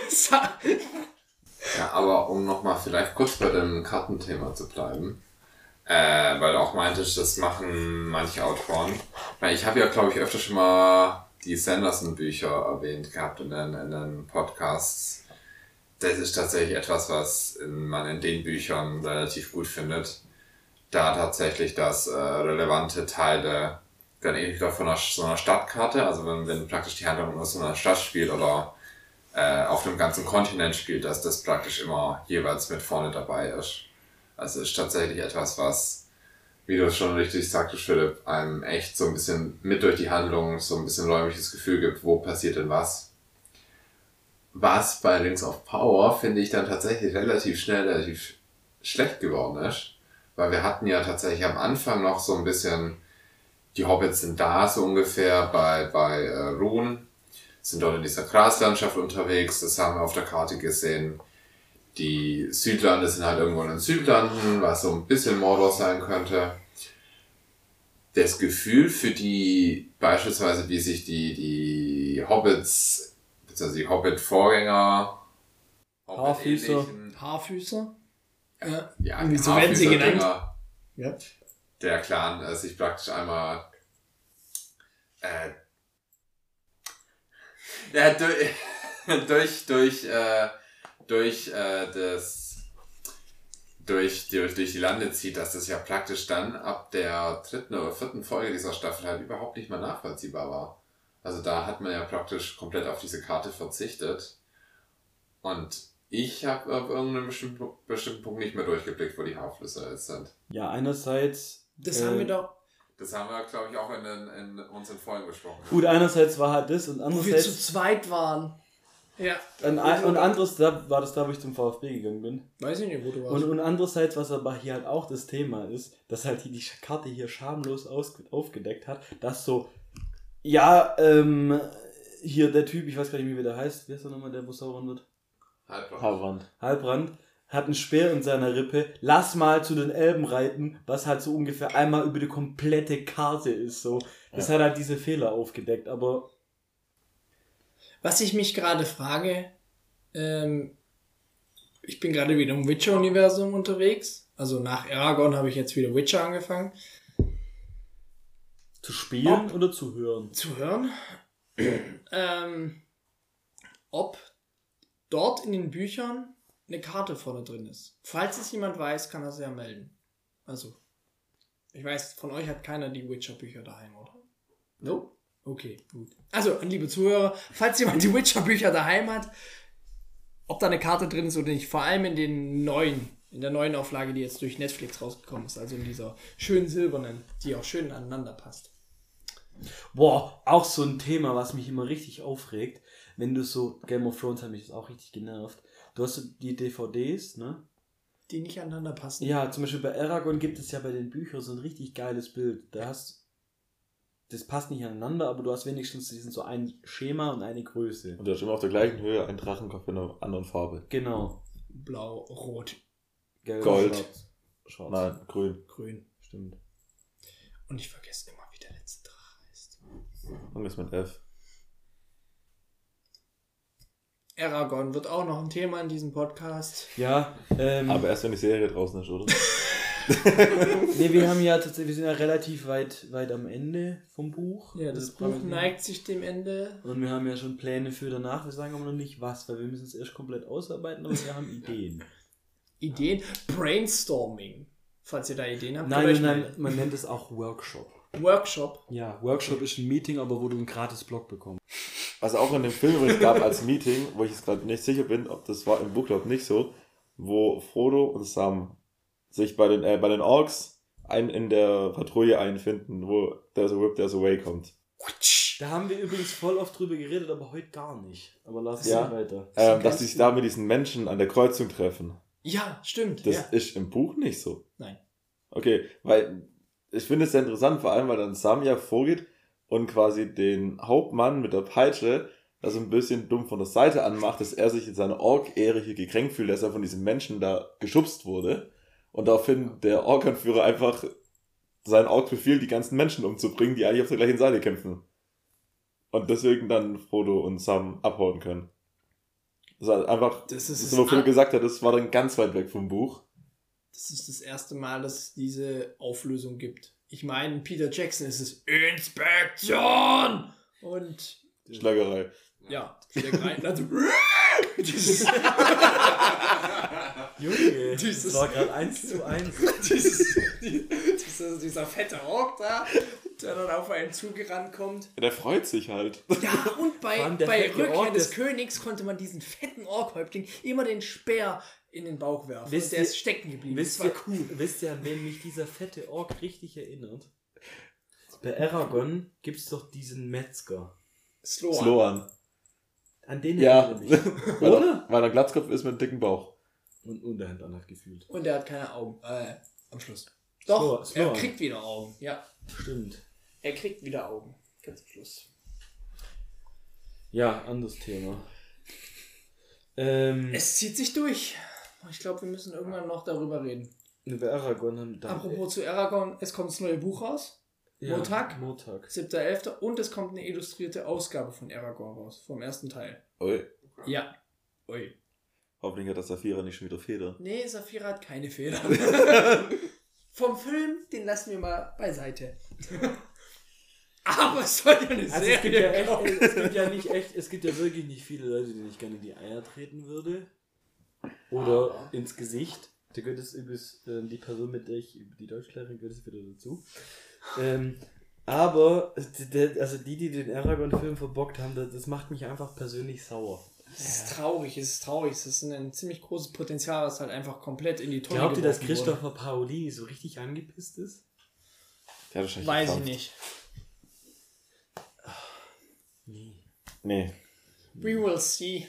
Speaker 4: Ja, aber um nochmal vielleicht kurz bei dem Kartenthema zu bleiben, äh, weil du auch meintest, das machen manche Autoren. Weil ich habe ja, glaube ich, öfter schon mal die Sanderson-Bücher erwähnt gehabt in den, in den Podcasts. Das ist tatsächlich etwas, was in, man in den Büchern relativ gut findet. Da tatsächlich das äh, relevante Teile dann ähnlich von einer, so einer Stadtkarte, also wenn, wenn praktisch die Handlung in so einer Stadt spielt oder äh, auf einem ganzen Kontinent spielt, dass das praktisch immer jeweils mit vorne dabei ist. Also ist tatsächlich etwas, was, wie du es schon richtig sagtest, Philipp, einem echt so ein bisschen mit durch die Handlung so ein bisschen räumliches Gefühl gibt, wo passiert denn was. Was bei Rings of Power, finde ich, dann tatsächlich relativ schnell relativ schlecht geworden ist. Weil wir hatten ja tatsächlich am Anfang noch so ein bisschen, die Hobbits sind da so ungefähr bei, bei äh, Rhûn, sind dort in dieser Graslandschaft unterwegs, das haben wir auf der Karte gesehen. die Südlande sind halt irgendwo in den Südlanden, was so ein bisschen Mordor sein könnte. Das Gefühl für die, beispielsweise wie sich die, die Hobbits, beziehungsweise die Hobbit-Vorgänger,
Speaker 1: Haarfüßer.
Speaker 4: Hobbit-ähnlichen-
Speaker 2: Haarfüßer? Ja.
Speaker 4: ja,
Speaker 2: Irgendwie
Speaker 4: die
Speaker 2: so werden sie
Speaker 4: Haarfüßer-Dinger,
Speaker 2: genannt. Ja.
Speaker 4: der Clan äh, sich praktisch einmal äh, ja, durch, durch, durch, äh, durch äh, das durch, durch, durch die Lande zieht, dass das ja praktisch dann ab der dritten oder vierten Folge dieser Staffel halt überhaupt nicht mehr nachvollziehbar war. Also da hat man ja praktisch komplett auf diese Karte verzichtet. Und ich habe auf irgendeinem bestimmten, bestimmten Punkt nicht mehr durchgeblickt, wo die Haarflüsse jetzt sind.
Speaker 1: Ja, einerseits...
Speaker 2: Das
Speaker 1: äh,
Speaker 2: haben wir doch,
Speaker 4: Das haben wir, glaube ich, auch in, den, in unseren Folgen besprochen.
Speaker 1: Gut, einerseits war halt das und
Speaker 2: wo wir zu
Speaker 1: andererseits...
Speaker 2: zweit waren. Ja.
Speaker 1: Und, ein, und anderes, da war das da, wo ich zum VfB gegangen bin.
Speaker 2: Weiß ich nicht, wo du warst.
Speaker 1: Und, und andererseits, was aber hier halt auch das Thema ist, dass halt die, die Karte hier schamlos aus, aufgedeckt hat, dass so, ja, ähm, hier der Typ, ich weiß gar nicht, wie der heißt, wer ist der nochmal, der wo Sauron wird?
Speaker 4: Halbrand.
Speaker 3: Haarbrand.
Speaker 1: Halbrand, hat einen Speer in seiner Rippe, lass mal zu den Elben reiten, was halt so ungefähr einmal über die komplette Karte ist, so. Das
Speaker 3: Ja.
Speaker 1: hat halt diese Fehler aufgedeckt, aber
Speaker 2: Was ich mich gerade frage, ähm, ich bin gerade wieder im Witcher-Universum unterwegs. Also nach Aragorn habe ich jetzt wieder Witcher angefangen
Speaker 1: zu spielen oder zu hören?
Speaker 2: zu hören. ähm, ob dort in den Büchern eine Karte vorne drin ist. Falls es jemand weiß, kann er es ja melden. Also, ich weiß, von euch hat keiner die Witcher-Bücher daheim, oder? No? Okay, gut. Also, liebe Zuhörer, falls jemand die Witcher-Bücher daheim hat, ob da eine Karte drin ist oder nicht, vor allem in den neuen, in der neuen Auflage, die jetzt durch Netflix rausgekommen ist, also in dieser schönen silbernen, die auch schön aneinander passt.
Speaker 1: Boah, auch so ein Thema, was mich immer richtig aufregt, wenn du so, Game of Thrones hat mich das auch richtig genervt, du hast so die D V Ds, ne?
Speaker 2: Die nicht aneinander passen.
Speaker 1: Ja, zum Beispiel bei Aragorn gibt es ja bei den Büchern so ein richtig geiles Bild. Da hast, das passt nicht aneinander, aber du hast wenigstens diesen so ein Schema und eine Größe.
Speaker 3: Und du hast immer auf der gleichen Höhe einen Drachenkopf in einer anderen Farbe.
Speaker 1: Genau.
Speaker 2: Blau, rot,
Speaker 1: Gelb,
Speaker 3: Gold.
Speaker 1: Schwarz, schwarz.
Speaker 3: Nein, grün.
Speaker 2: grün.
Speaker 1: Stimmt.
Speaker 2: Und ich vergesse immer, wie der letzte Drache heißt.
Speaker 3: Irgendwas mit F.
Speaker 2: Aragorn wird auch noch ein Thema in diesem Podcast.
Speaker 1: Ja, ähm,
Speaker 3: Aber erst wenn die Serie draußen ist, oder?
Speaker 1: nee, wir haben ja tatsächlich, wir sind ja relativ weit, weit am Ende vom Buch.
Speaker 2: Ja, das
Speaker 1: Also
Speaker 2: Buch
Speaker 1: quasi-
Speaker 2: neigt sich dem Ende.
Speaker 1: Und wir haben ja schon Pläne für danach, wir sagen aber noch nicht was, weil wir müssen es erst komplett ausarbeiten, aber wir haben Ideen.
Speaker 2: Ideen. Brainstorming. Falls ihr da Ideen habt.
Speaker 1: Nein,
Speaker 2: Oder ich
Speaker 1: nein,
Speaker 2: meine,
Speaker 1: nein, man nennt es auch Workshop.
Speaker 2: Workshop.
Speaker 1: Ja, Workshop ist ein Meeting, aber wo du einen gratis Blog bekommst.
Speaker 3: Was auch in dem Film übrigens gab als Meeting, wo ich jetzt gerade nicht sicher bin, ob das war im Buch, glaube ich, nicht so, wo Frodo und Sam sich bei den, äh, bei den Orks ein, in der Patrouille einfinden, wo There's a Whip, There's a Way kommt.
Speaker 1: Da haben wir übrigens voll oft drüber geredet, aber heute gar nicht. Aber lass
Speaker 3: Ja.
Speaker 1: es weiter.
Speaker 3: Ähm, dass die sich da mit diesen Menschen an der Kreuzung treffen.
Speaker 2: Ja, stimmt.
Speaker 3: Das
Speaker 2: ja.
Speaker 3: ist im Buch nicht so.
Speaker 2: Nein.
Speaker 3: Okay, weil ich finde es sehr interessant, vor allem, weil dann Sam ja vorgeht und quasi den Hauptmann mit der Peitsche das ein bisschen dumm von der Seite anmacht, dass er sich in seiner Ork-Ehre hier gekränkt fühlt, dass er von diesem Menschen da geschubst wurde. Und daraufhin der Ork-Anführer einfach seinen Ork befiehlt, die ganzen Menschen umzubringen, die eigentlich auf der gleichen Seite kämpfen. Und deswegen dann Frodo und Sam abhauen können. Das ist einfach,
Speaker 2: Das ist
Speaker 3: das
Speaker 2: das
Speaker 3: wofür
Speaker 2: A-
Speaker 3: du gesagt hast, das war dann ganz weit weg vom Buch.
Speaker 2: Das ist das erste Mal, dass es diese Auflösung gibt. Ich meine, Peter Jackson ist es Inspektion! Und
Speaker 3: Schlagerei.
Speaker 2: ja, Schlägerei. Also, dieses,
Speaker 1: Junge,
Speaker 2: Dieses-
Speaker 1: das war gerade eins zu eins.
Speaker 2: dieses, die, dieser, dieser fette Ork da, der dann auf einen zugerannt kommt.
Speaker 3: Der freut sich halt.
Speaker 2: Ja, und
Speaker 1: Vor
Speaker 2: bei,
Speaker 1: allem der
Speaker 2: bei
Speaker 1: fette
Speaker 2: Rückkehr
Speaker 1: Ork
Speaker 2: des
Speaker 1: ist-
Speaker 2: Königs konnte man diesen fetten Orkhäuptling immer den Speer in den Bauch werfen.
Speaker 1: Wisst
Speaker 2: und der
Speaker 1: ihr-
Speaker 2: ist stecken geblieben.
Speaker 1: Wisst
Speaker 2: Das war
Speaker 1: ihr,
Speaker 2: cool.
Speaker 1: wisst ihr, an wen mich dieser fette Ork richtig erinnert? Bei Aragorn gibt es doch diesen Metzger.
Speaker 2: Sloan.
Speaker 3: Sloan.
Speaker 1: An den
Speaker 3: Ja.
Speaker 1: erinnere ich mich.
Speaker 3: Weil,
Speaker 1: Oder?
Speaker 3: er, weil er Glatzkopf ist mit einem dicken Bauch.
Speaker 1: Und Unterhand anhat gefühlt.
Speaker 2: Und der hat keine Augen. Äh, am Schluss. Doch,
Speaker 1: Sloan.
Speaker 2: er kriegt wieder Augen. Ja,
Speaker 1: Stimmt.
Speaker 2: er kriegt wieder Augen. Ganz am Schluss.
Speaker 1: Ja, anderes Thema. Ähm,
Speaker 2: Es zieht sich durch. Ich glaube, wir müssen irgendwann noch darüber reden.
Speaker 1: Über Aragorn.
Speaker 2: Apropos zu Aragorn, es kommt das neue Buch raus.
Speaker 1: Ja,
Speaker 2: Montag.
Speaker 1: Montag.
Speaker 2: siebter elfter Und es kommt eine illustrierte Ausgabe von Aragorn raus. Vom ersten Teil.
Speaker 3: Ui.
Speaker 2: Ja. Ui.
Speaker 3: Hoffentlich hat das Saphira nicht schon wieder Feder.
Speaker 2: Nee, Saphira hat keine Fehler. Vom Film, den lassen wir mal beiseite. Aber es soll ja eine
Speaker 1: Also
Speaker 2: Serie
Speaker 1: es gibt ja, echt,
Speaker 2: kommen.
Speaker 1: es gibt ja nicht echt, es gibt ja wirklich nicht viele Leute, denen ich gerne in die Eier treten würde. Oder
Speaker 2: Ah.
Speaker 1: ins Gesicht. Da gehört es übrigens, äh, die Person, mit der ich über die Deutschlehrerin gehört es wieder dazu. Ähm, aber, der, also die, die den Aragorn-Film verbockt haben, das, das macht mich einfach persönlich sauer.
Speaker 2: Es ist traurig, es ist traurig. Es ist ein ziemlich großes Potenzial, das halt einfach komplett in die Tonne
Speaker 1: Glaubt ihr, dass
Speaker 2: geworfen wurde.
Speaker 1: Christopher Paolini so richtig angepisst ist?
Speaker 3: Der hat wahrscheinlich
Speaker 2: Weiß ich
Speaker 3: gekrampft.
Speaker 2: nicht.
Speaker 1: Nee.
Speaker 3: Nee.
Speaker 2: We will see.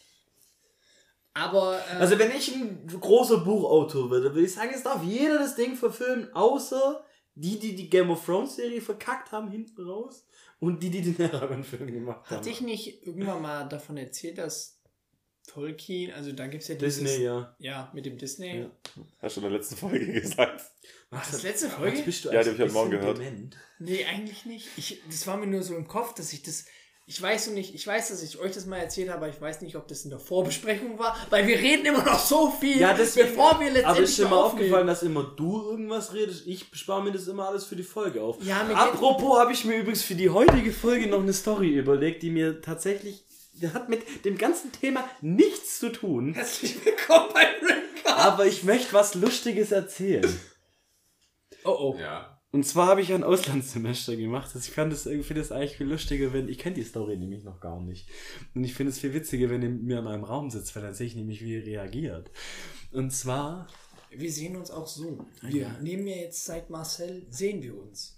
Speaker 2: Aber, äh,
Speaker 1: Also wenn ich ein großer Buchautor würde, würde ich sagen, es darf jeder das Ding verfilmen, außer die, die die Game of Thrones Serie verkackt haben hinten raus und die, die den Aragorn-Film gemacht haben.
Speaker 2: hatte ich nicht irgendwann mal davon erzählt, dass Tolkien, also da gibt es ja dieses...
Speaker 1: Disney, ja.
Speaker 2: Ja, mit dem Disney.
Speaker 1: Ja.
Speaker 3: Hast du in der letzten Folge gesagt.
Speaker 2: War das letzte
Speaker 1: Jetzt
Speaker 2: Folge?
Speaker 1: bist du
Speaker 3: Ja,
Speaker 1: also
Speaker 3: die hab ich heute
Speaker 1: ein
Speaker 3: Morgen
Speaker 1: bisschen
Speaker 3: gehört.
Speaker 1: dement.
Speaker 2: Nee, eigentlich nicht. Ich, das war mir nur so im Kopf, dass ich das... Ich weiß so nicht, ich weiß, dass ich euch das mal erzählt habe, aber ich weiß nicht, ob das in der Vorbesprechung war, weil wir reden immer noch so viel,
Speaker 1: Ja, deswegen,
Speaker 2: bevor wir letztendlich
Speaker 1: aber ist dir mal
Speaker 2: aufnehmen.
Speaker 1: aufgefallen, dass immer du irgendwas redest? Ich spare mir das immer alles für die Folge auf.
Speaker 2: Ja, mit
Speaker 1: Apropos habe ich mir übrigens für die heutige Folge noch eine Story überlegt, die mir tatsächlich, die hat mit dem ganzen Thema nichts zu tun.
Speaker 2: Herzlich willkommen bei Ringcast.
Speaker 1: Aber ich möchte was Lustiges erzählen.
Speaker 2: Oh oh.
Speaker 4: Ja.
Speaker 1: Und zwar habe ich ein Auslandssemester gemacht. Also ich fand das, finde das eigentlich viel lustiger, wenn, ich kenne die Story nämlich noch gar nicht. Und ich finde es viel witziger, wenn ihr mit mir in einem Raum sitzt, weil dann sehe ich nämlich, wie ihr reagiert. Und zwar...
Speaker 2: Wir sehen uns auch so. Wir
Speaker 1: Ja.
Speaker 2: nehmen ja jetzt seit Marcel, sehen wir uns.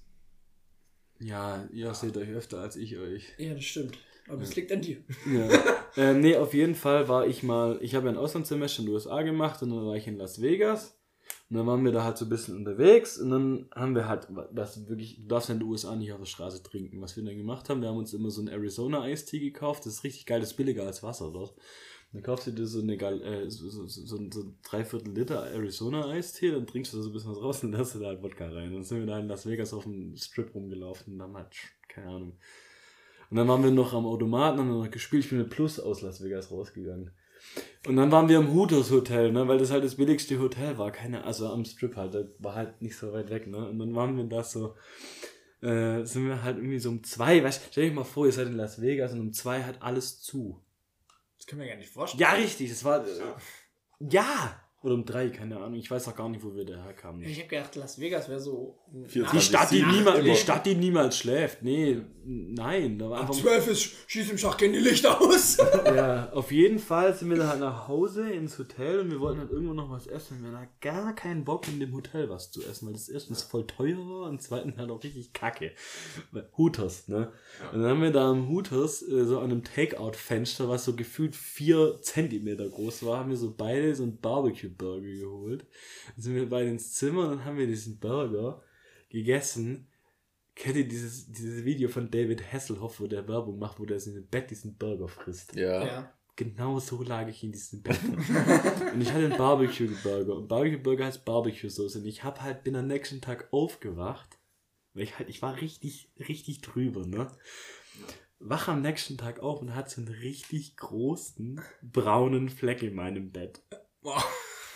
Speaker 1: Ja, ihr seht euch öfter als ich euch.
Speaker 2: Ja, das stimmt. Aber es liegt an dir.
Speaker 1: Ja. ähm, nee, auf jeden Fall war ich mal, ich habe ja ein Auslandssemester in den U S A gemacht und dann war ich in Las Vegas. Und dann waren wir da halt so ein bisschen unterwegs und dann haben wir halt, was wirklich, du darfst ja in den U S A nicht auf der Straße trinken. Was wir dann gemacht haben, wir haben uns immer so einen Arizona-Eistee gekauft. Das ist richtig geil, das ist billiger als Wasser dort. Und dann kaufst du dir so eine geil, äh, so, so, so, so, so ein Dreiviertel Liter Arizona-Eistee, dann trinkst du da so ein bisschen was raus und dann lässt du da halt Wodka rein. Dann sind wir da in Las Vegas auf dem Strip rumgelaufen und haben halt, keine Ahnung. Und dann waren wir noch am Automaten, haben noch gespielt, ich bin mit Plus aus Las Vegas rausgegangen. Und dann waren wir im Hooters Hotel, ne, weil das halt das billigste Hotel war, keine, also am Strip halt, das war halt nicht so weit weg, ne, und dann waren wir da so, äh, sind wir halt irgendwie so um zwei, weißt, stell dir mal vor, ihr seid in Las Vegas und um zwei hat alles zu.
Speaker 2: Das können wir gar nicht vorstellen.
Speaker 1: Ja, richtig, das war, äh, ja, oder um drei, keine Ahnung, ich weiß auch gar nicht, wo wir da herkamen.
Speaker 2: Ich habe gedacht, Las Vegas wäre so...
Speaker 3: vierundzwanzig
Speaker 1: Die Stadt, die
Speaker 3: sieben
Speaker 1: niemals, die
Speaker 3: immer.
Speaker 1: Stadt, die niemals schläft, nee, nein, da war einfach...
Speaker 2: zwölf ist, schieß im Schach, gehen die Lichter aus.
Speaker 1: Ja, auf jeden Fall sind wir dann halt nach Hause ins Hotel und wir wollten halt irgendwo noch was essen. Wir hatten gar keinen Bock in dem Hotel was zu essen, weil das erstens voll teuer war und zweitens halt auch richtig kacke. Hooters, ne? Und dann haben wir da am Hooters äh, so an einem Takeout-Fenster, was so gefühlt vier Zentimeter groß war, haben wir so beide so einen Barbecue-Burger geholt. Dann sind wir beide ins Zimmer und dann haben wir diesen Burger gegessen. Kennt ihr dieses, dieses Video von David Hasselhoff, wo der Werbung macht, wo der in dem Bett diesen Burger frisst?
Speaker 3: Ja.
Speaker 2: Ja.
Speaker 1: Genau so lag ich in diesem Bett. Und ich hatte einen Barbecue-Burger. Und Barbecue-Burger heißt Barbecue-Soße. Und ich hab halt, bin am nächsten Tag aufgewacht. Weil ich halt, ich war richtig, richtig drüber, ne? Wach am nächsten Tag auf und hatte so einen richtig großen, braunen Fleck in meinem Bett.
Speaker 2: Boah.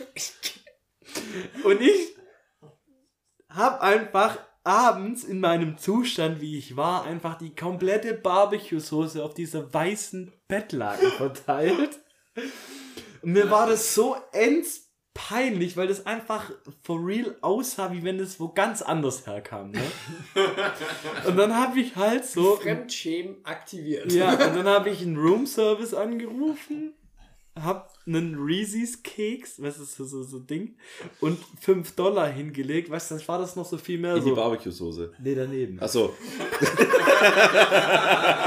Speaker 1: Und ich hab einfach abends in meinem Zustand, wie ich war, einfach die komplette Barbecue-Soße auf dieser weißen Bettlaken verteilt. Und mir war das so ends peinlich, weil das einfach for real aussah, wie wenn das wo ganz anders herkam. Ne? Und dann habe ich halt so...
Speaker 2: Fremdschämen aktiviert.
Speaker 1: Ja, und dann habe ich einen Roomservice angerufen, hab einen Reese's Keks, was ist das, so so Ding, und fünf Dollar hingelegt, weißt du, das war das noch so viel mehr
Speaker 3: In die
Speaker 1: so.
Speaker 3: Barbecue-Soße.
Speaker 1: Nee, daneben.
Speaker 3: Achso.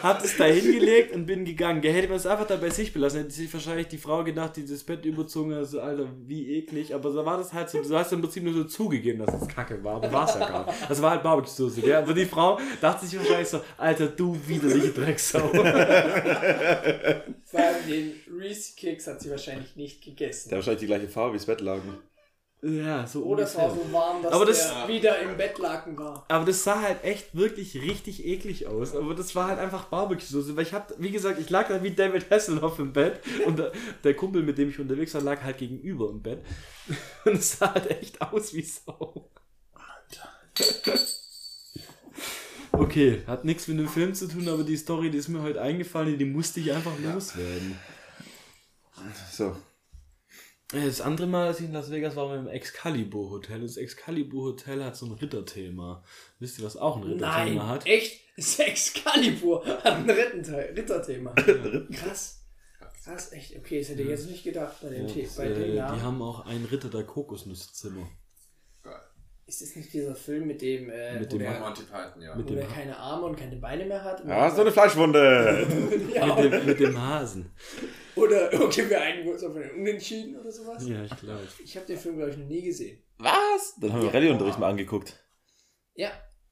Speaker 1: hab das da hingelegt und bin gegangen. Gell, hätte man es einfach da bei sich belassen, hätte sich wahrscheinlich die Frau gedacht, die das Bett überzogen hat, so, Alter, wie eklig. Aber so war das halt so, du hast im Prinzip nur so zugegeben, dass es Kacke war, aber war es ja gar nicht. Das war halt Barbecue-Soße, gell. Aber die Frau dachte sich wahrscheinlich so, Alter, du widerliche Drecksau.
Speaker 2: Vor allem den Reese-Keks hat sie wahrscheinlich nicht gegessen.
Speaker 3: Der hat wahrscheinlich die gleiche Farbe wie das Bettlaken.
Speaker 1: Ja, so
Speaker 2: Oder es war so warm, dass
Speaker 1: aber das,
Speaker 2: der wieder im Bettlaken war.
Speaker 1: Aber das sah halt echt wirklich richtig eklig aus. Aber das war halt einfach Barbecue-Soße. Weil ich hab, wie gesagt, ich lag da wie David Hasselhoff im Bett. Und der, der Kumpel, mit dem ich unterwegs war, lag halt gegenüber im Bett. Und es sah halt echt aus wie Sau. Alter. Okay, hat nichts mit dem Film zu tun, aber die Story, die ist mir heute eingefallen, die musste ich einfach loswerden.
Speaker 3: So.
Speaker 1: Das andere Mal, als ich in Las Vegas war, war im Excalibur Hotel. Das Excalibur Hotel hat so ein Ritterthema. Wisst ihr, was auch ein Ritterthema
Speaker 2: Nein,
Speaker 1: hat?
Speaker 2: echt? Das Excalibur hat ein Rittenteil, Ritterthema. Krass. Krass, echt. Okay, das hätte ich jetzt nicht gedacht bei den
Speaker 1: Ja,
Speaker 2: Tee,
Speaker 1: das,
Speaker 2: bei
Speaker 1: äh,
Speaker 2: den
Speaker 1: die
Speaker 2: Namen.
Speaker 1: haben auch einen Ritter der Kokosnusszimmer.
Speaker 2: Ist das nicht dieser Film mit dem, äh,
Speaker 1: Mit
Speaker 2: wo,
Speaker 1: dem
Speaker 2: der,
Speaker 4: Monty Python, ja.
Speaker 1: mit
Speaker 2: wo
Speaker 1: dem
Speaker 2: der
Speaker 1: Ha-
Speaker 2: keine Arme und keine Beine mehr hat?
Speaker 3: Ja, so eine Fleischwunde.
Speaker 2: Ja.
Speaker 1: Mit dem, mit dem Hasen.
Speaker 2: Oder okay, wir einigen uns auf einen Unentschieden oder sowas.
Speaker 1: Ja, ich glaube.
Speaker 2: Ich habe den Film, glaube ich, noch nie gesehen.
Speaker 3: Was? Dann haben wir
Speaker 2: Ja.
Speaker 3: Rallye-Unterricht mal angeguckt.
Speaker 2: Ja.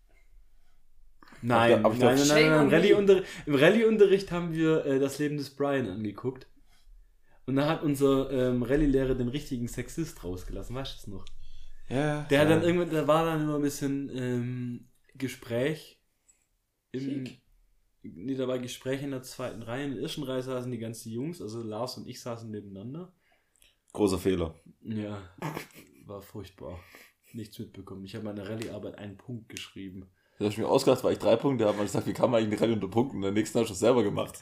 Speaker 1: Nein,
Speaker 3: Aber ich
Speaker 1: nein,
Speaker 3: glaub,
Speaker 1: nein, nein,
Speaker 2: Shame
Speaker 1: nein.
Speaker 2: on me.
Speaker 1: Rallye-Unterricht, im Rallye-Unterricht haben wir äh, das Leben des Brian angeguckt. Und da hat unser ähm, Rallye-Lehrer den richtigen Sexist rausgelassen, weißt du das noch?
Speaker 3: Ja.
Speaker 1: Der hat
Speaker 3: ja.
Speaker 1: dann irgendwann, da war dann immer ein bisschen ähm, Gespräch. Im,
Speaker 2: Schick.
Speaker 1: nee, da war Gespräch in der zweiten Reihe. In der ersten Reihe saßen die ganzen Jungs, also Lars und ich saßen nebeneinander.
Speaker 3: Großer Fehler.
Speaker 1: Ja, war furchtbar. Nichts mitbekommen. Ich habe meine Rallye-Arbeit einen Punkt geschrieben.
Speaker 3: Da habe ich mir ausgedacht, war ich drei Punkte, habe ich gesagt, wie kann man eigentlich eine Rallye unter Punkten? Und den nächsten habe ich das selber gemacht.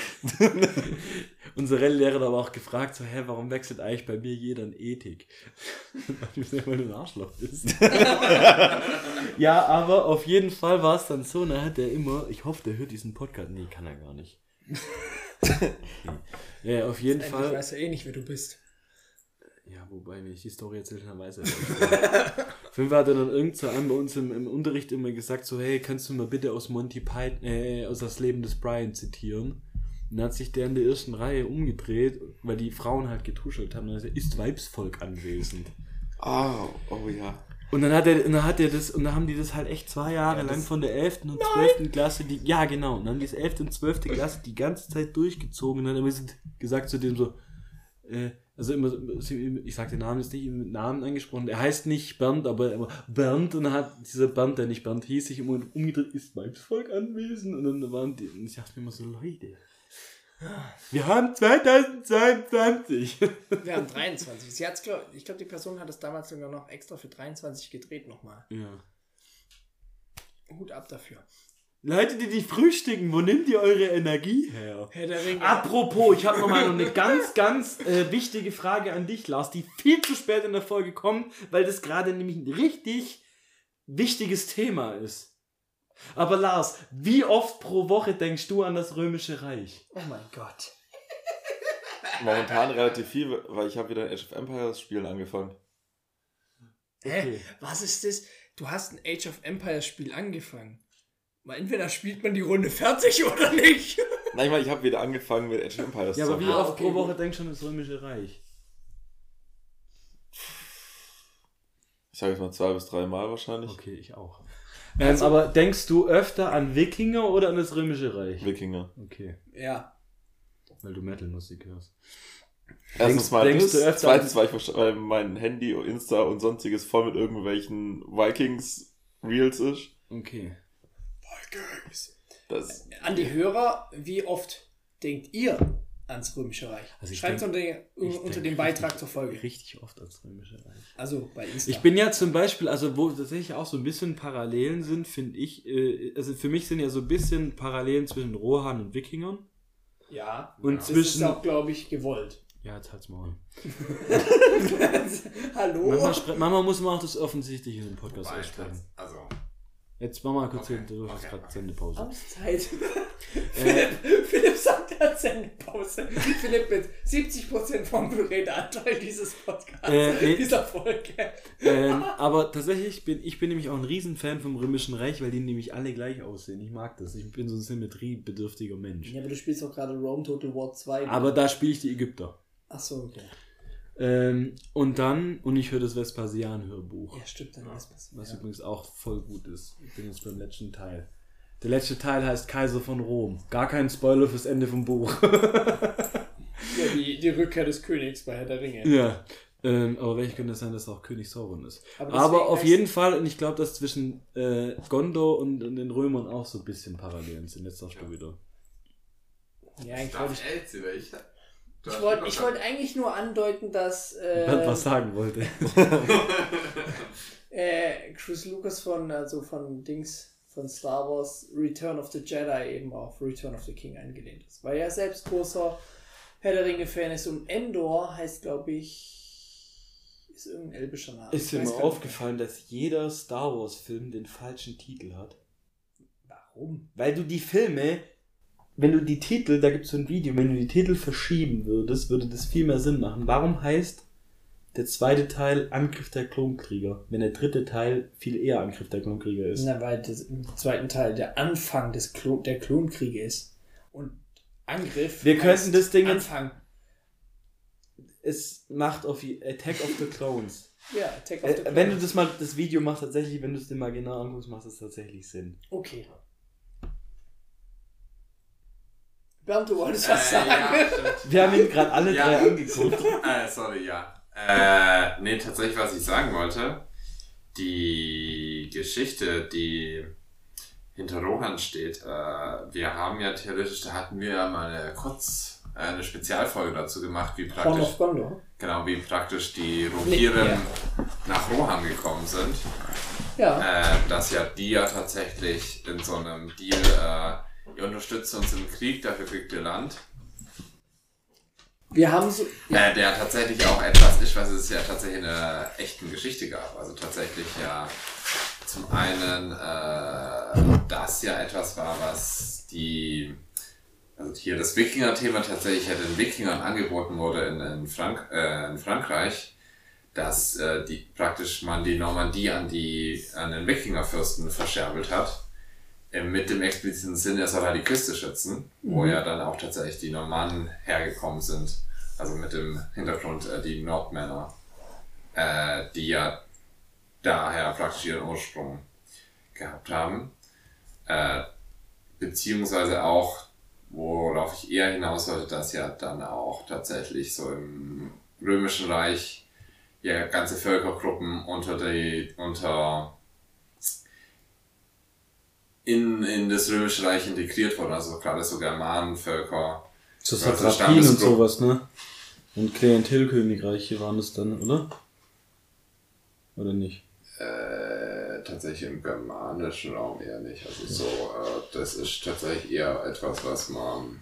Speaker 1: Unser Rallye-Lehrer hat aber auch gefragt, so, hä, warum wechselt eigentlich bei mir jeder in Ethik? Weil du ein Arschloch bist. Ja, aber auf jeden Fall war es dann so, da hat er immer, ich hoffe, der hört diesen Podcast. Nee, kann er gar nicht. Ja, auf jeden
Speaker 2: Eigentlich
Speaker 1: Fall.
Speaker 2: weiß er eh nicht, wer du bist.
Speaker 1: Ja, wobei, wenn ich die Story erzähle, dann weiß er nicht. Auf jeden Fall hat er dann irgend so einem bei uns im, im Unterricht immer gesagt, so, hey, kannst du mal bitte aus Monty Python, äh, aus das Leben des Brian zitieren? Und dann hat sich der in der ersten Reihe umgedreht, weil die Frauen halt getuschelt haben. Und dann hat er, ist Weibsvolk anwesend.
Speaker 3: Oh, oh ja.
Speaker 1: Und dann hat er, und dann hat er das, und dann haben die das halt echt zwei Jahre
Speaker 3: Ja,
Speaker 1: lang
Speaker 3: das-
Speaker 1: von der elften und zwölften Klasse, die, ja genau, und dann haben die das elfte und zwölfte Klasse die ganze Zeit durchgezogen und dann haben wir gesagt zu dem so, äh, also immer, ich sag den Namen jetzt nicht mit Namen angesprochen, er heißt nicht Bernd, aber immer Bernd, und dann hat dieser Bernd, der nicht Bernd hieß, sich immer umgedreht, ist Weibsvolk anwesend, und dann waren die, und ich dachte mir immer so, Leute, wir haben zweitausendzweiundzwanzig.
Speaker 2: Wir haben dreiundzwanzig. Sie hat's, glaub, ich glaube, die Person hat es damals sogar noch extra für dreiundzwanzig gedreht nochmal.
Speaker 1: Ja.
Speaker 2: Hut ab dafür.
Speaker 1: Leute, die die frühstücken, wo nimmt ihr eure Energie her?
Speaker 2: Herr der Ringe.
Speaker 1: Apropos, ich habe nochmal noch eine ganz, ganz äh, wichtige Frage an dich, Lars, die viel zu spät in der Folge kommt, weil das gerade nämlich ein richtig wichtiges Thema ist. Aber Lars, wie oft pro Woche denkst du an das Römische Reich?
Speaker 2: Oh mein Gott.
Speaker 3: Momentan relativ viel, weil ich habe wieder Age of Empires Spielen angefangen.
Speaker 2: Hä?
Speaker 1: Okay.
Speaker 2: Was ist das? Du hast ein Age of Empires Spiel angefangen. Weil entweder spielt man die Runde fertig oder nicht.
Speaker 3: Nein, ich meine, ich habe wieder angefangen mit Age of Empires.
Speaker 1: Ja, aber wie
Speaker 3: zocken.
Speaker 2: Ah,
Speaker 1: oft
Speaker 2: okay,
Speaker 1: pro
Speaker 2: gut.
Speaker 1: Woche denkst du an das Römische Reich?
Speaker 3: Ich sage jetzt mal zwei bis drei Mal wahrscheinlich.
Speaker 1: Okay, ich auch. Ähm, aber denkst du öfter an Wikinger oder an das Römische Reich?
Speaker 3: Wikinger.
Speaker 1: Okay,
Speaker 2: Ja.
Speaker 1: weil du Metal-Musik hörst.
Speaker 3: Erstens mal
Speaker 1: denkst
Speaker 3: das,
Speaker 1: du öfter
Speaker 3: zweitens war ich wahrscheinlich, weil mein Handy, Insta und sonstiges voll mit irgendwelchen Vikings-Reels ist.
Speaker 1: Okay.
Speaker 3: Das,
Speaker 2: An die Hörer, wie oft denkt ihr ans Römische Reich?
Speaker 1: Also ich
Speaker 2: Schreibt
Speaker 1: denk-
Speaker 2: unter,
Speaker 1: Ich
Speaker 2: unter
Speaker 1: denk
Speaker 2: dem Beitrag
Speaker 1: richtig-
Speaker 2: zur Folge.
Speaker 1: Richtig oft ans Römische Reich.
Speaker 2: Also bei Insta.
Speaker 1: Ich bin ja zum Beispiel, also wo tatsächlich auch so ein bisschen Parallelen sind, finde ich, äh, also für mich sind ja so ein bisschen Parallelen zwischen Rohan und Wikingern.
Speaker 2: Ja.
Speaker 1: Und
Speaker 2: Das
Speaker 1: zwischen.
Speaker 2: ist auch, glaube ich, gewollt.
Speaker 1: Ja, jetzt halt's mal.
Speaker 2: Hallo?
Speaker 1: Manchmal, spre- manchmal muss man auch das Offensichtliche in dem Podcast
Speaker 4: Wobei,
Speaker 1: aussprechen.
Speaker 4: also,
Speaker 1: Jetzt machen wir mal kurz
Speaker 4: Okay.
Speaker 1: hier, du hast
Speaker 4: Okay,
Speaker 1: gerade
Speaker 4: okay.
Speaker 1: Sendepause.
Speaker 2: Auszeit.
Speaker 1: Äh,
Speaker 2: Philipp, Philipp sagt, er hat Sendepause. Philipp mit siebzig Prozent vom Redeanteil dieses Podcasts,
Speaker 1: Äh, nee.
Speaker 2: dieser Folge.
Speaker 1: ähm, aber tatsächlich bin ich bin nämlich auch ein Riesenfan vom Römischen Reich, weil die nämlich alle gleich aussehen. Ich mag das. Ich bin so ein symmetriebedürftiger Mensch.
Speaker 2: Ja, aber du spielst auch gerade Rome Total War zwei.
Speaker 1: Aber da spiele ich die Ägypter.
Speaker 2: Ach so, okay.
Speaker 1: Ähm, und dann, und ich höre das Vespasian-Hörbuch.
Speaker 2: Ja, stimmt, dann ist was.
Speaker 1: Was
Speaker 2: Ja.
Speaker 1: übrigens auch voll gut ist. Ich bin jetzt beim letzten Teil. Der letzte Teil heißt Kaiser von Rom. Gar kein Spoiler fürs Ende vom Buch.
Speaker 2: Ja, die, die Rückkehr des Königs bei Herr der Ringe.
Speaker 1: Ja. Ähm, aber welche könnte es sein, dass auch König Sauron ist?
Speaker 2: Aber
Speaker 1: Aber,
Speaker 2: deswegen
Speaker 1: auf
Speaker 2: heißt-
Speaker 1: jeden Fall, und ich glaube, dass zwischen äh, Gondor und, und den Römern auch so ein bisschen Parallelen sind. Jetzt sagst du wieder.
Speaker 2: Ja, eigentlich
Speaker 4: Darf
Speaker 2: wollte
Speaker 4: ich
Speaker 2: ich.
Speaker 4: Elze, weil ich...
Speaker 2: Ich wollte ich wollte eigentlich nur andeuten, dass äh,
Speaker 1: Bernd was sagen wollte.
Speaker 2: äh, Chris Lucas von, also von Dings, von Star Wars Return of the Jedi eben auf Return of the King angelehnt ist. Weil er selbst großer Herr der Ringe-Fan ist und Endor heißt, glaube ich, ist irgendein elbischer Name.
Speaker 1: Ist
Speaker 2: Ich
Speaker 1: dir
Speaker 2: weiß
Speaker 1: mal
Speaker 2: gar nicht
Speaker 1: aufgefallen, dass jeder Star Wars-Film den falschen Titel hat?
Speaker 2: mehr. Warum?
Speaker 1: Weil du die Filme, wenn du die Titel, da gibt es so ein Video, wenn du die Titel verschieben würdest, würde das viel mehr Sinn machen. Warum heißt der zweite Teil Angriff der Klonkrieger, wenn der dritte Teil viel eher Angriff der Klonkrieger ist?
Speaker 2: Na, weil das im zweiten Teil der Anfang des Klon, der Klonkriege ist. Und Angriff.
Speaker 1: Wir
Speaker 2: heißt
Speaker 1: könnten das Ding jetzt-
Speaker 2: Anfang.
Speaker 1: Es macht auf die Attack of the Clones.
Speaker 2: Ja, Attack of the
Speaker 1: Äh, wenn du
Speaker 2: Clones.
Speaker 1: das mal, das Video machst tatsächlich, wenn du es dir mal genau anguckst, macht es tatsächlich Sinn.
Speaker 2: Okay. Bernd, du wolltest was
Speaker 4: Äh,
Speaker 2: sagen?
Speaker 4: ja, stimmt.
Speaker 1: Wir haben ihn gerade alle
Speaker 4: Ja.
Speaker 1: drei angeguckt.
Speaker 4: Äh, sorry, ja. Äh, nee, tatsächlich, was ich sagen wollte, die Geschichte, die hinter Rohan steht, äh, wir haben ja theoretisch, da hatten wir ja mal eine kurz äh, eine Spezialfolge dazu gemacht, wie
Speaker 2: Horn
Speaker 4: praktisch,
Speaker 2: of Gondor.
Speaker 4: genau, wie praktisch die Rohirrim
Speaker 2: ja.
Speaker 4: nach Rohan gekommen sind.
Speaker 2: Ja.
Speaker 4: Äh, dass ja die ja tatsächlich in so einem Deal, äh, ihr unterstützt uns im Krieg, dafür kriegt ihr Land.
Speaker 2: Wir haben so.
Speaker 4: Äh, der tatsächlich auch etwas ist, was es ja tatsächlich in der echten Geschichte gab. Also tatsächlich ja zum einen, äh, das ja etwas war, was die, also hier das Wikinger-Thema tatsächlich ja den Wikingern angeboten wurde in, in, Frank, äh, in Frankreich, dass äh, die praktisch man die Normandie an die an den Wikingerfürsten verscherbelt hat. Äh, mit dem expliziten Sinn, er soll halt die Küste schützen, mhm. wo ja dann auch tatsächlich die Normannen hergekommen sind. Also mit dem Hintergrund äh, die Nordmänner, äh, die ja daher praktisch ihren Ursprung gehabt haben. Äh, beziehungsweise auch, worauf ich eher hinaus wollte, dass ja dann auch tatsächlich so im Römischen Reich ja ganze Völkergruppen unter die, unter in, in das Römische Reich integriert wurden, also gerade so Germanenvölker.
Speaker 1: So
Speaker 4: Also
Speaker 1: Satrapien und
Speaker 4: Stammesgruppen.
Speaker 1: sowas, ne? Und Klientelkönigreiche waren es dann, oder? Oder nicht?
Speaker 4: Äh, tatsächlich im germanischen Raum eher nicht. Also so, äh, das ist tatsächlich eher etwas, was man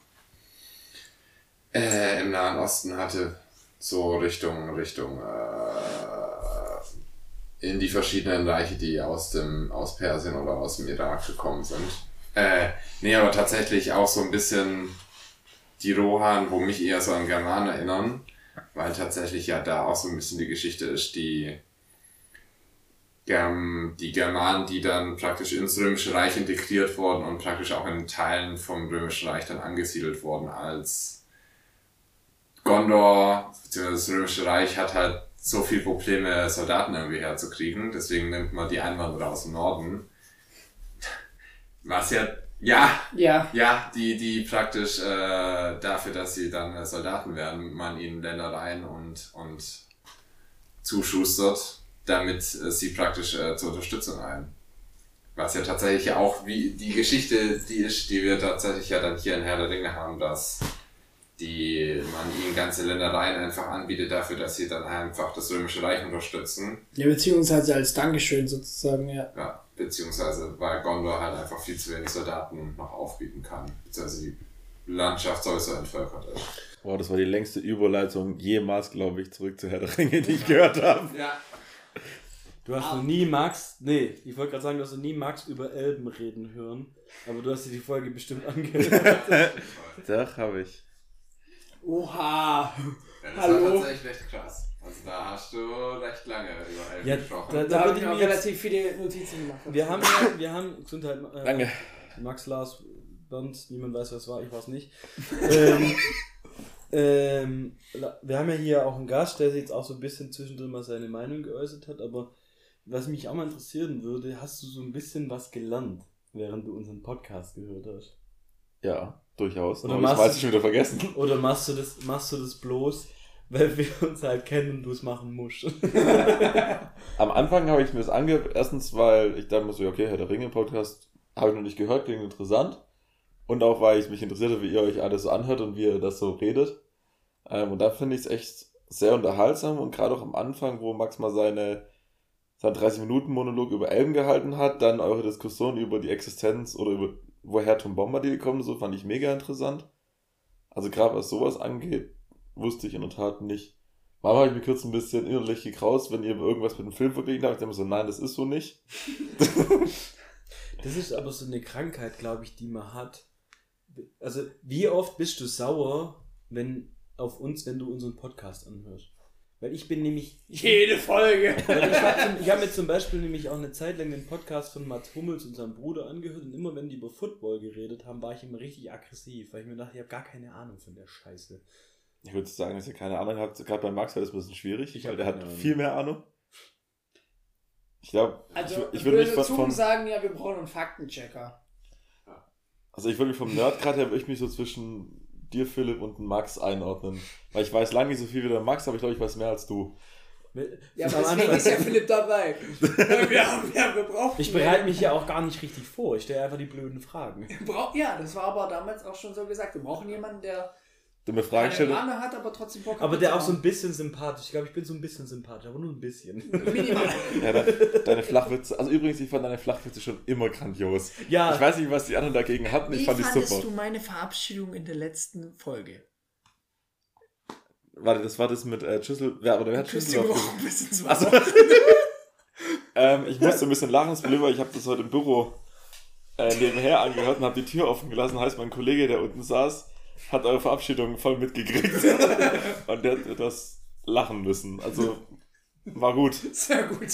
Speaker 4: äh, im Nahen Osten hatte. So Richtung, Richtung äh, in die verschiedenen Reiche, die aus dem aus Persien oder aus dem Irak gekommen sind. Äh, nee, aber tatsächlich auch so ein bisschen die Rohan, wo mich eher so an Germanen erinnern, weil tatsächlich ja da auch so ein bisschen die Geschichte ist, die Germ, die Germanen, die dann praktisch ins Römische Reich integriert wurden und praktisch auch in Teilen vom Römischen Reich dann angesiedelt wurden, als Gondor, beziehungsweise das Römische Reich hat halt so viele Probleme, Soldaten irgendwie herzukriegen, deswegen nimmt man die Einwanderer aus dem Norden. Was ja, ja,
Speaker 2: Ja.
Speaker 4: ja, die, die praktisch äh, dafür, dass sie dann äh, Soldaten werden, man ihnen Ländereien und, und zuschustert, damit äh, sie praktisch äh, zur Unterstützung ein. Was ja tatsächlich auch wie die Geschichte, die ist, die wir tatsächlich ja dann hier in Herr der Ringe haben, dass die man ihnen ganze Ländereien einfach anbietet dafür, dass sie dann einfach das Römische Reich unterstützen.
Speaker 2: Ja, beziehungsweise als Dankeschön sozusagen, ja.
Speaker 4: Ja, beziehungsweise weil Gondor halt einfach viel zu wenig Soldaten noch aufbieten kann, beziehungsweise die Landschaft sowieso entvölkert ist.
Speaker 3: Boah, das war die längste Überleitung jemals, glaube ich, zurück zu Herr der Ringe, die ich gehört habe.
Speaker 4: Ja.
Speaker 1: Du hast noch nie Max, nee, ich wollte gerade sagen, du hast noch nie Max über Elben reden hören, aber du hast dir die Folge bestimmt angehört.
Speaker 3: Doch, habe ich.
Speaker 2: Oha!
Speaker 4: Ja, das
Speaker 2: Hallo?
Speaker 4: war tatsächlich recht krass. Also da hast du recht lange über Elben
Speaker 1: Ja,
Speaker 4: gesprochen.
Speaker 1: da,
Speaker 2: Da
Speaker 1: da
Speaker 2: habe
Speaker 1: würde
Speaker 2: ich
Speaker 1: ich
Speaker 2: mir
Speaker 1: mir jetzt,
Speaker 2: relativ viele Notizen gemacht.
Speaker 1: wir haben ja, wir haben, Gesundheit, äh,
Speaker 3: Danke.
Speaker 1: Max, Lars, Bernd, niemand weiß, was war, ich weiß nicht. ähm, ähm, wir haben ja hier auch einen Gast, der sich jetzt auch so ein bisschen zwischendrin mal seine Meinung geäußert hat, aber was mich auch mal interessieren würde, hast du so ein bisschen was gelernt, während du unseren Podcast gehört hast?
Speaker 3: Ja, durchaus.
Speaker 1: Oder
Speaker 3: Aber das
Speaker 1: machst
Speaker 3: weiß
Speaker 1: du-
Speaker 3: ich schon wieder vergessen.
Speaker 1: Oder machst du das, machst du das bloß, weil wir uns halt kennen und du es machen musst?
Speaker 3: Am Anfang habe ich mir das angehört, erstens, weil ich dachte mir so, ja, okay, Herr der Ringe Podcast habe ich noch nicht gehört, klingt interessant. Und auch, weil ich mich interessiert habe, wie ihr euch alles so anhört und wie ihr das so redet. Ähm, und da finde ich es echt sehr unterhaltsam und gerade auch am Anfang, wo Max mal seine, seinen dreißig Minuten Monolog über Elben gehalten hat, dann eure Diskussion über die Existenz oder über woher Tom Bombadil gekommen ist, so fand ich mega interessant. Also gerade was sowas angeht, wusste ich in der Tat nicht. Manchmal habe ich mich kurz ein bisschen innerlich gekraust, wenn ihr irgendwas mit dem Film verglichen habt. Ich dachte mir so, nein, das ist so nicht.
Speaker 1: Das ist aber so eine Krankheit, glaube ich, die man hat. Also, wie oft bist du sauer, wenn auf uns, wenn du unseren Podcast anhörst? Weil ich bin nämlich...
Speaker 2: Jede Folge!
Speaker 1: Weil ich habe zum, ich hab mir zum Beispiel nämlich auch eine Zeit lang den Podcast von Mats Hummels und seinem Bruder angehört und immer wenn die über Football geredet haben, war ich immer richtig aggressiv, weil ich mir dachte, ich habe gar keine Ahnung von der Scheiße.
Speaker 3: Ich würde sagen, dass ihr keine Ahnung habt. Gerade bei Max wäre das ein bisschen schwierig,
Speaker 1: Ich
Speaker 3: weil
Speaker 1: hab
Speaker 3: der hat
Speaker 1: keine Ahnung.
Speaker 3: viel mehr Ahnung. Ich glaube,
Speaker 2: Also,
Speaker 3: ich, ich würde mich
Speaker 2: böse
Speaker 3: von,
Speaker 2: Zungen
Speaker 3: von
Speaker 2: sagen ja, wir brauchen einen Faktenchecker.
Speaker 3: also ich würde mich vom Nerd gerade her, würde ich mich so zwischen dir, Philipp, und dem Max einordnen. Weil ich weiß lange nicht so viel wie der Max, aber ich glaube, ich weiß mehr als du.
Speaker 2: Ja,
Speaker 1: Am
Speaker 2: aber deswegen
Speaker 1: Anfang-
Speaker 2: ist ja Philipp dabei. wir, haben, ja, wir brauchen
Speaker 1: Ich bereite mich ja auch gar nicht richtig vor, ich stelle einfach die blöden Fragen.
Speaker 2: Wir brauchen- Ja, das war aber damals auch schon so gesagt. Wir brauchen jemanden, der
Speaker 3: Du mir Fragen
Speaker 2: keine
Speaker 3: stellst.
Speaker 2: Ahnung hat, aber trotzdem Bock hat.
Speaker 1: Aber der auch so
Speaker 2: mitzumachen.
Speaker 1: ein bisschen sympathisch. Ich glaube, ich bin so ein bisschen sympathisch, aber nur ein bisschen.
Speaker 2: Minimal.
Speaker 3: Ja, de, deine Flachwitze. Also übrigens, ich fand deine Flachwitze schon immer grandios.
Speaker 1: Ja.
Speaker 3: Ich weiß nicht, was die anderen dagegen hatten. Ich
Speaker 2: Wie
Speaker 3: fand die
Speaker 2: fandest
Speaker 3: super.
Speaker 2: du meine Verabschiedung in der letzten Folge?
Speaker 3: Warte, das war das mit äh, Schüssel. Wer, oder wer hat
Speaker 2: Küsst
Speaker 3: Schüssel
Speaker 2: ihm
Speaker 3: auf?
Speaker 2: auch ein bisschen ins
Speaker 3: Also,
Speaker 2: Wasser.
Speaker 3: ähm, ich musste ein bisschen lachen, das Problem war, ich habe das heute im Büro äh, nebenher angehört und habe die Tür offen gelassen. Heißt, mein Kollege, der unten saß, hat eure Verabschiedung voll mitgekriegt. Und der hat etwas lachen müssen. Also, war gut.
Speaker 2: Sehr gut.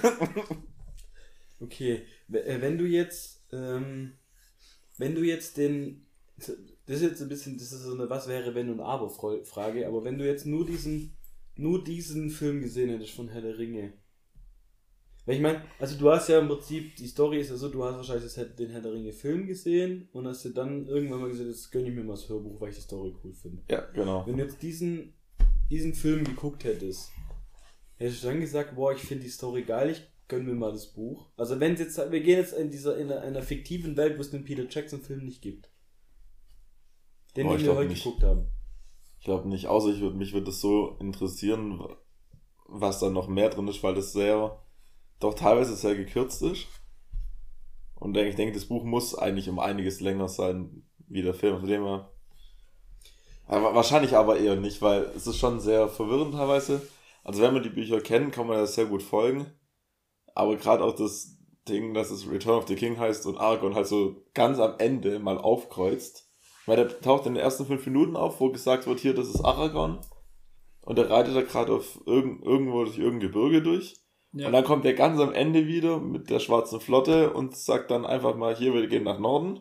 Speaker 1: Okay, w- äh, wenn du jetzt, ähm, wenn du jetzt den, das ist jetzt ein bisschen, das ist so eine Was wäre wenn und aber Fro- Frage, aber wenn du jetzt nur diesen, nur diesen Film gesehen hättest von Herr der Ringe, weil ich meine, also du hast ja im Prinzip, die Story ist ja so, du hast wahrscheinlich das, den Herr der Ringe Film gesehen und hast dir dann irgendwann mal gesagt, jetzt gönn ich mir mal das Hörbuch, weil ich die Story cool finde.
Speaker 3: Ja, genau.
Speaker 1: Wenn du jetzt diesen, diesen Film geguckt hättest, hättest du dann gesagt, boah, ich finde die Story geil, ich gönn mir mal das Buch. Also wenn es jetzt, wir gehen jetzt in dieser, in einer, einer fiktiven Welt, wo es den Peter Jackson Film nicht gibt. Den,
Speaker 3: Boah,
Speaker 1: den
Speaker 3: ich
Speaker 1: wir
Speaker 3: glaub
Speaker 1: heute
Speaker 3: nicht.
Speaker 1: geguckt haben.
Speaker 3: Ich glaube nicht, außer ich würd, mich würde das so interessieren, was da noch mehr drin ist, weil das sehr, doch teilweise sehr gekürzt ist. Und ich denke, das Buch muss eigentlich um einiges länger sein wie der Film. Von dem her, aber wahrscheinlich aber eher nicht, weil es ist schon sehr verwirrend teilweise. Also wenn man die Bücher kennt, kann man das sehr gut folgen. Aber gerade auch das Ding, dass es Return of the King heißt und Aragorn halt so ganz am Ende mal aufkreuzt. Weil der taucht in den ersten fünf Minuten auf, wo gesagt wird, hier, das ist Aragorn. Und der reitet da gerade auf irgend, irgendwo durch irgendein Gebirge durch.
Speaker 2: Ja.
Speaker 3: Und dann kommt er ganz am Ende wieder mit der schwarzen Flotte und sagt dann einfach mal, hier, wir gehen nach Norden.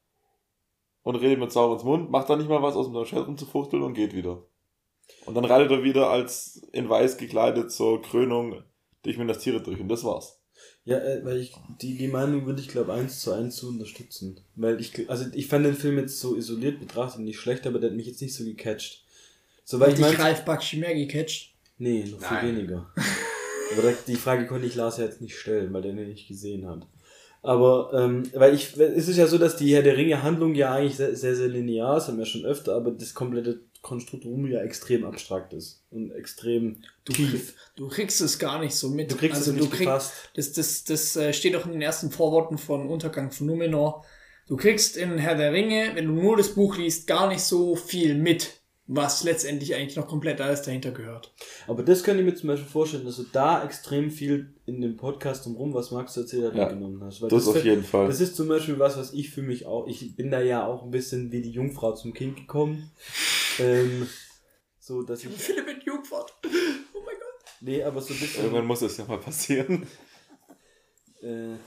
Speaker 3: Und redet mit Saurons Mund, macht dann nicht mal was, aus dem Schwert rumzufuchteln und geht wieder. Und dann reitet er wieder als in weiß gekleidet zur Krönung durch Minas Tirith durch und das war's.
Speaker 1: Ja, äh, weil ich, die, die Meinung würde ich glaube eins zu eins zu unterstützen. Weil ich, also ich fand den Film jetzt so isoliert betrachtet nicht schlecht, aber der hat mich jetzt nicht so gecatcht. So, weil
Speaker 2: Hat
Speaker 1: ich
Speaker 2: dich
Speaker 1: mein,
Speaker 2: Ralf Bakshi mehr gecatcht?
Speaker 1: nee, noch viel
Speaker 4: Nein.
Speaker 1: weniger. Aber da, die Frage konnte ich Lars ja jetzt nicht stellen, weil der den nicht gesehen hat. Aber, ähm, weil ich, es ist ja so, dass die Herr der Ringe Handlung ja eigentlich sehr, sehr, sehr linear ist, haben wir schon öfter, aber das komplette Konstrukt rum ja extrem abstrakt ist und extrem
Speaker 2: Du,
Speaker 1: tief.
Speaker 2: du kriegst es gar nicht so mit.
Speaker 1: Du kriegst
Speaker 2: also
Speaker 1: es
Speaker 2: du
Speaker 1: nicht
Speaker 2: kriegst,
Speaker 1: gefasst.
Speaker 2: das, das, das äh, steht auch in den ersten Vorworten von Untergang von Numenor. Du kriegst in Herr der Ringe, wenn du nur das Buch liest, gar nicht so viel mit. was letztendlich eigentlich noch komplett alles dahinter gehört.
Speaker 1: Aber das könnte ich mir zum Beispiel vorstellen, dass du da extrem viel in dem Podcast drumherum, was Max erzählt hat,
Speaker 3: Ja,
Speaker 1: mitgenommen hast. Weil
Speaker 3: das auf jeden Fall.
Speaker 1: Das ist zum Beispiel was, was ich für mich auch, ich bin da ja auch ein bisschen wie die Jungfrau zum Kind gekommen. ähm, so, dass ich...
Speaker 2: Philipp mit Jungfrau. Oh mein Gott.
Speaker 1: Nee, aber so ein bisschen...
Speaker 3: Irgendwann muss es ja mal passieren.
Speaker 1: Äh,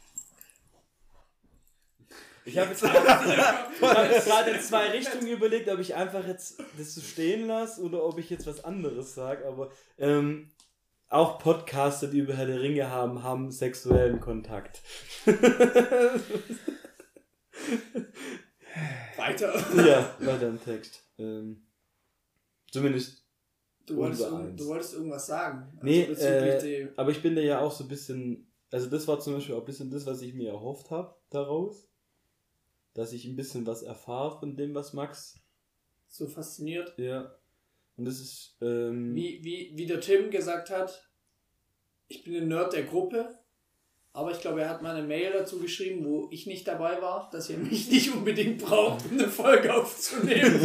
Speaker 1: ich habe jetzt gerade in zwei Richtungen überlegt, ob ich einfach jetzt das so stehen lasse oder ob ich jetzt was anderes sage, aber ähm, auch Podcaster, die über Herr der Ringe haben, haben sexuellen Kontakt.
Speaker 2: Weiter.
Speaker 1: Ja, weiter im Text. Ähm, zumindest
Speaker 2: Du wolltest,
Speaker 1: unser
Speaker 2: irgend-
Speaker 1: eins.
Speaker 2: du wolltest irgendwas sagen. Also
Speaker 1: Nee,
Speaker 2: bezüglich
Speaker 1: äh,
Speaker 2: die-
Speaker 1: aber ich bin da ja auch so ein bisschen, also das war zum Beispiel auch ein bisschen das, was ich mir erhofft habe daraus, dass ich ein bisschen was erfahre von dem, was Max,
Speaker 2: so fasziniert.
Speaker 1: ja, und das ist, ähm,
Speaker 2: Wie, wie, wie der Tim gesagt hat, ich bin ein Nerd der Gruppe, aber ich glaube, er hat mal eine Mail dazu geschrieben, wo ich nicht dabei war, dass ihr mich nicht unbedingt braucht, um eine Folge aufzunehmen.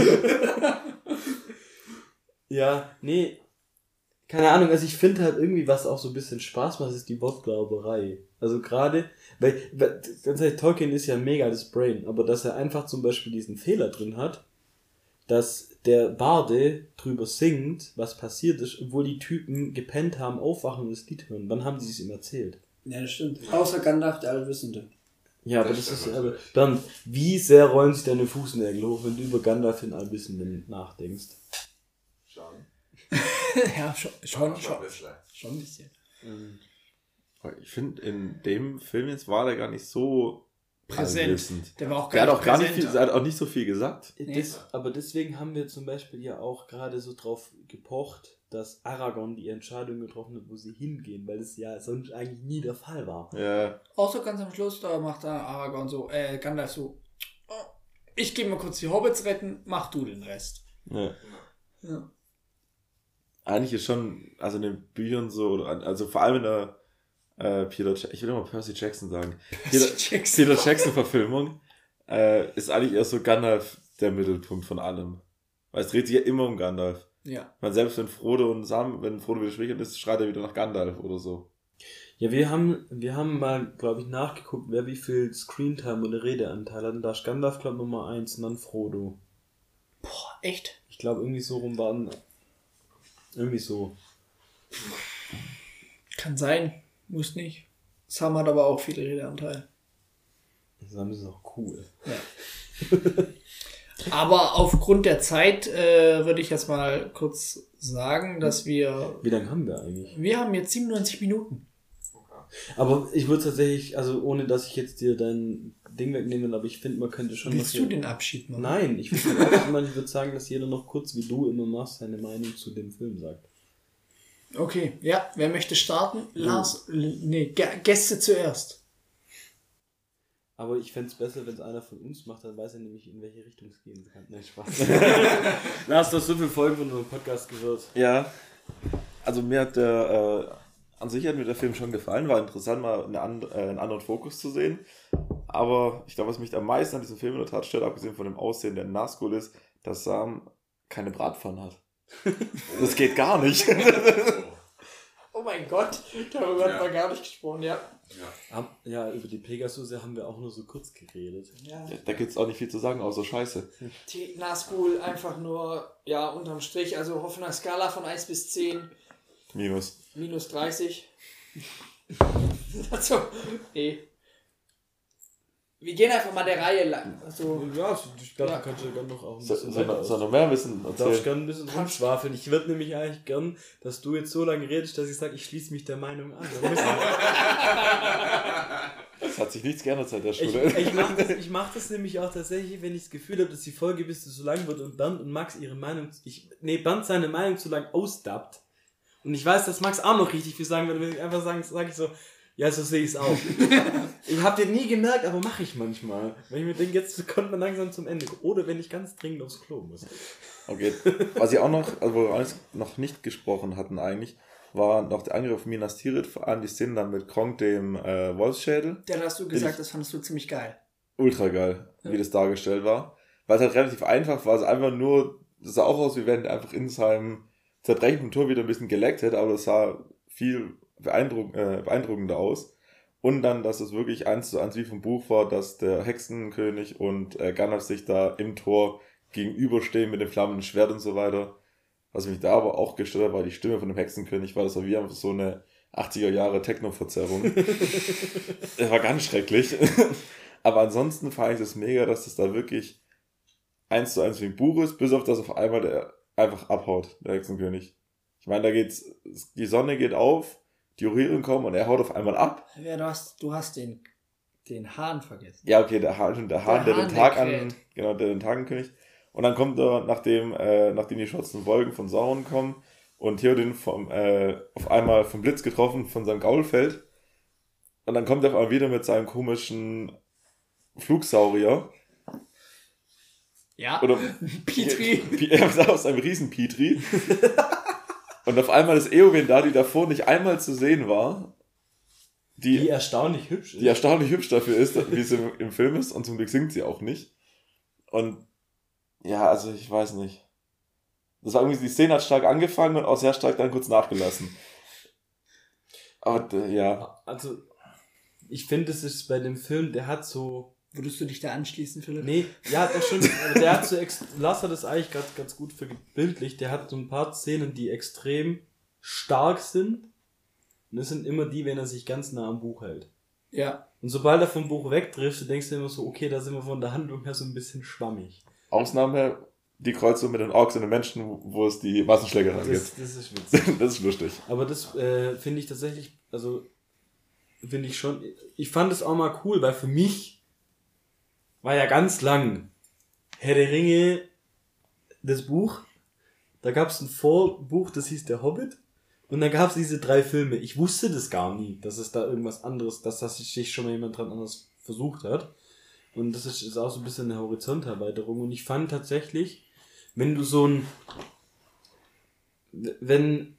Speaker 1: ja, nee, keine Ahnung, also ich finde halt irgendwie, was auch so ein bisschen Spaß macht, ist die Wortglauberei. Also gerade, weil, weil ganz ehrlich, Tolkien ist ja mega das Brain, aber dass er einfach zum Beispiel diesen Fehler drin hat, dass der Barde drüber singt, was passiert ist, obwohl die Typen gepennt haben, aufwachen und das Lied hören. Wann haben die es ihm erzählt?
Speaker 2: Ja, das stimmt. Außer Gandalf, der Allwissende.
Speaker 1: Ja, aber
Speaker 4: Das
Speaker 1: das,
Speaker 4: stimmt
Speaker 1: ist, aber
Speaker 4: natürlich.
Speaker 1: dann, wie sehr rollen sich deine Fußnägel hoch, wenn du über Gandalf den Allwissenden nachdenkst?
Speaker 4: Schon.
Speaker 2: Ja, schon, schon,
Speaker 4: Schon
Speaker 2: schon,
Speaker 4: ein bisschen.
Speaker 2: schon ein bisschen.
Speaker 3: Ich finde, in dem Film jetzt war der gar nicht so
Speaker 2: Präsent.
Speaker 3: allwissend.
Speaker 2: Der war auch
Speaker 3: Der hat
Speaker 2: nicht
Speaker 3: auch gar nicht
Speaker 2: präsent.
Speaker 3: viel, er hat auch nicht so viel gesagt.
Speaker 1: Das, aber deswegen haben wir zum Beispiel ja auch gerade so drauf gepocht, dass Aragorn die Entscheidung getroffen hat, wo sie hingehen, weil es ja sonst eigentlich nie der Fall war.
Speaker 3: Ja,
Speaker 2: Außer ganz am Schluss, da macht da Aragorn so, äh, Gandalf so, oh, ich gehe mal kurz die Hobbits retten, mach du den Rest.
Speaker 3: ja.
Speaker 2: Ja.
Speaker 3: Eigentlich ist schon, also in den Büchern so, oder- also vor allem in der äh, Peter, Ja- ich will immer Percy Jackson sagen. Peter
Speaker 2: Jackson.
Speaker 3: Peter Jackson-Verfilmung äh, ist eigentlich eher so Gandalf der Mittelpunkt von allem. Weil es dreht sich ja immer um Gandalf.
Speaker 2: Ja.
Speaker 3: Man selbst wenn Frodo und Sam, wenn Frodo wieder schwächer ist, schreit er wieder nach Gandalf oder so.
Speaker 1: Ja, wir haben, wir haben mal, glaube ich, nachgeguckt, wer wie viel Screentime und Redeanteil hat. Und da ist Gandalf, glaube ich, Nummer eins und dann Frodo.
Speaker 2: Boah, echt?
Speaker 1: Ich glaube, irgendwie so rum waren. Irgendwie so.
Speaker 2: Kann sein, muss nicht. Sam hat aber auch viel Redeanteil.
Speaker 1: Sam ist auch cool.
Speaker 2: Ja. Aber aufgrund der Zeit äh, würde ich jetzt mal kurz sagen, dass wir...
Speaker 1: Wie lange haben wir eigentlich?
Speaker 2: Wir haben jetzt siebenundneunzig Minuten.
Speaker 1: Aber ich würde tatsächlich, also ohne dass ich jetzt dir dein Ding wegnehme, aber ich finde, man könnte schon.
Speaker 2: Willst
Speaker 1: noch
Speaker 2: du
Speaker 1: hier-
Speaker 2: den Abschied machen?
Speaker 1: Nein, ich würde ich würde sagen, dass jeder noch kurz, wie du immer machst, seine Meinung zu dem Film sagt.
Speaker 2: Okay, ja, wer möchte starten? Lars, L- nee, G- Gäste zuerst.
Speaker 1: Aber ich fände es besser, wenn es einer von uns macht, dann weiß er nämlich, in welche Richtung es gehen kann. Nein, Spaß. Lars, du hast so viele Folgen von unserem Podcast gehört.
Speaker 3: Ja, also mir hat der, äh, an sich hat mir der Film schon gefallen, war interessant mal eine and, äh, einen anderen Fokus zu sehen, aber ich glaube, was mich am meisten an diesem Film in der Tat stört, abgesehen von dem Aussehen der Nazgul ist, dass Sam keine Bratpfanne hat. Das geht gar nicht.
Speaker 2: Oh mein Gott, darüber
Speaker 4: Ja.
Speaker 2: hat man gar nicht gesprochen, ja.
Speaker 4: Ja.
Speaker 1: Hab- Ja, über die Pegasus haben wir auch nur so kurz geredet.
Speaker 2: ja.
Speaker 3: Da gibt es auch nicht viel zu sagen, außer Scheiße.
Speaker 2: Die Nazgul einfach nur, ja, unterm Strich, also auf einer Skala von eins bis zehn,
Speaker 3: Minus.
Speaker 2: minus dreißig. Also, nee. Wir gehen einfach mal der Reihe lang. Also,
Speaker 1: Ja, ich glaube,
Speaker 2: Ja.
Speaker 1: du kannst ja gerne noch auch ein
Speaker 3: So,
Speaker 1: bisschen
Speaker 3: soll,
Speaker 1: weiter
Speaker 3: noch, soll
Speaker 1: aus-
Speaker 3: noch mehr wissen
Speaker 1: Du darfst
Speaker 3: erzählen?
Speaker 1: gerne ein bisschen rumschwafeln. Ich würde nämlich eigentlich gern, dass du jetzt so lange redest, dass ich sage, ich schließe mich der Meinung an. Da müssen wir-
Speaker 3: Es hat sich nichts geändert seit der
Speaker 1: Ich,
Speaker 3: Schule.
Speaker 1: ich mache das, ich mach das nämlich auch tatsächlich, wenn ich das Gefühl habe, dass die Folge bis zu lang wird und Bernd und Max ihre Meinung, ich, nee, Bernd seine Meinung zu lang ausdappt. Und ich weiß, dass Max auch noch richtig viel sagen würde, wenn ich einfach sagen, sage ich so, ja, so sehe ich es auch. Ich habe den nie gemerkt, aber mache ich manchmal. Wenn ich mir denke, jetzt kommt man langsam zum Ende. Oder wenn ich ganz dringend aufs Klo muss.
Speaker 3: Okay. Was ich auch noch, also wo wir alles noch nicht gesprochen hatten eigentlich, war noch der Angriff auf Minas Tirith, vor allem die Szene dann mit Kronk, dem äh, Wolfsschädel.
Speaker 2: dann hast du gesagt, das fandest du ziemlich geil.
Speaker 3: Ultra geil, wie das dargestellt war. Weil es halt relativ einfach war, es einfach nur das sah auch aus, wie wenn er einfach in seinem zerbrechenden Tor wieder ein bisschen geleckt hätte, aber das sah viel beeindruck, äh, beeindruckender aus. Und dann, dass es wirklich eins zu eins wie vom Buch war, dass der Hexenkönig und äh, Gandalf sich da im Tor gegenüberstehen mit dem flammenden Schwert und so weiter. Was mich da aber auch gestört hat, war die Stimme von dem Hexenkönig, war das war wie einfach so eine achtziger Jahre Techno-Verzerrung. Das war ganz schrecklich. Aber ansonsten fand ich das mega, dass das da wirklich eins zu eins wie ein Buch ist, bis auf das auf einmal der einfach abhaut, der Hexenkönig. Ich meine, da geht's, die Sonne geht auf, die Urinen kommen und er haut auf einmal ab.
Speaker 2: Ja, du hast, du hast den, den Hahn vergessen.
Speaker 3: Ja, okay, der Hahn, der Hahn, der,
Speaker 2: der
Speaker 3: den
Speaker 2: Hahn,
Speaker 3: Tag
Speaker 2: der
Speaker 3: an,
Speaker 2: kräht.
Speaker 3: genau, der den Tag ankündigt. Und dann kommt er, nachdem, äh, nachdem die schwarzen Wolken von Sauron kommen und Theoden vom, äh, auf einmal vom Blitz getroffen von seinem Gaul fällt. Und dann kommt er auf einmal wieder mit seinem komischen Flugsaurier.
Speaker 2: Ja,
Speaker 3: Oder
Speaker 2: Petri.
Speaker 3: Er sah aus einem Riesen-Petri. Und auf einmal ist Eowyn da, die davor nicht einmal zu sehen war. Die,
Speaker 1: Die erstaunlich hübsch ist.
Speaker 3: die erstaunlich hübsch dafür ist, wie sie im, im Film ist. Und zum Glück singt sie auch nicht. Und ja, also ich weiß nicht. Das war irgendwie, die Szene hat stark angefangen und auch sehr stark dann kurz nachgelassen. Aber äh, ja.
Speaker 1: Also, ich finde, es ist bei dem Film, der hat so...
Speaker 2: Würdest du dich da anschließen, Philipp?
Speaker 1: Nee, ja, das schon. Aber der hat so... Ex- Lars hat das eigentlich ganz, ganz gut verbildlicht. Der hat so ein paar Szenen, die extrem stark sind. Und das sind immer die, wenn er sich ganz nah am Buch hält.
Speaker 2: Ja.
Speaker 1: Und sobald er vom Buch wegtrifft, denkst du immer so, okay, da sind wir von der Handlung her so ein bisschen schwammig.
Speaker 3: Ausnahme, die Kreuzung mit den Orks und den Menschen, wo es die Massenschlägerei
Speaker 1: Das,
Speaker 3: gibt.
Speaker 1: das ist witzig.
Speaker 3: Das ist lustig.
Speaker 1: Aber das äh, finde ich tatsächlich, also finde ich schon, ich fand es auch mal cool, weil für mich war ja ganz lang Herr der Ringe das Buch, da gab es ein Vorbuch, das hieß Der Hobbit und dann gab es diese drei Filme. Ich wusste das gar nie, dass es da irgendwas anderes, dass das sich schon mal jemand dran anders versucht hat. Und das ist, ist auch so ein bisschen eine Horizonterweiterung. Und ich fand tatsächlich, wenn du so ein, wenn,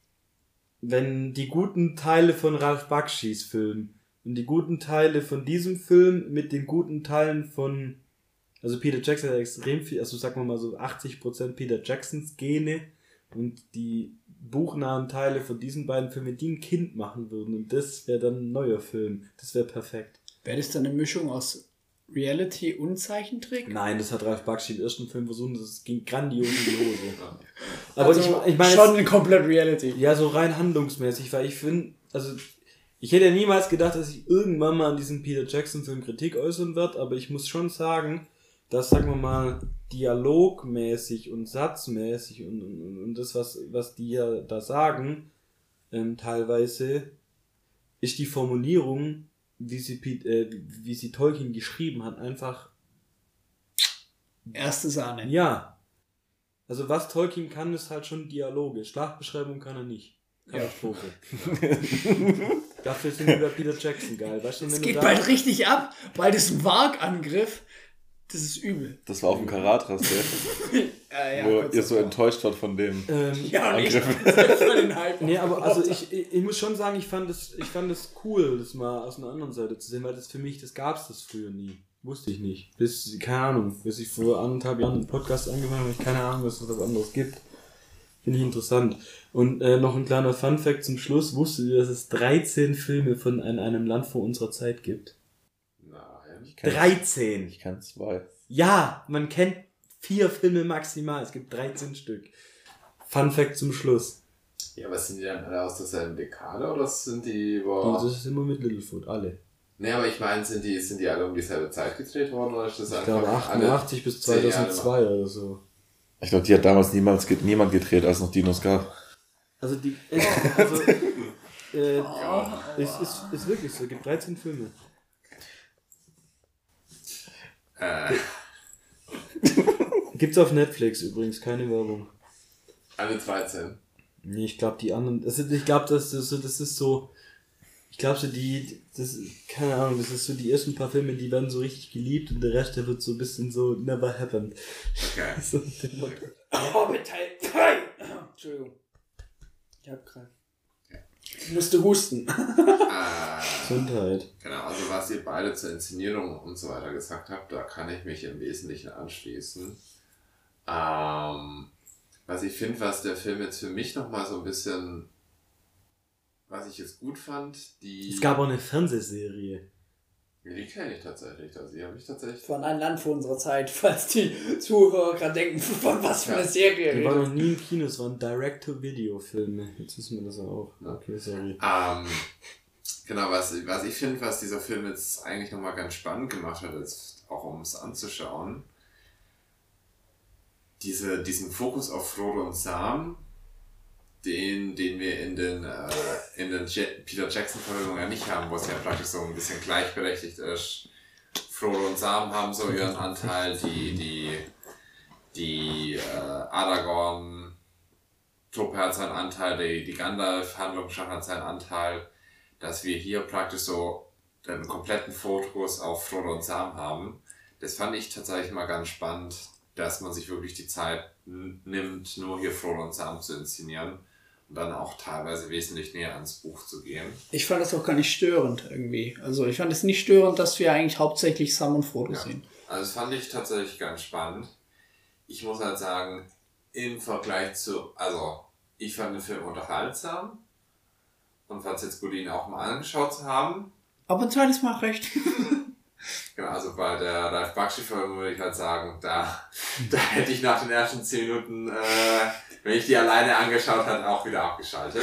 Speaker 1: wenn die guten Teile von Ralph Bakshis Film und die guten Teile von diesem Film mit den guten Teilen von, also Peter Jackson hat extrem viel, also sagen wir mal so achtzig Prozent Peter Jacksons Gene und die buchnahen Teile von diesen beiden Filmen, die ein Kind machen würden und das wäre dann ein neuer Film. Das wäre perfekt.
Speaker 2: Wäre das dann eine Mischung aus Reality und Zeichentrick?
Speaker 1: Nein, das hat Ralph Bakshi im ersten Film versucht, das ging grandios in die Hose. Aber
Speaker 2: Also
Speaker 1: ich, ich meine,
Speaker 2: schon eine komplett Reality.
Speaker 1: ja, so rein handlungsmäßig, weil ich finde, also ich hätte ja niemals gedacht, dass ich irgendwann mal an diesem Peter Jackson Film Kritik äußern werde, aber ich muss schon sagen, dass, sagen wir mal, dialogmäßig und satzmäßig und, und, und das, was, was die ja da sagen, ähm, teilweise ist die Formulierung, wie sie, äh, wie sie Tolkien geschrieben hat, einfach
Speaker 2: Erste Sahne.
Speaker 1: ja. Also was Tolkien kann, ist halt schon Dialoge. Schlachtbeschreibung kann er nicht. Katastrophe. Dafür sind wir bei Peter Jackson geil. Weißt du, wenn
Speaker 2: Es
Speaker 1: du
Speaker 2: geht
Speaker 1: da,
Speaker 2: bald richtig ab, weil das ein Wargangriff, das ist übel.
Speaker 3: Das war auf dem Karatras, der,
Speaker 2: Äh, ja,
Speaker 3: wo
Speaker 2: kurz
Speaker 3: ihr so
Speaker 2: davor.
Speaker 3: enttäuscht wart von dem.
Speaker 1: ähm,
Speaker 2: Ja, und ich
Speaker 3: Angriff.
Speaker 2: selbst mal den Hype.
Speaker 1: nee, aber also ich, ich, ich muss schon sagen, ich fand es ich fand es cool, das mal aus einer anderen Seite zu sehen, weil das für mich, das gab's das früher nie. Wusste ich nicht. Bis, keine Ahnung, bis ich vor anderthalb Jahren einen Podcast angefangen habe, habe ich keine Ahnung, dass es was anderes gibt. Finde ich interessant. Und äh, noch ein kleiner Funfact zum Schluss. Wusstet ihr, dass es dreizehn Filme von in einem Land vor unserer Zeit gibt?
Speaker 4: Nein.
Speaker 3: Ich kenn-
Speaker 1: dreizehn!
Speaker 3: Ich kann zwei.
Speaker 1: Ja, man kennt vier Filme maximal. Es gibt dreizehn Stück. Funfact zum Schluss.
Speaker 4: Ja, aber sind die dann alle aus derselben Dekade oder sind die
Speaker 1: Die,
Speaker 4: über...
Speaker 1: das ist immer mit Littlefoot, alle.
Speaker 4: Nee, aber ich meine, sind die, sind die alle um dieselbe Zeit gedreht worden oder ist das
Speaker 1: Ich
Speaker 4: einfach
Speaker 1: glaube achtundachtzig bis zweitausendzwei oder so.
Speaker 3: Ich glaube, die hat damals niemals ge- niemand gedreht, als es noch Dinos gab.
Speaker 1: Also die, also, äh, es ist, ist wirklich so, es gibt dreizehn Filme.
Speaker 4: Äh,
Speaker 1: Gibt's auf Netflix übrigens, keine Werbung.
Speaker 4: alle dreizehn.
Speaker 1: Nee, ich glaube die anderen, das ist, ich glaube, das ist so, das ist so, ich glaube so die, das, keine Ahnung, das ist so die ersten paar Filme, die werden so richtig geliebt und der Rest, der wird so ein bisschen so never happened.
Speaker 4: Okay.
Speaker 1: So der Motto.
Speaker 2: Hobbit Teil drei. Entschuldigung. Ich hab grad. Ich musste husten.
Speaker 4: Äh,
Speaker 1: Gesundheit.
Speaker 4: genau, also was ihr beide zur Inszenierung und so weiter gesagt habt, da kann ich mich im Wesentlichen anschließen. Ähm, was ich finde, was der Film jetzt für mich nochmal so ein bisschen, was ich jetzt gut fand, die...
Speaker 1: Es gab auch eine Fernsehserie.
Speaker 4: Die kenne ich tatsächlich, also die habe ich tatsächlich...
Speaker 2: Von einem Land vor unserer Zeit, falls die Zuhörer gerade denken, von was für eine
Speaker 4: Ja.
Speaker 2: Serie
Speaker 1: Die war
Speaker 2: redet.
Speaker 1: noch nie im Kino, es waren Direct-to-Video-Filme. Jetzt wissen wir das auch. Okay, sorry.
Speaker 4: Ähm, genau, was, was ich finde, was dieser Film jetzt eigentlich nochmal ganz spannend gemacht hat, ist auch um es anzuschauen, diese, diesen Fokus auf Frodo und Sam, den, den wir in den, äh, in den Je- Peter Jackson-Verfilmungen ja nicht haben, wo es ja praktisch so ein bisschen gleichberechtigt ist. Frodo und Sam haben so ihren Anteil, die, die, die äh, Aragorn-Truppe hat seinen Anteil, die, die Gandalf-Handlung schon hat seinen Anteil, dass wir hier praktisch so den kompletten Fokus auf Frodo und Sam haben. Das fand ich tatsächlich mal ganz spannend, dass man sich wirklich die Zeit n- nimmt, nur hier Frodo und Sam zu inszenieren und dann auch teilweise wesentlich näher ans Buch zu gehen.
Speaker 2: Ich fand das auch gar nicht störend irgendwie. Also ich fand es nicht störend, dass wir eigentlich hauptsächlich Sam und Frodo
Speaker 4: Ja.
Speaker 2: sehen.
Speaker 4: Also das fand ich tatsächlich ganz spannend. Ich muss halt sagen, im Vergleich zu, also ich fand den Film unterhaltsam und fand es jetzt gut, ihn auch mal angeschaut zu haben.
Speaker 2: Aber ein zweites Mal recht.
Speaker 4: Genau, also bei der Ralph Bakshi-Folge würde ich halt sagen, da, da hätte ich nach den ersten zehn Minuten, äh, wenn ich die alleine angeschaut habe, auch wieder abgeschaltet.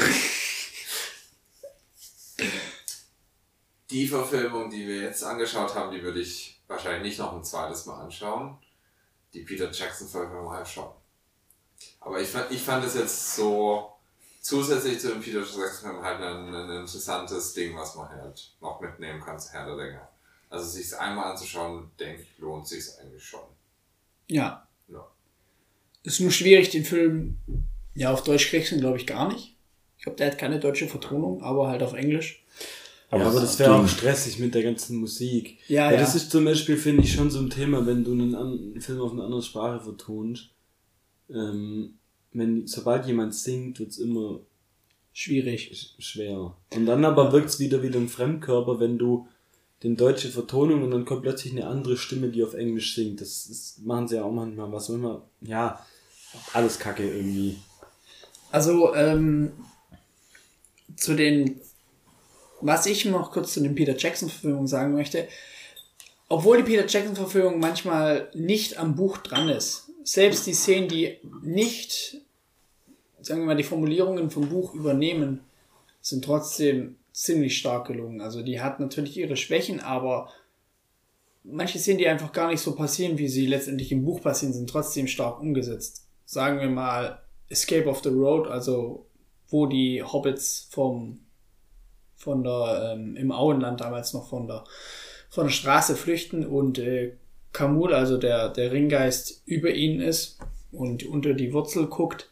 Speaker 4: Die Verfilmung, die wir jetzt angeschaut haben, die würde ich wahrscheinlich nicht noch ein zweites Mal anschauen. Die Peter Jackson-Verfilmung halt schon. Aber ich fand, ich fand es jetzt so zusätzlich zu dem Peter Jackson-Film halt ein, ein interessantes Ding, was man halt noch mitnehmen kann zu Herr der Ringe. Also sich es einmal anzuschauen, denke ich, lohnt sich eigentlich schon.
Speaker 2: Ja.
Speaker 4: Ja.
Speaker 2: Ist nur schwierig, den Film, ja, auf Deutsch kriegst du ihn, glaube ich, gar nicht. Ich glaube, der hat keine deutsche Vertonung, aber halt auf Englisch.
Speaker 1: Aber,
Speaker 3: Ja,
Speaker 1: aber das wäre
Speaker 3: dumm.
Speaker 1: auch stressig mit der ganzen Musik.
Speaker 2: Ja,
Speaker 1: Weil
Speaker 2: ja.
Speaker 1: das ist zum Beispiel, finde ich, schon so ein Thema, wenn du einen, an- einen Film auf eine andere Sprache vertonst. Ähm, wenn, sobald jemand singt, wird es immer
Speaker 2: Schwierig.
Speaker 1: sch- schwer. Und dann aber wirkt es wieder wie ein Fremdkörper, wenn du den deutsche Vertonung und dann kommt plötzlich eine andere Stimme, die auf Englisch singt. Das, das machen sie ja auch manchmal, was immer, ja, alles Kacke irgendwie.
Speaker 2: Also, ähm, zu den, was ich noch kurz zu den Peter Jackson-Verfilmungen sagen möchte, obwohl die Peter Jackson-Verfilmung manchmal nicht am Buch dran ist, selbst die Szenen, die nicht, sagen wir mal, die Formulierungen vom Buch übernehmen, sind trotzdem ziemlich stark gelungen. Also die hat natürlich ihre Schwächen, aber manche Szenen, die einfach gar nicht so passieren, wie sie letztendlich im Buch passieren, sind trotzdem stark umgesetzt. Sagen wir mal Escape of the Road, also wo die Hobbits vom von der ähm, im Auenland damals noch von der von der Straße flüchten und äh, Kamul, also der der Ringgeist, über ihnen ist und unter die Wurzel guckt.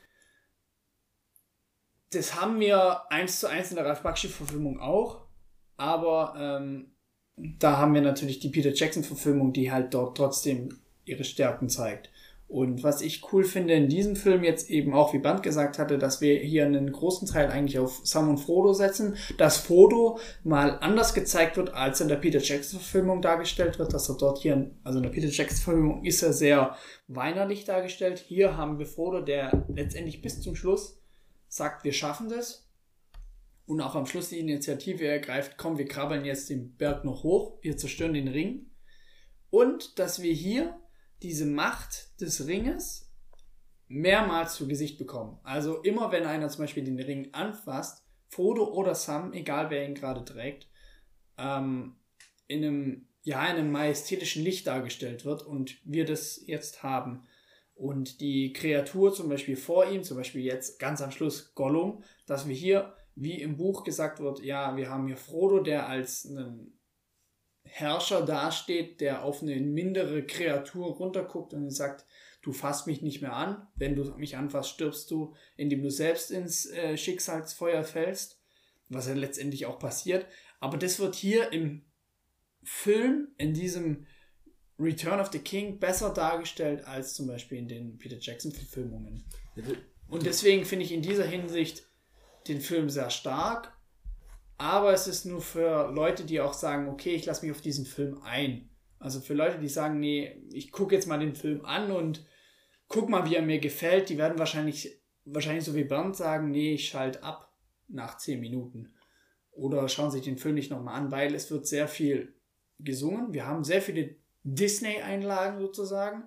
Speaker 2: Das haben wir eins zu eins in der Ralph Bakshi-Verfilmung auch, aber ähm, da haben wir natürlich die Peter Jackson-Verfilmung, die halt dort trotzdem ihre Stärken zeigt. Und was ich cool finde in diesem Film jetzt eben auch, wie Band gesagt hatte, dass wir hier einen großen Teil eigentlich auf Sam und Frodo setzen, dass Frodo mal anders gezeigt wird, als in der Peter Jackson-Verfilmung dargestellt wird, dass er dort hier, also in der Peter Jackson-Verfilmung ist er sehr weinerlich dargestellt. Hier haben wir Frodo, der letztendlich bis zum Schluss sagt, wir schaffen das. Und auch am Schluss die Initiative ergreift, komm, wir krabbeln jetzt den Berg noch hoch, wir zerstören den Ring. Und dass wir hier diese Macht des Ringes mehrmals zu Gesicht bekommen. Also immer, wenn einer zum Beispiel den Ring anfasst, Frodo oder Sam, egal wer ihn gerade trägt, ähm, in einem, ja, in einem majestätischen Licht dargestellt wird und wir das jetzt haben. Und die Kreatur zum Beispiel vor ihm, zum Beispiel jetzt ganz am Schluss Gollum, dass wir hier, wie im Buch gesagt wird, ja, wir haben hier Frodo, der als einen Herrscher dasteht, der auf eine mindere Kreatur runterguckt und sagt, du fasst mich nicht mehr an, wenn du mich anfasst, stirbst du, indem du selbst ins äh, Schicksalsfeuer fällst, was ja letztendlich auch passiert. Aber das wird hier im Film, in diesem Return of the King, besser dargestellt als zum Beispiel in den Peter Jackson-Verfilmungen. Und deswegen finde ich in dieser Hinsicht den Film sehr stark. Aber es ist nur für Leute, die auch sagen, okay, ich lasse mich auf diesen Film ein. Also für Leute, die sagen, nee, ich gucke jetzt mal den Film an und guck mal, wie er mir gefällt, die werden wahrscheinlich, wahrscheinlich so wie Bernd sagen, nee, ich schalte ab nach zehn Minuten. Oder schauen sich den Film nicht nochmal an, weil es wird sehr viel gesungen. Wir haben sehr viele Disney-Einlagen sozusagen.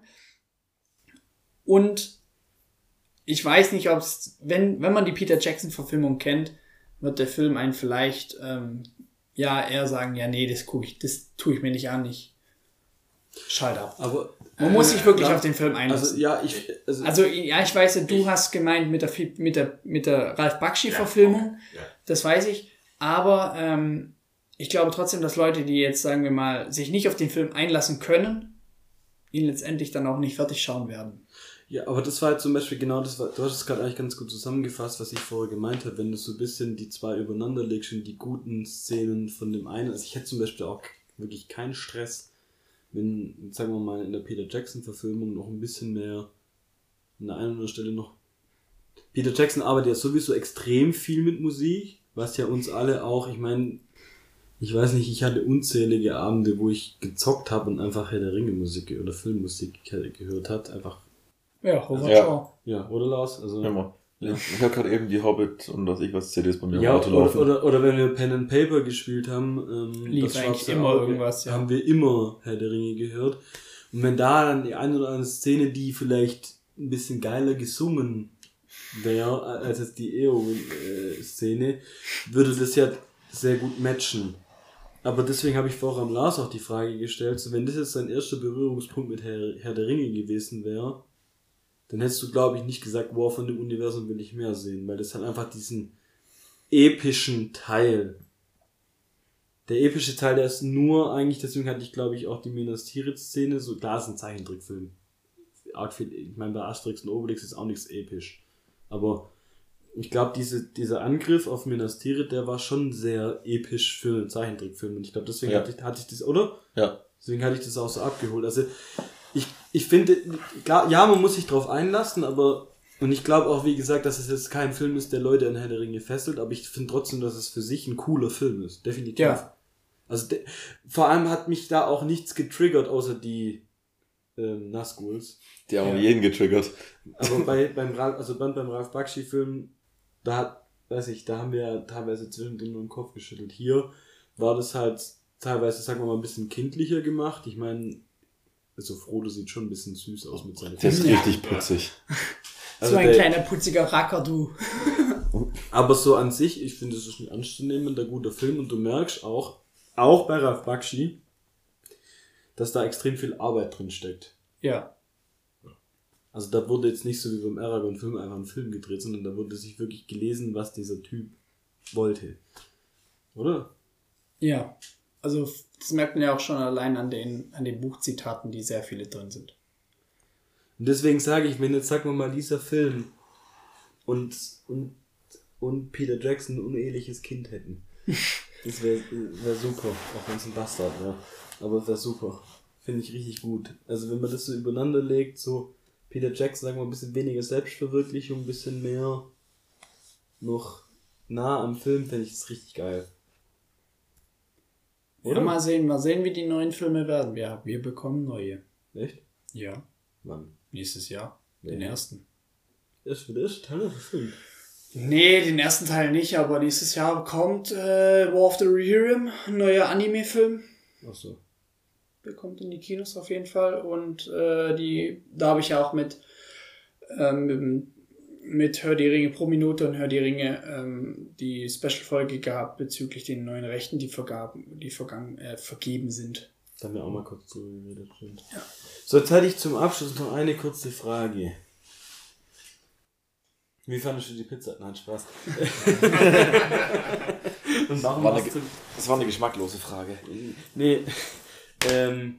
Speaker 2: Und ich weiß nicht, ob es, wenn, wenn man die Peter Jackson-Verfilmung kennt, wird der Film einen vielleicht, ähm, ja, eher sagen, ja, nee, das gucke ich, das tue ich mir nicht an, ich schalte ab.
Speaker 1: Aber
Speaker 2: man muss sich wirklich
Speaker 1: ja,
Speaker 2: auf den Film einlassen.
Speaker 1: Also, ja, ich, also,
Speaker 2: Also, ja, ich weiß ja, du hast gemeint mit der, mit der, mit der Ralph Bakshi-Verfilmung,
Speaker 4: Ja, okay.
Speaker 2: das weiß ich, aber ähm, ich glaube trotzdem, dass Leute, die jetzt, sagen wir mal, sich nicht auf den Film einlassen können, ihn letztendlich dann auch nicht fertig schauen werden.
Speaker 1: ja, aber das war halt zum Beispiel genau das, war, du hast es gerade eigentlich ganz gut zusammengefasst, was ich vorher gemeint habe, wenn du so ein bisschen die zwei übereinander legst und die guten Szenen von dem einen, also ich hätte zum Beispiel auch wirklich keinen Stress, wenn, sagen wir mal, in der Peter Jackson-Verfilmung noch ein bisschen mehr an der einen oder anderen Stelle noch. Peter Jackson arbeitet ja sowieso extrem viel mit Musik, was ja uns alle auch, ich meine, ich weiß nicht, ich hatte unzählige Abende, wo ich gezockt habe und einfach Herr der Ringe Musik oder Filmmusik gehört hat, einfach.
Speaker 2: Ja, Howard
Speaker 3: Ja.
Speaker 2: Shaw.
Speaker 1: Ja, oder Lars? Also,
Speaker 3: Immer. Ich habe gerade eben die Hobbit und was ich was C Ds bei mir
Speaker 1: ja,
Speaker 3: im Auto
Speaker 1: oder,
Speaker 3: laufen.
Speaker 1: oder, oder wenn wir Pen and Paper gespielt haben, ähm,
Speaker 2: Lief
Speaker 1: das
Speaker 2: eigentlich
Speaker 1: schwarze
Speaker 2: immer
Speaker 1: Auge,
Speaker 2: irgendwas, ja.
Speaker 1: haben wir immer Herr der Ringe gehört. Und wenn da dann die eine oder andere Szene, die vielleicht ein bisschen geiler gesungen wäre, als jetzt die Eowyn-Szene, würde das ja sehr gut matchen. Aber deswegen habe ich vorher am Lars auch die Frage gestellt, so wenn das jetzt dein erster Berührungspunkt mit Herr, Herr der Ringe gewesen wäre, dann hättest du, glaube ich, nicht gesagt, wow, von dem Universum will ich mehr sehen, weil das hat einfach diesen epischen Teil. Der epische Teil, der ist nur eigentlich, deswegen hatte ich, glaube ich, auch die Minas Tirith-Szene, so klar, ist ein Zeichentrickfilm. Arg viel, ich meine, bei Asterix und Obelix ist auch nichts episch. Aber ich glaube, diese, dieser Angriff auf Minas Tirith, der war schon sehr episch für einen Zeichentrickfilm. Und ich glaube, deswegen
Speaker 3: Ja.
Speaker 1: hatte, ich, hatte ich das, oder?
Speaker 3: Ja.
Speaker 1: Deswegen hatte ich das auch so abgeholt. Also, ich, ich finde, klar, ja, man muss sich drauf einlassen, aber, und ich glaube auch, wie gesagt, dass es jetzt kein Film ist, der Leute an Herr der Ringe fesselt, aber ich finde trotzdem, dass es für sich ein cooler Film ist. Definitiv.
Speaker 2: Ja.
Speaker 1: Also, de, vor allem hat mich da auch nichts getriggert, außer die ähm, Nazguls.
Speaker 3: Die haben
Speaker 2: Ja.
Speaker 3: jeden getriggert.
Speaker 1: Aber bei, beim, Ra- also beim, beim Ralph Bakshi-Film, da hat, weiß ich, da haben wir ja teilweise zwischendrin nur den Kopf geschüttelt. Hier war das halt teilweise, sagen wir mal, ein bisschen kindlicher gemacht. Ich meine, also Frodo sieht schon ein bisschen süß aus mit seinen
Speaker 3: Der ist
Speaker 2: Ja.
Speaker 3: richtig putzig.
Speaker 1: Also
Speaker 2: so ein
Speaker 1: der-
Speaker 2: kleiner putziger Racker, du.
Speaker 1: Aber so an sich, ich finde, es ist ein anzunehmender, guter Film und du merkst auch, auch bei Ralph Bakshi, dass da extrem viel Arbeit drin steckt.
Speaker 2: Ja.
Speaker 1: Also da wurde jetzt nicht so wie beim Aragon-Film einfach ein Film gedreht, sondern da wurde sich wirklich gelesen, was dieser Typ wollte. Oder?
Speaker 2: Ja. Also, das merkt man ja auch schon allein an den, an den Buchzitaten, die sehr viele drin sind.
Speaker 1: Und deswegen sage ich, wenn jetzt, sagen wir mal, dieser Film und, und, und Peter Jackson ein uneheliches Kind hätten. Das wäre wär super, auch wenn es ein Bastard wäre. Aber es wäre super. Finde ich richtig gut. Also wenn man das so übereinander legt, so Peter Jackson, sagen wir mal, ein bisschen weniger Selbstverwirklichung, ein bisschen mehr noch nah am Film, fände ich das richtig geil.
Speaker 2: Oder? Ja, mal sehen, mal sehen, wie die neuen Filme werden. Ja, wir bekommen neue.
Speaker 1: Echt?
Speaker 2: Ja.
Speaker 1: Wann?
Speaker 2: Nächstes Jahr. Den
Speaker 1: Ja.
Speaker 2: ersten.
Speaker 1: Erst für den ersten Teil oder Film?
Speaker 2: Nee, den ersten Teil nicht, aber nächstes Jahr kommt äh, War of the Rohirrim, ein neuer Anime-Film.
Speaker 1: Ach so.
Speaker 2: Der kommt in die Kinos auf jeden Fall. Und äh, die, da habe ich ja auch mit, ähm, mit Hör die Ringe pro Minute und Hör die Ringe ähm, die Special-Folge gehabt bezüglich den neuen Rechten, die, vergaben, die vergangen, äh, vergeben sind.
Speaker 1: Da haben wir auch mal kurz drüber geredet, stimmt.
Speaker 2: Ja.
Speaker 1: So, jetzt hatte ich zum Abschluss noch eine kurze Frage. Wie fandest du die Pizza? Nein, Spaß. Und warum
Speaker 3: War eine,
Speaker 1: hast du...
Speaker 3: das war eine geschmacklose Frage.
Speaker 1: Nee, ähm...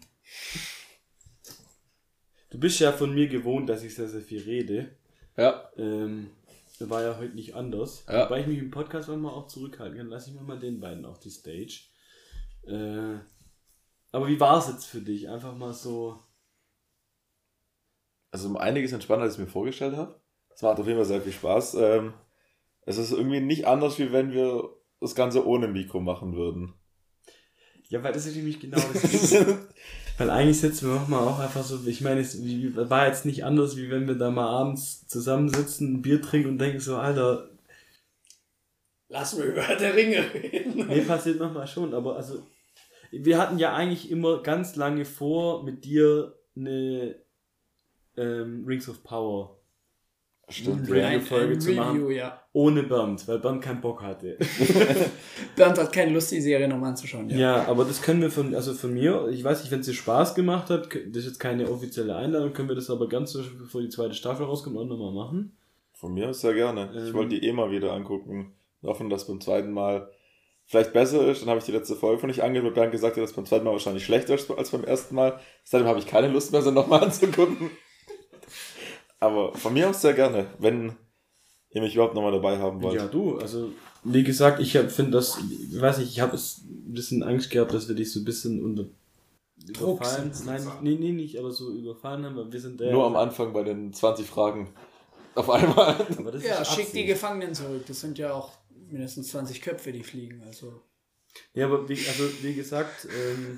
Speaker 1: Du bist ja von mir gewohnt, dass ich sehr, sehr viel rede.
Speaker 3: Ja.
Speaker 1: Ähm... War ja heute nicht anders.
Speaker 3: Ja.
Speaker 1: Wobei ich mich im Podcast manchmal auch zurückhalten kann, lasse ich mir mal den beiden auf die Stage. Äh... Aber wie war es jetzt für dich? Einfach mal so...
Speaker 3: Also um einiges entspannter, als ich mir vorgestellt habe. Es macht auf jeden Fall sehr viel Spaß. Ähm, es ist irgendwie nicht anders, wie wenn wir das Ganze ohne Mikro machen würden.
Speaker 1: Ja, weil das ist nämlich genau das. Weil eigentlich sitzen wir manchmal auch einfach so, ich meine, es war jetzt nicht anders, wie wenn wir da mal abends zusammensitzen, ein Bier trinken und denken so, Alter,
Speaker 2: lass mir über der Ringe reden.
Speaker 1: Nee, passiert manchmal schon, aber also, wir hatten ja eigentlich immer ganz lange vor, mit dir eine ähm, Rings of Power
Speaker 3: Stimmt,
Speaker 1: Review
Speaker 3: ja.
Speaker 2: Ein,
Speaker 1: Folge
Speaker 2: ein
Speaker 1: zu machen,
Speaker 2: Review, ja.
Speaker 1: ohne Bernd, weil Bernd keinen Bock hatte.
Speaker 2: Bernd hat keine Lust, die Serie nochmal anzuschauen. Ja.
Speaker 1: Ja, aber das können wir von, also von mir, ich weiß nicht, wenn es dir Spaß gemacht hat, das ist jetzt keine offizielle Einladung, können wir das aber ganz so, bevor die zweite Staffel rauskommt, auch nochmal machen.
Speaker 3: Von mir aus sehr gerne.
Speaker 1: Ähm.
Speaker 3: Ich wollte die eh mal wieder angucken. Hoffen, dass beim zweiten Mal vielleicht besser ist. Dann habe ich die letzte Folge von euch angehört, und Bernd gesagt hat, dass beim zweiten Mal wahrscheinlich schlechter ist als beim ersten Mal. Seitdem habe ich keine Lust mehr, sie nochmal anzugucken. Aber von mir aus sehr gerne, wenn ihr mich überhaupt nochmal dabei haben wollt.
Speaker 1: Ja, du, also, wie gesagt, ich finde das, ich weiß nicht, ich habe es ein bisschen Angst gehabt, dass wir dich so ein bisschen unter
Speaker 2: Druck
Speaker 1: überfallen.
Speaker 2: setzen.
Speaker 1: Nein, nee, nee, nicht, aber so überfallen haben, weil wir sind der.
Speaker 3: Nur am Anfang bei den zwanzig Fragen auf einmal.
Speaker 1: Aber das
Speaker 2: Ja,
Speaker 1: ist
Speaker 2: schick
Speaker 1: Absicht.
Speaker 2: die Gefangenen zurück. Das sind ja auch mindestens zwanzig Köpfe, die fliegen. Also
Speaker 1: Ja, aber wie, also, wie gesagt, ähm,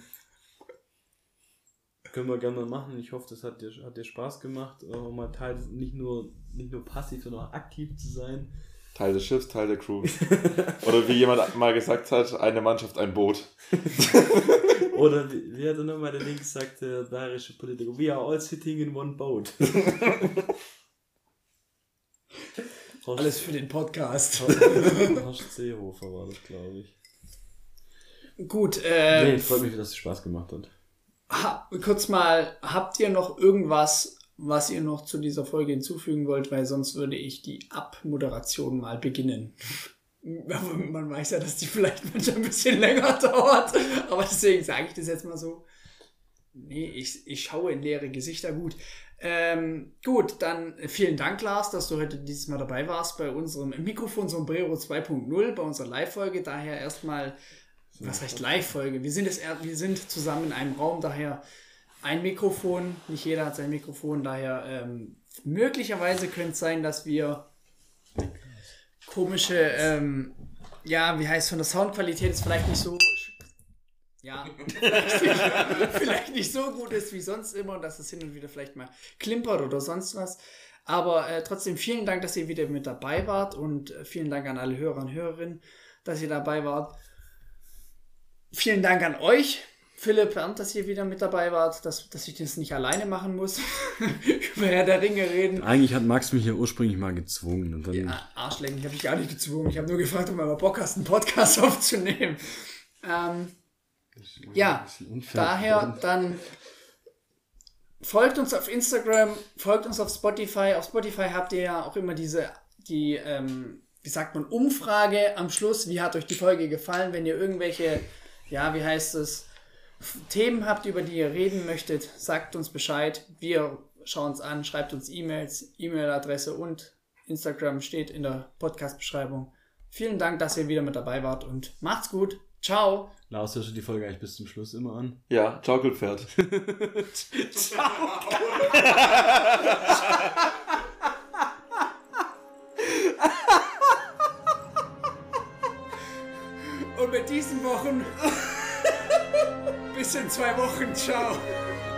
Speaker 1: können wir gerne mal machen. Ich hoffe, das hat dir, hat dir Spaß gemacht, auch mal Teil, nicht nur, nicht nur passiv, sondern auch aktiv zu sein.
Speaker 3: Teil des Schiffs, Teil der Crew. Oder wie jemand mal gesagt hat, eine Mannschaft, ein Boot.
Speaker 1: Oder wie, wie hat er nochmal der Link gesagt, der bayerische Politiker, we are all sitting in one boat.
Speaker 2: alles für den Podcast.
Speaker 1: Horst Seehofer war das, glaube ich.
Speaker 2: Gut, äh,
Speaker 1: Nee, freut mich, dass es Spaß gemacht hat.
Speaker 2: ha, kurz mal, habt ihr noch irgendwas, was ihr noch zu dieser Folge hinzufügen wollt? Weil sonst würde ich die Abmoderation mal beginnen. Aber man weiß ja, dass die vielleicht manchmal ein bisschen länger dauert. Aber deswegen sage ich das jetzt mal so. Nee, ich, ich schaue in leere Gesichter. Gut. Ähm, gut, dann vielen Dank, Lars, dass du heute dieses Mal dabei warst bei unserem Mikrofon Sombrero zwei Punkt null, bei unserer Live-Folge. Daher erstmal, was heißt Live-Folge? Wir sind, es, wir sind zusammen in einem Raum, daher ein Mikrofon. Nicht jeder hat sein Mikrofon, daher ähm, möglicherweise könnte es sein, dass wir komische, ähm, ja, wie heißt von der Soundqualität ist vielleicht nicht so, ja, vielleicht nicht, vielleicht nicht so gut ist wie sonst immer und dass es hin und wieder vielleicht mal klimpert oder sonst was. Aber äh, trotzdem vielen Dank, dass ihr wieder mit dabei wart und äh, vielen Dank an alle Hörer und Hörerinnen, dass ihr dabei wart. Vielen Dank an euch, Philipp, Bernd, dass ihr wieder mit dabei wart, dass, dass ich das nicht alleine machen muss, über Herr der Ringe reden.
Speaker 1: Eigentlich hat Max mich ja ursprünglich mal gezwungen. Und dann
Speaker 2: Ja, Arschlecken, ich habe dich gar nicht gezwungen. Ich habe nur gefragt, ob du mal Bock hast, einen Podcast aufzunehmen. Ähm, ja, daher dann folgt uns auf Instagram, folgt uns auf Spotify. Auf Spotify habt ihr ja auch immer diese, die, ähm, wie sagt man, Umfrage am Schluss. Wie hat euch die Folge gefallen? Wenn ihr irgendwelche, ja, wie heißt es, Themen habt, über die ihr reden möchtet, sagt uns Bescheid. Wir schauen uns an, schreibt uns E-Mails, E-Mail-Adresse und Instagram steht in der Podcast-Beschreibung. Vielen Dank, dass ihr wieder mit dabei wart und macht's gut. Ciao.
Speaker 1: Lars, hörst du die Folge eigentlich bis zum Schluss immer an?
Speaker 3: Ja, Schaukelpferd.
Speaker 2: Und mit diesen Wochen bis in zwei Wochen. Ciao.